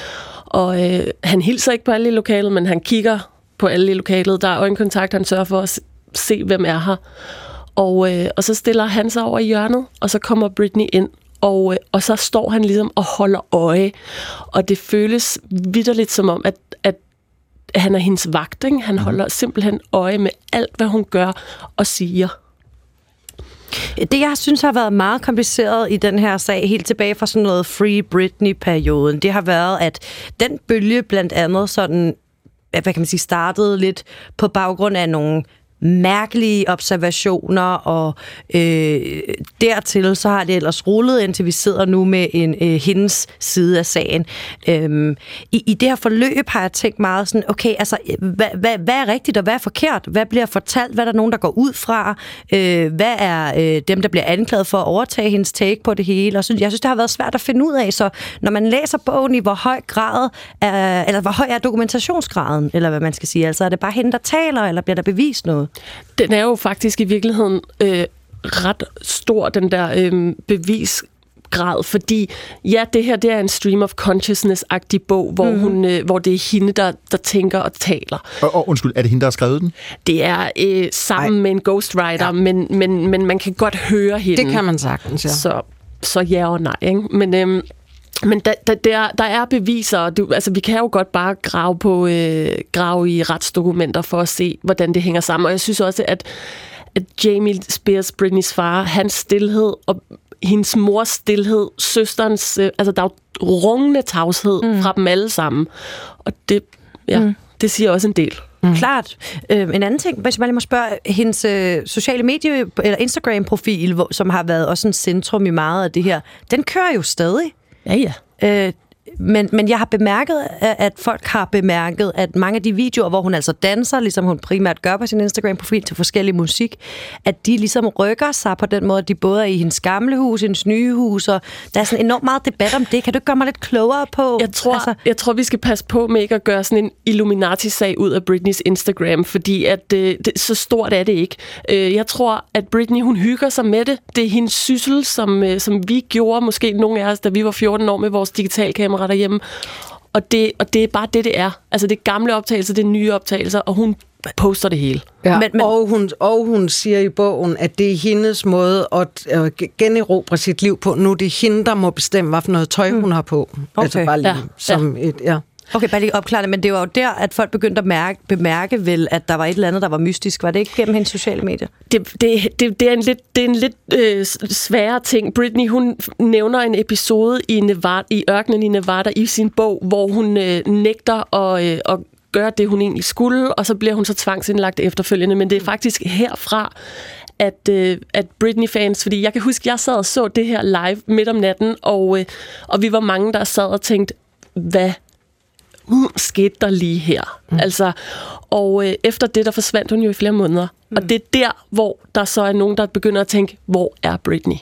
V: Og øh, han hilser ikke på alle i lokalet, men han kigger på alle i lokalet. Der er øjenkontakt, han sørger for at se, hvem er her. Og, øh, og så stiller han sig over i hjørnet, og så kommer Britney ind, og, øh, og så står han ligesom og holder øje. Og det føles vitterligt som om, at, at han er hendes vagt, ikke? Han holder simpelthen øje med alt, hvad hun gør og siger.
I: Det, jeg synes har været meget kompliceret i den her sag, helt tilbage fra sådan noget Free Britney-perioden, det har været, at den bølge blandt andet sådan, hvad kan man sige, startede lidt på baggrund af nogle mærkelige observationer, og øh, dertil så har det ellers rullet, indtil vi sidder nu med en øh, hendes side af sagen. Øhm, i, I det her forløb har jeg tænkt meget sådan, okay, altså, hvad, hvad, hvad er rigtigt, og hvad er forkert? Hvad bliver fortalt? Hvad er der nogen, der går ud fra? Øh, hvad er øh, dem, der bliver anklaget for at overtage hendes take på det hele? Og så, jeg synes, det har været svært at finde ud af, så når man læser bogen, i hvor høj grad er, eller hvor høj er dokumentationsgraden, eller hvad man skal sige, altså er det bare hende, der taler, eller bliver der bevist noget?
V: Den er jo faktisk i virkeligheden øh, ret stor, den der øh, bevis grad, fordi ja, det her det er en stream of consciousness-agtig bog, hvor,
B: Mhm.
V: hun, øh, hvor det er hende, der, der tænker og taler.
B: Og, og undskyld, er det hende, der har skrevet den?
V: Det er øh, sammen Ej. med en ghostwriter, ja. men, men, men man kan godt høre hende.
P: Det kan man sagtens, ja.
V: Så, så ja og nej, ikke? Men... Øhm, Men der, der, der, der er beviser, du, altså vi kan jo godt bare grave, på, øh, grave i retsdokumenter for at se, hvordan det hænger sammen. Og jeg synes også, at, at Jamie Spears, Britneys far, hans stilhed og hendes mors stilhed, søsterens, øh, altså der er jo rungende tavshed mm. fra dem alle sammen. Og det, ja, mm. det siger også en del.
I: Mm. Klart. Øh, en anden ting, hvis jeg lige må spørge, hendes øh, sociale medie- eller Instagram-profil, hvor, som har været også en centrum i meget af det her, den kører jo stadig.
V: Ja, ja.
I: Øh, men, men jeg har bemærket, at folk har bemærket, at mange af de videoer, hvor hun altså danser, ligesom hun primært gør på sin Instagram-profil til forskellig musik, at de ligesom rykker sig på den måde, at de både er i hendes gamle hus, hendes nye hus, og der er sådan enormt meget debat om det. Kan du gøre mig lidt klogere på?
V: Jeg tror, altså... jeg tror vi skal passe på med ikke at gøre sådan en Illuminati-sag ud af Britneys Instagram, fordi at, øh, det, så stort er det ikke. Øh, jeg tror, at Britney, hun hygger sig med det. Det er hendes syssel, som, øh, som vi gjorde, måske nogle af os, da vi var fjorten år med vores digitalkamera derhjemme. Og det, og det er bare det, det er. Altså det er gamle optagelser, det er nye optagelser, og hun poster det hele.
P: Ja, men, men... Og, hun, og hun siger i bogen, at det er hendes måde at øh, generobre sit liv på. Nu er det hende, der må bestemme, hvad for noget tøj mm. hun har på.
I: Okay.
P: Altså bare lige
I: ja.
P: som
I: ja.
P: et... Ja.
I: Okay, bare lige opklare det, men det var jo der, at folk begyndte at mærke, bemærke vel, at der var et eller andet, der var mystisk. Var det ikke gennem hendes sociale medier?
V: Det, det, det, det er en lidt, det er en lidt øh, sværere ting. Britney, hun nævner en episode i, Nevada, i ørkenen i Nevada i sin bog, hvor hun øh, nægter at, øh, at gøre det, hun egentlig skulle, og så bliver hun så tvangsindlagt efterfølgende. Men det er faktisk herfra, at, øh, at Britney-fans, fordi jeg kan huske, jeg sad og så det her live midt om natten, og, øh, og vi var mange, der sad og tænkte, hvad Mm, skete der lige her. Mm. Altså, og øh, efter det, der forsvandt hun jo i flere måneder. Mm. Og det er der, hvor der så er nogen, der begynder at tænke, hvor er Britney?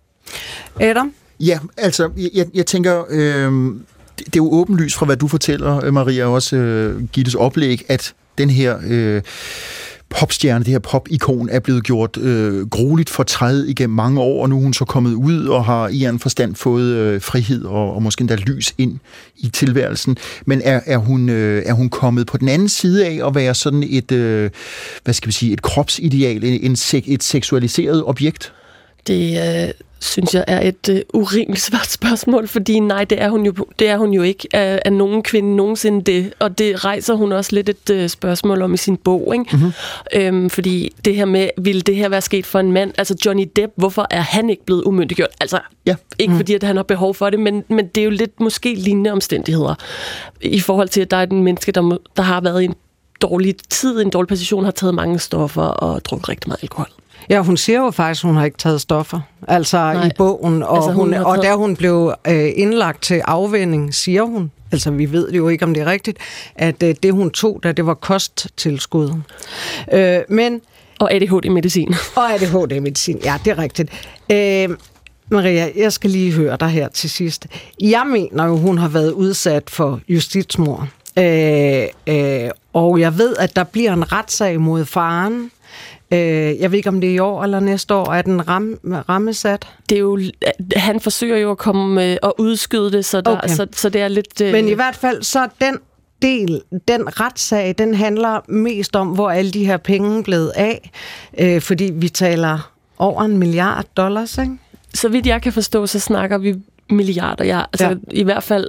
P: Adam?
B: Ja, altså, jeg, jeg tænker, øh, det, det er jo åbenlyst fra, hvad du fortæller, Maria, også øh, Gittes oplæg, at den her øh, popstjerne, det her pop-ikon, er blevet gjort øh, grueligt fortrædet igennem mange år, og nu er hun så kommet ud og har i en forstand fået øh, frihed og, og måske endda lys ind i tilværelsen. Men er, er, hun, øh, er hun kommet på den anden side af at være sådan et, øh, hvad skal vi sige, et kropsideal, en, en, et seksualiseret objekt?
V: Det øh, synes jeg er et øh, urimeligt svært spørgsmål, fordi nej, det er hun jo, det er hun jo ikke af, af nogen kvinde nogensinde det, og det rejser hun også lidt et øh, spørgsmål om i sin bog, ikke? Mm-hmm. Øhm, fordi det her med, ville det her være sket for en mand? Altså Johnny Depp, hvorfor er han ikke blevet umyndiggjort? Altså,
B: ja.
V: ikke
B: mm.
V: fordi, at han har behov for det, men, men det er jo lidt måske lignende omstændigheder i forhold til, at der er en menneske, der, der har været i en dårlig tid, en dårlig position, har taget mange stoffer og drukket rigtig meget alkohol.
P: Ja, hun siger jo faktisk, at hun har ikke taget stoffer, altså Nej. i bogen, og,
V: altså, hun
P: hun,
V: taget...
P: og da hun blev øh, indlagt til afvænning, siger hun, altså vi ved jo ikke, om det er rigtigt, at øh, det hun tog, da det var kosttilskud. Øh, men,
V: og A D H D-medicin.
P: Og A D H D-medicin, ja, det er rigtigt. Øh, Maria, jeg skal lige høre dig her til sidst. Jeg mener jo, hun har været udsat for justitsmord, øh, øh, og jeg ved, at der bliver en retssag mod faren. Jeg ved ikke, om det er i år eller næste år, er den ram, rammesat?
V: Det er jo, han forsøger jo at komme og udskyde det, så, der, okay. så, så det er lidt...
P: Men i hvert fald, så den del, den retssag, den handler mest om, hvor alle de her penge er blevet af, øh, fordi vi taler over en milliard dollars, ikke?
V: Så vidt jeg kan forstå, så snakker vi milliarder. Ja, altså ja. i hvert fald...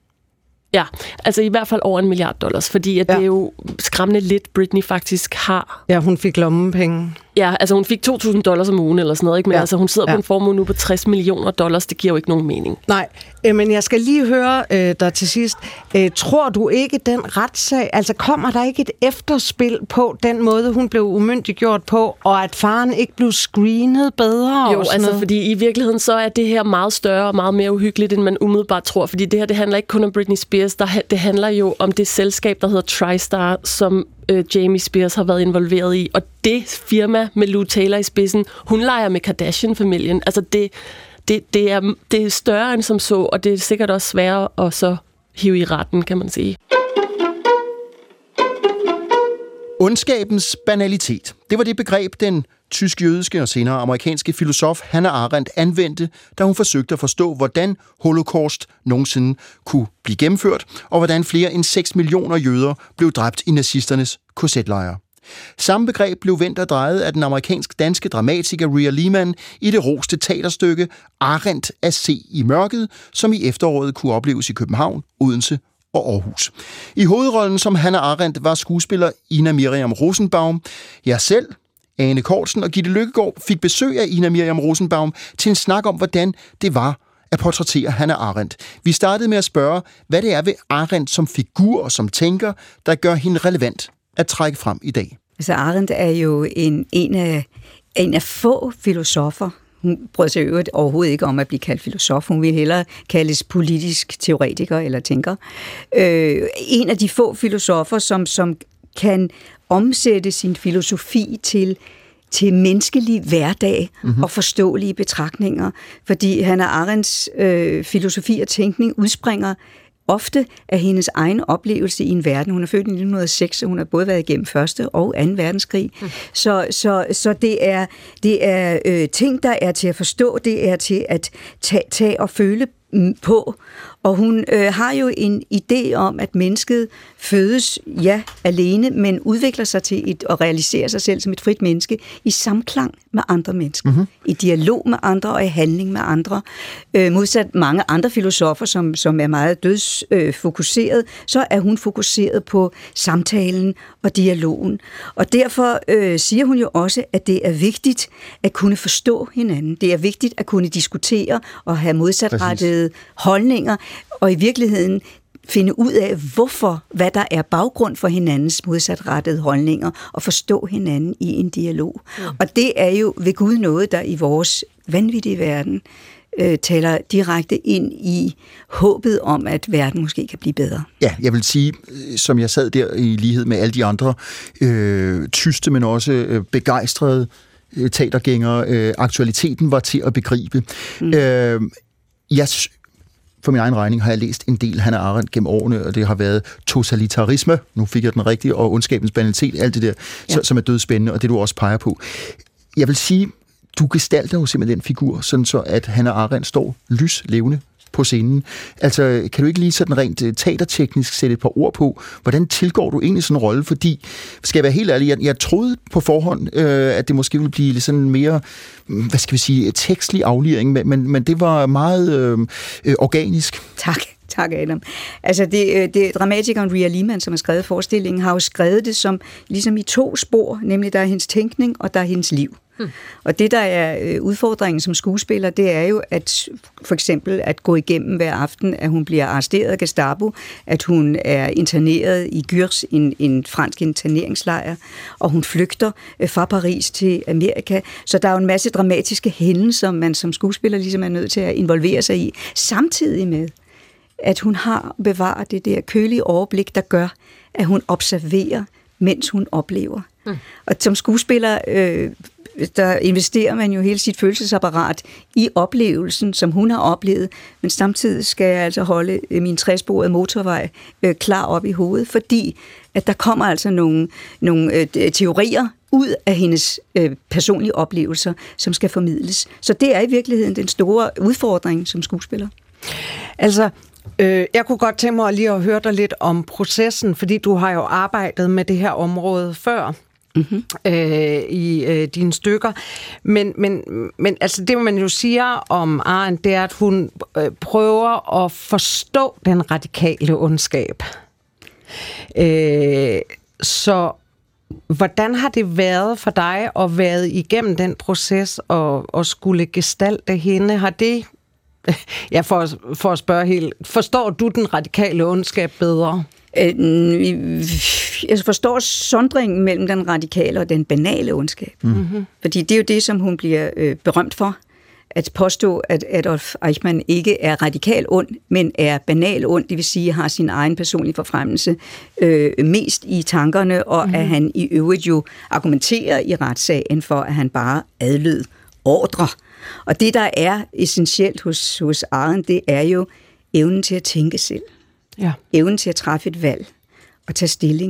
V: Ja, altså i hvert fald over en milliard dollars, fordi at ja. det er jo skræmmende lidt, Britney faktisk har.
P: Ja, hun fik lommepenge.
V: Ja, altså hun fik to tusind dollars om ugen eller sådan noget, ikke? Men ja. altså hun sidder ja. på en formue nu på tres millioner dollars, det giver jo ikke nogen mening.
P: Nej, men jeg skal lige høre øh, dig til sidst. Øh, tror du ikke, den retssag, altså kommer der ikke et efterspil på den måde, hun blev umyndiggjort på, og at faren ikke blev screenet bedre?
V: Jo, og altså noget? Fordi i virkeligheden så er det her meget større og meget mere uhyggeligt, end man umiddelbart tror, fordi det her, det handler ikke kun om Britney Spears, der, det handler jo om det selskab, der hedder TriStar, som øh, Jamie Spears har været involveret i, og det firma med Lou Taylor i spidsen, hun leger med Kardashian-familien. Altså det, det, det, er, det er større end som så, og det er sikkert også sværere at så hive i retten, kan man sige.
B: Ondskabens banalitet. Det var det begreb, den tysk-jødiske og senere amerikanske filosof Hannah Arendt anvendte, da hun forsøgte at forstå, hvordan holocaust nogensinde kunne blive gennemført, og hvordan flere end seks millioner jøder blev dræbt i nazisternes K Z-lejre. Samme begreb blev vendt og drejet af den amerikansk-danske dramatiker Ria Lehman i det roste teaterstykke Arendt at se i mørket, som i efteråret kunne opleves i København, Odense og Aarhus. I hovedrollen som Hannah Arendt var skuespiller Ina Miriam Rosenbaum. Jeg selv, Ane Cortzen og Gitte Lykkegaard fik besøg af Ina Miriam Rosenbaum til en snak om, hvordan det var at portrættere Hannah Arendt. Vi startede med at spørge, hvad det er ved Arendt som figur og som tænker, der gør hende relevant at trække frem i dag.
A: Altså Arendt er jo en, en, af, en af få filosofer. Hun brød sig øvrigt overhovedet ikke om at blive kaldt filosof. Hun ville hellere kaldes politisk teoretiker eller tænker. Øh, en af de få filosofer, som, som kan omsætte sin filosofi til, til menneskelig hverdag mm-hmm. og forståelige betragtninger. Fordi Hannah Arendts øh, filosofi og tænkning udspringer ofte af hendes egen oplevelse i en verden. Hun er født i nitten hundrede og seks, og hun har både været igennem første og anden verdenskrig. Mm. Så, så, så det er, det er øh, ting, der er til at forstå, det er til at tage, tage og føle på. Og hun øh, har jo en idé om, at mennesket fødes, ja, alene, men udvikler sig til et, og realiserer sig selv som et frit menneske i samklang med andre mennesker. Mm-hmm. I dialog med andre og i handling med andre. Øh, modsat mange andre filosofer, som, som er meget dødsfokuseret, øh, så er hun fokuseret på samtalen og dialogen. Og derfor øh, siger hun jo også, at det er vigtigt at kunne forstå hinanden. Det er vigtigt at kunne diskutere og have modsatrettede holdninger, og i virkeligheden finde ud af, hvorfor, hvad der er baggrund for hinandens modsatrettede holdninger, og forstå hinanden i en dialog. Mm. Og det er jo ved Gud noget, der i vores vanvittige verden øh, taler direkte ind i håbet om, at verden måske kan blive bedre.
B: Ja, jeg vil sige, som jeg sad der i lighed med alle de andre øh, tyste, men også øh, begejstrede øh, teatergængere, øh, aktualiteten var til at begribe. Mm. Øh, jeg For min egen regning har jeg læst en del Hannah Arendt gennem årene, og det har været totalitarisme, nu fik jeg den rigtige, og ondskabens banalitet, alt det der, ja. så, som er dødspændende, og det du også peger på. Jeg vil sige, du gestalter jo simpelthen den figur, sådan så at Hannah Arendt står lyslevende på scenen. Altså, kan du ikke lige sådan rent teaterteknisk sætte et par ord på, hvordan tilgår du egentlig sådan en rolle? Fordi, skal jeg være helt ærlig, jeg, jeg troede på forhånd, øh, at det måske ville blive sådan mere, hvad skal vi sige, tekstlig aflevering, men, men det var meget øh, øh, organisk.
A: Tak. Tak, Adam. Altså, det, det dramatikeren Ria Lehman, som har skrevet forestillingen, har jo skrevet det som ligesom i to spor, nemlig der er hendes tænkning, og der er hendes liv. Hmm. Og det, der er udfordringen som skuespiller, det er jo, at for eksempel at gå igennem hver aften, at hun bliver arresteret af Gestapo, at hun er interneret i Gurs, en, en fransk interneringslejr, og hun flygter fra Paris til Amerika. Så der er jo en masse dramatiske hændelser, man som skuespiller ligesom er nødt til at involvere sig i, samtidig med at hun har bevaret det der kølige overblik, der gør, at hun observerer, mens hun oplever. Mm. Og som skuespiller, øh, der investerer man jo hele sit følelsesapparat i oplevelsen, som hun har oplevet, men samtidig skal jeg altså holde min tresporede motorvej øh, klar op i hovedet, fordi at der kommer altså nogle, nogle øh, teorier ud af hendes øh, personlige oplevelser, som skal formidles. Så det er i virkeligheden den store udfordring som skuespiller.
P: Altså, Øh, jeg kunne godt tænke mig lige at høre dig lidt om processen, fordi du har jo arbejdet med det her område før mm-hmm. øh, i øh, dine stykker. Men, men, men altså det, man jo siger om Arendt, det er, at hun øh, prøver at forstå den radikale ondskab. Øh, så hvordan har det været for dig at være igennem den proces og, og skulle gestalte hende? Har det Ja, for, for at spørge helt, forstår du den radikale ondskab bedre?
A: Jeg forstår sondringen mellem den radikale og den banale ondskab. Mm-hmm. Fordi det er jo det, som hun bliver øh, berømt for. At påstå, at Adolf Eichmann ikke er radikal ond, men er banal ond, det vil sige, har sin egen personlige forfremmelse øh, mest i tankerne, og mm-hmm. at han i øvrigt jo argumenterer i retssagen for, at han bare adlød ordre. Og det, der er essentielt hos, hos Arendt, det er jo evnen til at tænke selv. Ja. Evnen til at træffe et valg og tage stilling.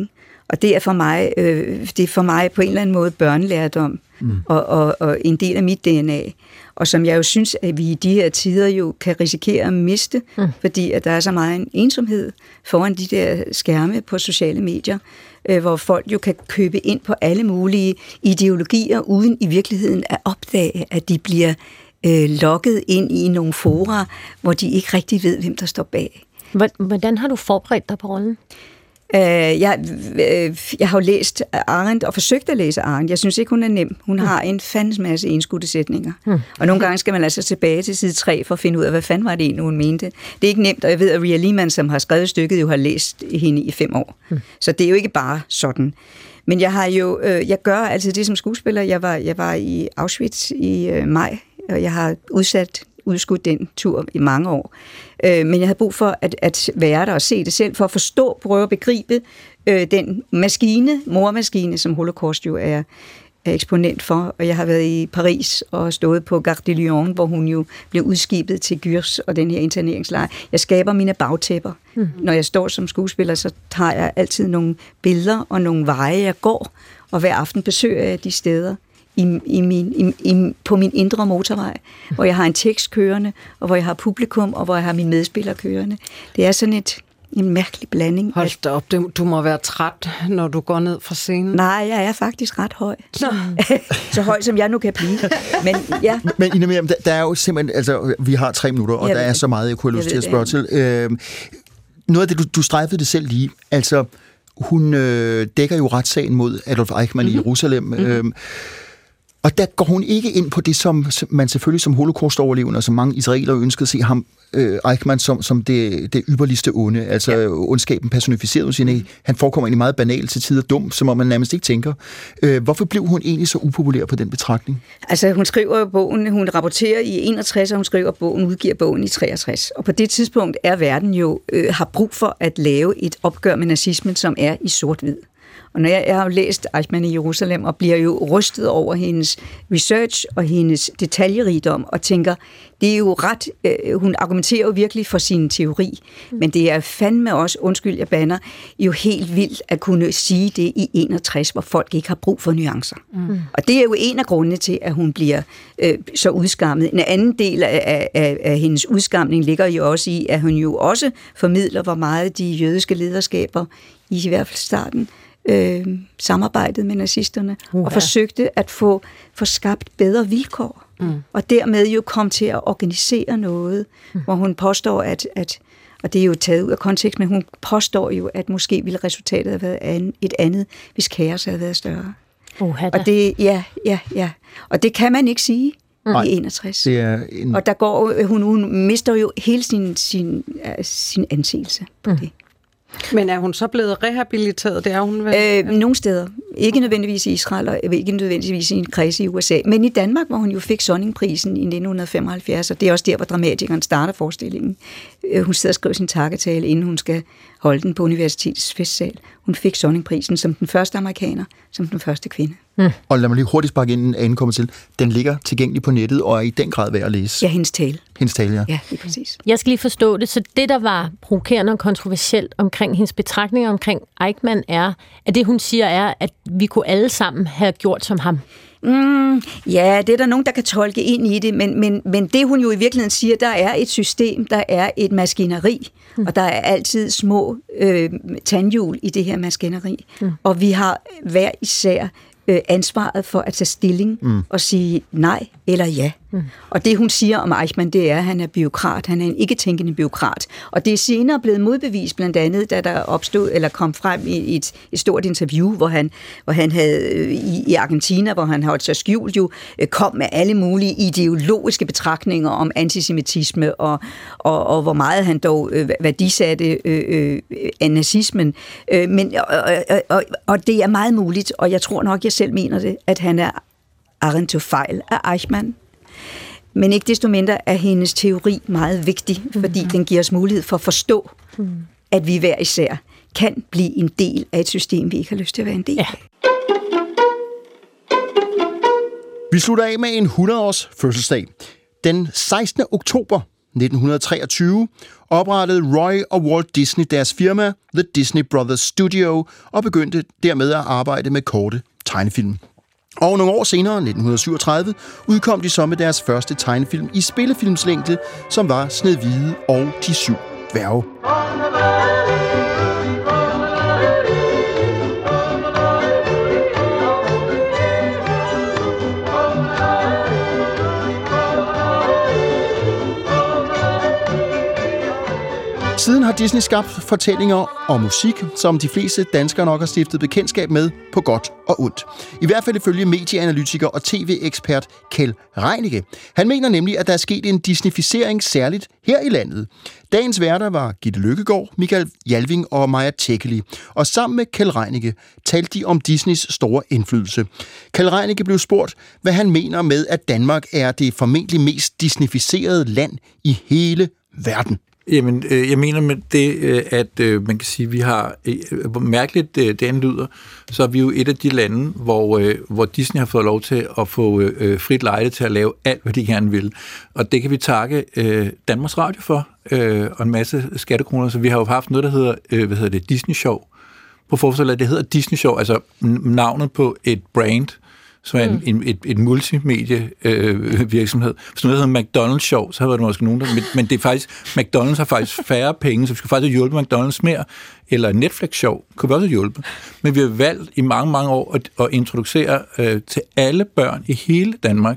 A: Og det er for mig, øh, det er for mig på en eller anden måde børnelærdom, mm. og, og, og en del af mit D N A. Og som jeg jo synes, at vi i de her tider jo kan risikere at miste, mm. fordi at der er så meget en ensomhed foran de der skærme på sociale medier, øh, hvor folk jo kan købe ind på alle mulige ideologier, uden i virkeligheden at opdage, at de bliver øh, lokket ind i nogle fora, hvor de ikke rigtig ved, hvem der står bag.
T: Hvordan har du forberedt dig på rollen?
A: Uh, jeg, uh, jeg har jo læst Arendt og forsøgt at læse Arendt. Jeg synes ikke, hun er nem. Hun mm. har en fandens masse indskudte sætninger. Mm. Og nogle gange skal man altså tilbage til side tre for at finde ud af, hvad fanden var det egentlig, hun mente. Det er ikke nemt, og jeg ved, at Ria Lehmann, som har skrevet stykket, jo har læst hende i fem år. Mm. Så det er jo ikke bare sådan. Men jeg har jo, uh, jeg gør altid det som skuespiller. Jeg var, jeg var i Auschwitz i uh, maj, og jeg har udsat udskudt den tur i mange år. Øh, men jeg havde brug for at, at være der og se det selv, for at forstå, prøve at begribe øh, den maskine, mormaskine, som Holocaust jo er, er eksponent for. Og jeg har været i Paris og stået på Gare de Lyon, hvor hun jo blev udskibet til Gurs og den her interneringslejr. Jeg skaber mine bagtæpper. Mm. Når jeg står som skuespiller, så tager jeg altid nogle billeder og nogle veje, jeg går, og hver aften besøger jeg de steder. I, i min, i, i, på min indre motorvej, hvor jeg har en tekst kørende, og hvor jeg har publikum, og hvor jeg har mine medspillere kørende. Det er sådan et, en mærkelig blanding.
P: Hold da op, du må være træt, når du går ned fra scenen.
A: Nej, jeg er faktisk ret høj. Så høj, som jeg nu kan blive. Men, ja.
B: Men Ina Miriam, der, der er jo simpelthen, altså vi har tre minutter, og
A: jeg
B: der er så meget, jeg kunne have lyst til at spørge til. Øh, noget af det, du, du strejfede det selv lige, altså hun øh, dækker jo retssagen mod Adolf Eichmann mm-hmm. i Jerusalem. Mm-hmm. Øh, Og der går hun ikke ind på det, som man selvfølgelig som holocaust-overlevende, og som mange israelere ønskede at se ham, øh, Eichmann, som, som det, det ypperligste onde, altså ja. ondskaben personificeret. Sin, han forekommer egentlig meget banal til tider dum, som om man nærmest ikke tænker. Øh, hvorfor blev hun egentlig så upopulær på den betragtning?
A: Altså, hun skriver bogen, hun rapporterer i enogtres, og hun skriver bogen, udgiver bogen i treogtres. Og på det tidspunkt er verden jo, øh, har brug for at lave et opgør med nazismen, som er i sort-hvid. Og når jeg, jeg har jo læst Eichmann i Jerusalem, og bliver jo rystet over hendes research og hendes detaljerigdom, og tænker, det er jo ret, øh, hun argumenterer jo virkelig for sin teori, mm. men det er fandme også, undskyld jeg bander, jo helt vildt at kunne sige det i enogtres, hvor folk ikke har brug for nuancer. Mm. Og det er jo en af grundene til, at hun bliver øh, så udskammet. En anden del af, af, af hendes udskamning ligger jo også i, at hun jo også formidler, hvor meget de jødiske lederskaber, i hvert fald starten, Øh, samarbejdet med nazisterne, uh-huh. og forsøgte at få, få skabt bedre vilkår. Mm. Og dermed jo kom til at organisere noget, mm. hvor hun påstår, at, at, og det er jo taget ud af kontekst, men hun påstår jo, at måske ville resultatet have været an, et andet, hvis kaos havde været større.
T: Uh-huh.
A: Og det, ja, ja, ja. Og det kan man ikke sige mm. i enogtres.
B: Det er en...
A: Og der går, hun, hun mister jo hele sin, sin, sin anseelse på mm. det.
P: Men er hun så blevet rehabiliteret? Det er hun vel?
A: Øh, nogle steder. Ikke nødvendigvis i Israel, og ikke nødvendigvis i en kreds i U S A. Men i Danmark, hvor hun jo fik Sonningprisen i nitten femoghalvfjerds, og det er også der, hvor dramatikeren starter forestillingen. Øh, hun sidder og skriver sin takketale, inden hun skal holde den på universitetets festsal. Hun fik Sonningprisen som den første amerikaner, som den første kvinde.
B: Mm. Og lad mig lige hurtigt sparke ind, inden kommer til. Den ligger tilgængelig på nettet, og er i den grad værd at læse.
A: Ja, hendes tale.
B: Hendes tale, ja.
A: Ja, lige præcis.
T: Jeg skal lige forstå det. Så det, der var provokerende og kontroversielt omkring hendes betragtninger omkring Eichmann, er, at det, hun siger, er, at vi kunne alle sammen have gjort som ham.
A: Mm, ja, det er der nogen, der kan tolke ind i det, men, men, men det hun jo i virkeligheden siger, der er et system, der er et maskineri, mm. og der er altid små øh, tandhjul i det her maskineri, mm. og vi har hver især øh, ansvaret for at tage stilling mm. og sige nej eller ja. Mm. Og det, hun siger om Eichmann, det er, at han er bureaukrat. Han er en ikke-tænkende bureaukrat. Og det er senere blevet modbevist, blandt andet, da der opstod, eller kom frem i et, et stort interview, hvor han, hvor han havde i, i Argentina, hvor han holdt sig skjult, jo kom med alle mulige ideologiske betragtninger om antisemitisme, og, og, og hvor meget han dog øh, værdisatte øh, øh, nazismen. Øh, men, og, og, og, og det er meget muligt, og jeg tror nok, jeg selv mener det, at han er Arendt-fejl af Eichmann. Men ikke desto mindre er hendes teori meget vigtig, fordi mm. den giver os mulighed for at forstå, mm. at vi hver især kan blive en del af et system, vi ikke har lyst til at være en del af. Ja.
B: Vi slutter af med en hundrede-års fødselsdag. Den sekstende oktober nitten treogtyve oprettede Roy og Walt Disney deres firma, The Disney Brothers Studio, og begyndte dermed at arbejde med korte tegnefilm. Og nogle år senere, nitten syvogtredive, udkom de så med deres første tegnefilm i spillefilmslængde, som var Snehvide og de syv dværge. Siden har Disney skabt fortællinger og musik, som de fleste danskere nok har stiftet bekendtskab med på godt og ondt. I hvert fald ifølge medieanalytiker og tv-ekspert Kjeld Reinicke. Han mener nemlig, at der er sket en disneyficering særligt her i landet. Dagens værter var Gitte Løkkegaard, Michael Jalving og Maja Teckeli. Og sammen med Kjeld Reinicke talte de om Disneys store indflydelse. Kjeld Reinicke blev spurgt, hvad han mener med, at Danmark er det formentlig mest disneyficerede land i hele verden.
C: Jamen, øh, jeg mener med det, øh, at øh, man kan sige, at vi har, øh, hvor mærkeligt øh, det anlyder, så er vi jo et af de lande, hvor, øh, hvor Disney har fået lov til at få øh, frit lejde til at lave alt, hvad de gerne vil. Og det kan vi takke øh, Danmarks Radio for, øh, og en masse skattekroner. Så vi har jo haft noget, der hedder, øh, hvad hedder det, Disney Show. På forslag, det hedder Disney Show, altså navnet på et brand, som er en, en, et, et multimedia-virksomhed. Øh, Hvis noget hedder McDonald's Show, så har det måske nogen, der... Men, men det er faktisk... McDonald's har faktisk færre penge, så vi skal faktisk have hjulpet McDonald's mere. Eller Netflix Show kunne vi også have hjulpet. Men vi har valgt i mange, mange år at, at introducere øh, til alle børn i hele Danmark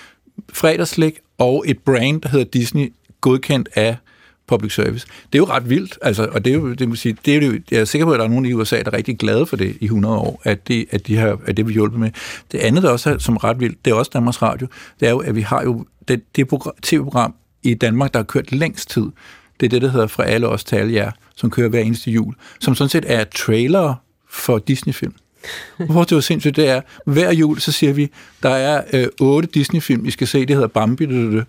C: fredagslæg og et brand, der hedder Disney, godkendt af public service. Det er jo ret vildt, altså, og det er jo, det må sige, det er jo, jeg er sikker på, at der er nogen i U S A, der er rigtig glade for det i hundrede år, at det, at de har, at det vi hjulpet med. Det andet, der også er som ret vildt, det er også Danmarks Radio, det er jo, at vi har jo det, det tv-program i Danmark, der har kørt længst tid. Det er det, der hedder Fra alle os til alle jer, som kører hver eneste jul, som sådan set er trailer for Disney-film. Hvor det var sindssygt, det er, hver jul, så siger vi, der er øh, otte Disney-film, I skal se, det hedder Bambi, det, det, det.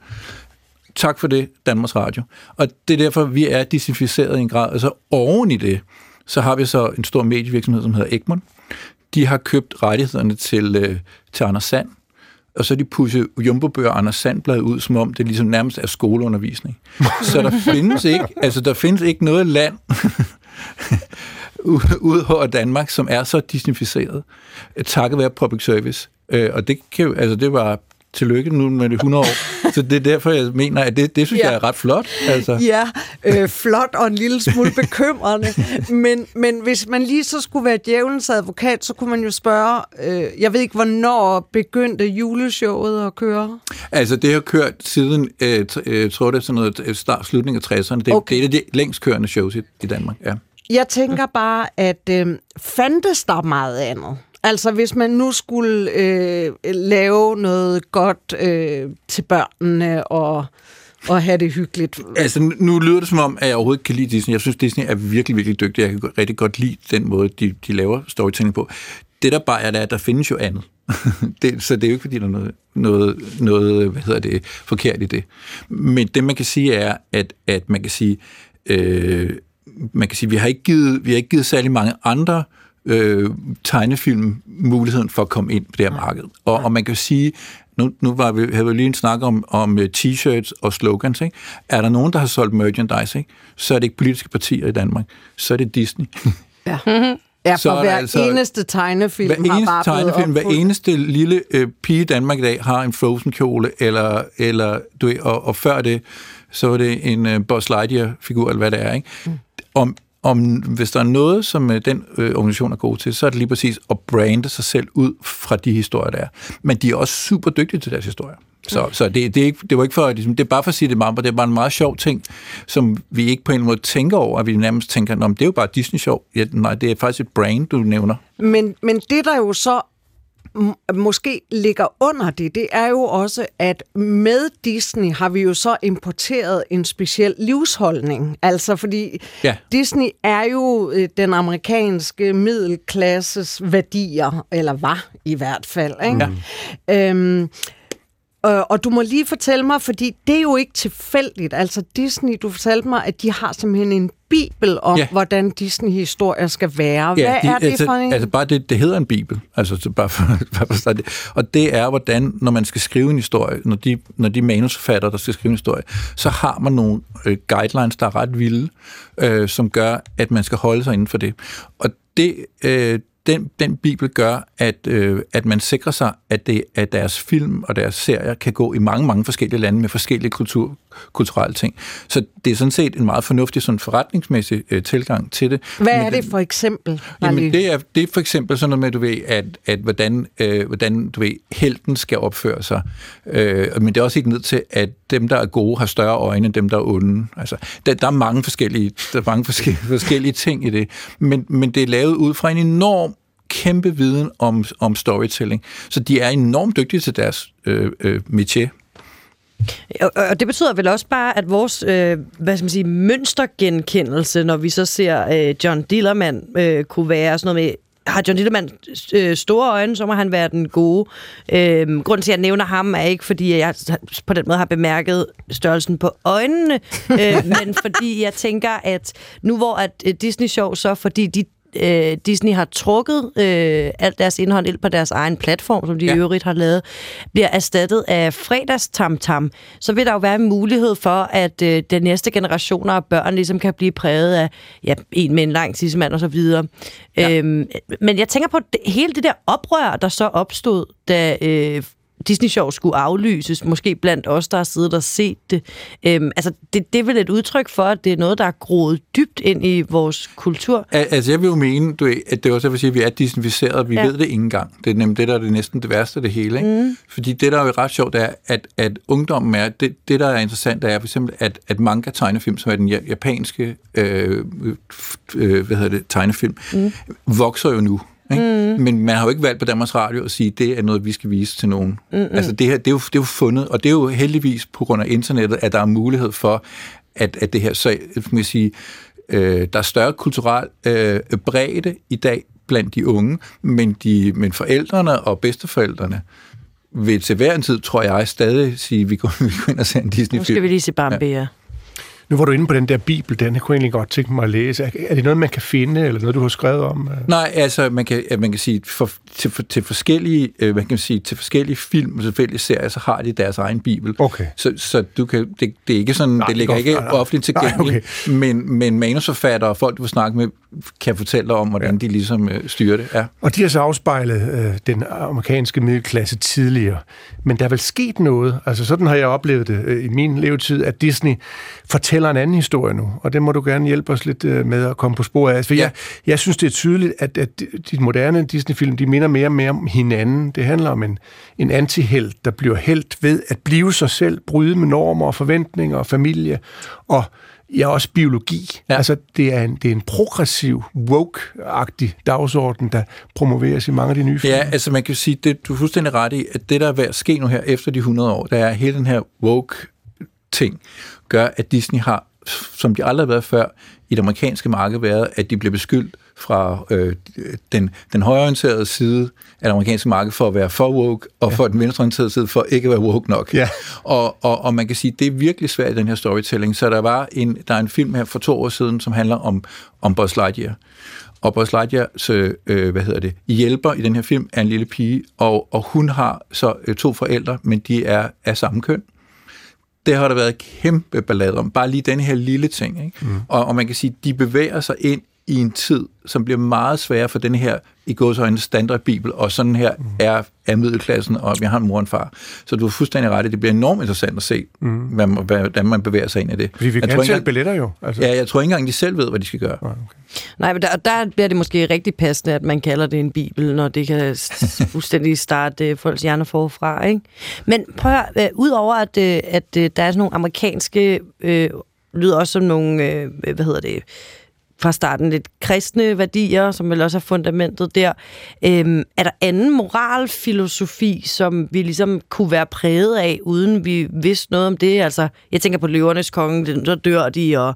C: Tak for det, Danmarks Radio. Og det er derfor, vi er disneyficeret i en grad. Altså oven i det, så har vi så en stor medievirksomhed, som hedder Egmont. De har købt rettighederne til, øh, til Anders Sand, og så de pusset Jumbo-bøger og Anders Sand-bladet ud, som om det ligesom nærmest er skoleundervisning. Så der findes ikke, altså der findes ikke noget land ude over Danmark, som er så disneyficeret, takket være public service. Og det kan jo, altså det var tillykke nu med det hundrede år. Så det er derfor, jeg mener, at det, det synes ja. jeg er ret flot. Altså.
P: Ja, øh, flot og en lille smule bekymrende. Men, men hvis man lige så skulle være djævelens advokat, så kunne man jo spørge, øh, jeg ved ikke, hvornår begyndte juleshowet at køre?
C: Altså, det har kørt siden, øh, øh, tror det er sådan noget, start, slutningen af tresserne. Det, okay. det er et af de længst kørende shows i, i Danmark, ja.
P: Jeg tænker bare, at øh, fandtes der meget andet? Altså, hvis man nu skulle øh, lave noget godt øh, til børnene og, og have det hyggeligt.
C: Altså, nu lyder det som om, at jeg overhovedet ikke kan lide Disney. Jeg synes, Disney er virkelig, virkelig dygtig. Jeg kan rigtig godt lide den måde, de, de laver storytelling på. Det, der bare er, der, at der findes jo andet. det, så det er jo ikke, fordi der er noget, noget, noget hvad hedder det, forkert i det. Men det, man kan sige, er, at, at man kan sige, øh, man kan sige, vi har ikke givet, vi har ikke givet særlig mange andre Øh, tegnefilm muligheden for at komme ind på det her marked. Og, og man kan sige, nu, nu var vi, havde vi lige en snak om, om t-shirts og slogans, ikke? Er der nogen, der har solgt merchandise, ikke? Så er det ikke politiske partier i Danmark, så er det Disney.
P: Ja, ja for hver altså, eneste tegnefilm
C: hver eneste
P: har bare
C: tegnefilm, hver eneste lille øh, pige i Danmark i dag har en Frozen-kjole, eller, eller du ved, og, og før det, så var det en øh, Buzz Lightyear-figur, eller hvad det er, ikke? Mm. Om Om, hvis der er noget, som den øh, organisation er god til, så er det lige præcis at brande sig selv ud fra de historier, der er. Men de er også super dygtige til deres historier. Så, så det, det, er ikke, det var ikke for, det er bare for at sige det meget, det er bare en meget sjov ting, som vi ikke på en måde tænker over, at vi nærmest tænker, det er jo bare Disney-show. Ja, nej, det er faktisk et brand, du nævner.
P: Men, men det, der jo så måske ligger under det, det er jo også, at med Disney har vi jo så importeret en speciel livsholdning. Altså, fordi ja. Disney er jo den amerikanske middelklasses værdier, eller var i hvert fald. Ikke? Ja. Øhm, Øh, og du må lige fortælle mig, fordi det er jo ikke tilfældigt. Altså Disney, du fortalte mig, at de har simpelthen en bibel om,
C: Ja.
P: hvordan Disney-historier skal være. Hvad
C: Ja, de,
P: er det
C: altså,
P: for en?
C: Altså bare det, det hedder en bibel, altså så bare for, bare for starte det. Og det er, hvordan, når man skal skrive en historie, når de, når de manusforfattere, der skal skrive en historie, så har man nogle øh, guidelines, der er ret vilde, øh, som gør, at man skal holde sig inden for det. Og det, øh, den, den bibel gør, at, øh, at man sikrer sig, at, det, at deres film og deres serier kan gå i mange, mange forskellige lande med forskellige kultur, kulturelle ting. Så det er sådan set en meget fornuftig sådan forretningsmæssig øh, tilgang til det.
P: Hvad er
C: Men
P: det for eksempel?
C: Jamen, det er, det er for eksempel sådan noget med, du ved, at, at hvordan, øh, hvordan du ved, helten skal opføre sig. Øh, men det er også helt ned til, at dem, der er gode, har større øjne end dem, der er onde. Altså, der, der er mange forskellige, der er mange forskellige, forskellige ting i det. Men, men det er lavet ud fra en enorm kæmpe viden om, om storytelling. Så de er enormt dygtige til deres øh, øh, métier.
I: Og, og det betyder vel også bare, at vores øh, hvad skal man sige, mønstergenkendelse, når vi så ser øh, John Dillermand, øh, kunne være sådan noget med, har John Dillermand øh, store øjne, så må han være den gode. Øh, grunden til, at jeg nævner ham, er ikke, fordi jeg på den måde har bemærket størrelsen på øjnene, øh, men fordi jeg tænker, at nu hvor at Disney Show så, fordi de Øh, Disney har trukket øh, alt deres indhold ind på deres egen platform, som de ja. i øvrigt har lavet, bliver erstattet af fredagstamtam, så vil der jo være en mulighed for, at øh, den næste generationer af børn ligesom kan blive præget af ja, en med en lang tidsmand og så videre. Ja. Øhm, men jeg tænker på det, hele det der oprør, der så opstod, da øh, Disney Show skulle aflyses, måske blandt os, der har siddet og set det. Øhm, altså, det, det er vel et udtryk for, at det er noget, der er groet dybt ind i vores kultur.
C: Altså, jeg vil jo mene, du, at det er også, jeg vil sige, at vi er disneyficeret, vi ja. ved det ikke engang. Det er nemlig det, der er det næsten det værste af det hele. Ikke? Mm. Fordi det, der er jo ret sjovt, er, at, at ungdommen er, det, det, der er interessant, er for eksempel, at, at manga-tegnefilm, som er den japanske øh, øh, hvad hedder det, tegnefilm, mm. vokser jo nu. Mm. Men man har jo ikke valgt på Danmarks Radio at sige, at det er noget, vi skal vise til nogen. Mm-mm. Altså det her, det er, jo, det er jo fundet, og det er jo heldigvis på grund af internettet, at der er mulighed for, at, at det her, så kan jeg sige, øh, der er større kulturel øh, bredde i dag blandt de unge, men, de, men forældrene og bedsteforældrene vil til hver en tid, tror jeg, stadig sige, at vi går, vi går ind og ser en Disney-film.
I: Nu skal vi lige se Bambi, ja.
H: Nu var du inde på den der bibel, den jeg kunne egentlig godt tænke mig at læse. Er det noget, man kan finde, eller noget, du har skrevet om?
C: Nej, altså, man kan, man kan sige, for, til, for, til, forskellige, øh, man kan sige, til forskellige film og forskellige serier, så har de deres egen bibel.
H: Okay.
C: Så, så du kan, det, det er ikke sådan, nej, det ligger ikke nej, nej. offentligt tilgængeligt, okay. men, men manusforfattere og folk, du vil snakke med, kan fortælle dig om, hvordan ja. de ligesom øh, styrer det. Ja.
H: Og de har så afspejlet øh, den amerikanske middelklasse tidligere. Men der er vel sket noget, altså sådan har jeg oplevet det øh, i min levetid, at Disney fortæller en anden historie nu, og det må du gerne hjælpe os lidt øh, med at komme på sporet af. For ja. jeg, jeg synes, det er tydeligt, at, at de moderne Disney-film, de minder mere og mere om hinanden. Det handler om en, en antihelt, der bliver helt ved at blive sig selv, bryde med normer og forventninger og familie, og ja, også biologi. Ja. Altså, det er, en, det er en progressiv, woke-agtig dagsorden, der promoveres i mange af de nye film.
C: Ja, altså man kan sige, det, du er fuldstændig ret i, at det, der er ved at ske nu her efter de hundrede år, der er hele den her woke-ting, gør, at Disney har, som de aldrig har været før, i det amerikanske marked været, at de bliver beskyldt fra øh, den, den højreorienterede side af det amerikanske marked for at være for woke, og ja. for den venstreorienterede side for ikke at være woke nok. Ja. Og, og, og man kan sige, at det er virkelig svært i den her storytelling. Så der var en, der er en film her for to år siden, som handler om, om Buzz Lightyear. Og Buzz Lightyear, så, øh, hvad hedder det, hjælper i den her film er en lille pige, og, og hun har så øh, to forældre, men de er af samme køn. Det har der været kæmpe ballade om. Bare lige den her lille ting. Ikke? Mm. Og, og man kan sige, de bevæger sig ind i en tid, som bliver meget sværere for den her i gåseøjne standardbibel, og sådan her mm. er, er middelklassen, og vi har en mor og en far. Så du er fuldstændig ret i, det bliver enormt interessant at se, mm. hvad, hvordan man bevæger sig ind i det.
H: Fordi vi jeg kan sælge billetter jo.
C: Altså. Ja, jeg tror ikke engang, de selv ved, hvad de skal gøre.
H: Okay.
I: Nej, men der, der bliver det måske rigtig passende, at man kalder det en bibel, når det kan fuldstændig starte folks hjerner forfra, ikke? Men prøv at høre, uh, udover at, uh, at uh, der er sådan nogle amerikanske, uh, lyder også som nogle, uh, hvad hedder det, fra starten lidt kristne værdier, som vel også er fundamentet der. Øhm, er der anden moralfilosofi, som vi ligesom kunne være præget af, uden vi vidste noget om det? Altså, jeg tænker på løvernes konge, så dør de, og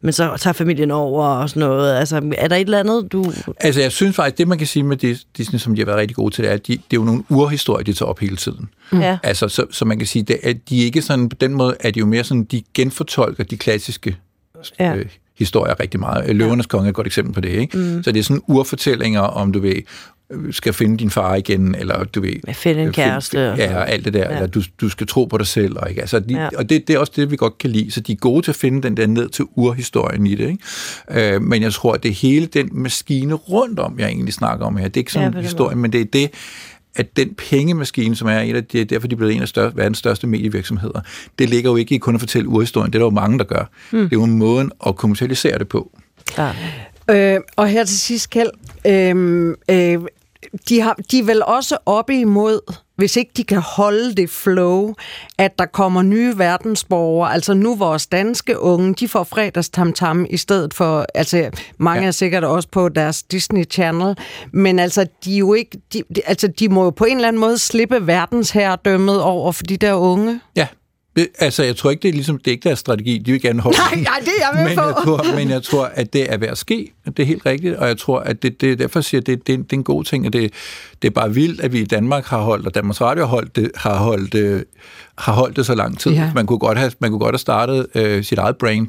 I: men så tager familien over og sådan noget. Altså, er der et eller andet, du...
C: Altså, jeg synes faktisk, det man kan sige med Disney, som de har været rigtig gode til, det er, at de, det er jo nogle urhistorier, de tager op hele tiden.
I: Ja.
C: Altså, så, så man kan sige, det, at de ikke sådan, på den måde er de jo mere sådan, de genfortolker de klassiske
I: ja.
C: øh, historier rigtig meget. Løvernes konge er et godt eksempel på det, ikke? Mm. Så det er sådan urfortællinger om, du ved, skal finde din far igen, eller du ved...
I: Finde en kæreste.
C: Find, ja, og alt det der, ja. Eller du, du skal tro på dig selv, og ikke? Altså, de, ja. Og det, det er også det, vi godt kan lide, så de er gode til at finde den der ned til urhistorien i det, ikke? Øh, men jeg tror, at det er hele den maskine rundt om, jeg egentlig snakker om her. Det er ikke sådan en ja, historie, men det er det, at den pengemaskine, som er et af de, derfor de er blevet en af største, verdens største medievirksomheder, det ligger jo ikke i kun at fortælle urhistorien, det er der jo mange, der gør. Mm. Det er jo en måde at kommercialisere det på.
P: Ja. Øh, og her til sidst, Kjeld, øh, øh, de, har, de er vel også oppe imod, hvis ikke de kan holde det flow, at der kommer nye verdensborgere. Altså nu vores danske unge, de får fredagstamtam i stedet for, altså mange ja. er sikkert også på deres Disney Channel, men altså de er jo ikke, de, altså de må jo på en eller anden måde slippe verdensherredømmet over for de der unge.
C: Ja. Det, altså, jeg tror ikke, det er ligesom, det er ikke deres strategi. De vil gerne holde
P: nej, nej, det er jeg med
C: men
P: på.
C: Jeg tror, men jeg tror, at det er ved at ske. Det er helt rigtigt, og jeg tror, at det, det derfor siger jeg, det, det, det er en god ting, og det, det er bare vildt, at vi i Danmark har holdt, og Danmarks Radio har holdt det, har holdt det, har holdt det så lang tid. Ja. Man kunne godt have, man kunne godt have startet øh, sit eget brand.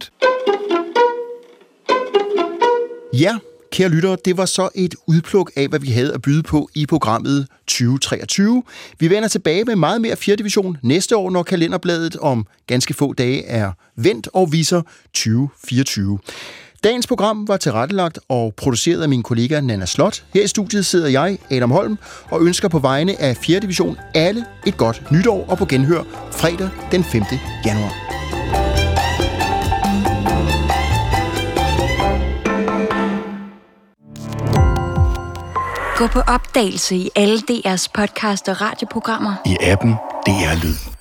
B: Ja, kære lyttere, det var så et udpluk af, hvad vi havde at byde på i programmet tyve treogtyve. Vi vender tilbage med meget mere fjerde division næste år, når kalenderbladet om ganske få dage er vendt og viser tyve fireogtyve. Dagens program var tilrettelagt og produceret af min kollega Nana Slot. Her i studiet sidder jeg, Adam Holm, og ønsker på vegne af fjerde division alle et godt nytår og på genhør fredag den femte januar.
F: Gå på opdagelse i alle D R's podcast og radioprogrammer.
G: I appen D R Lyd.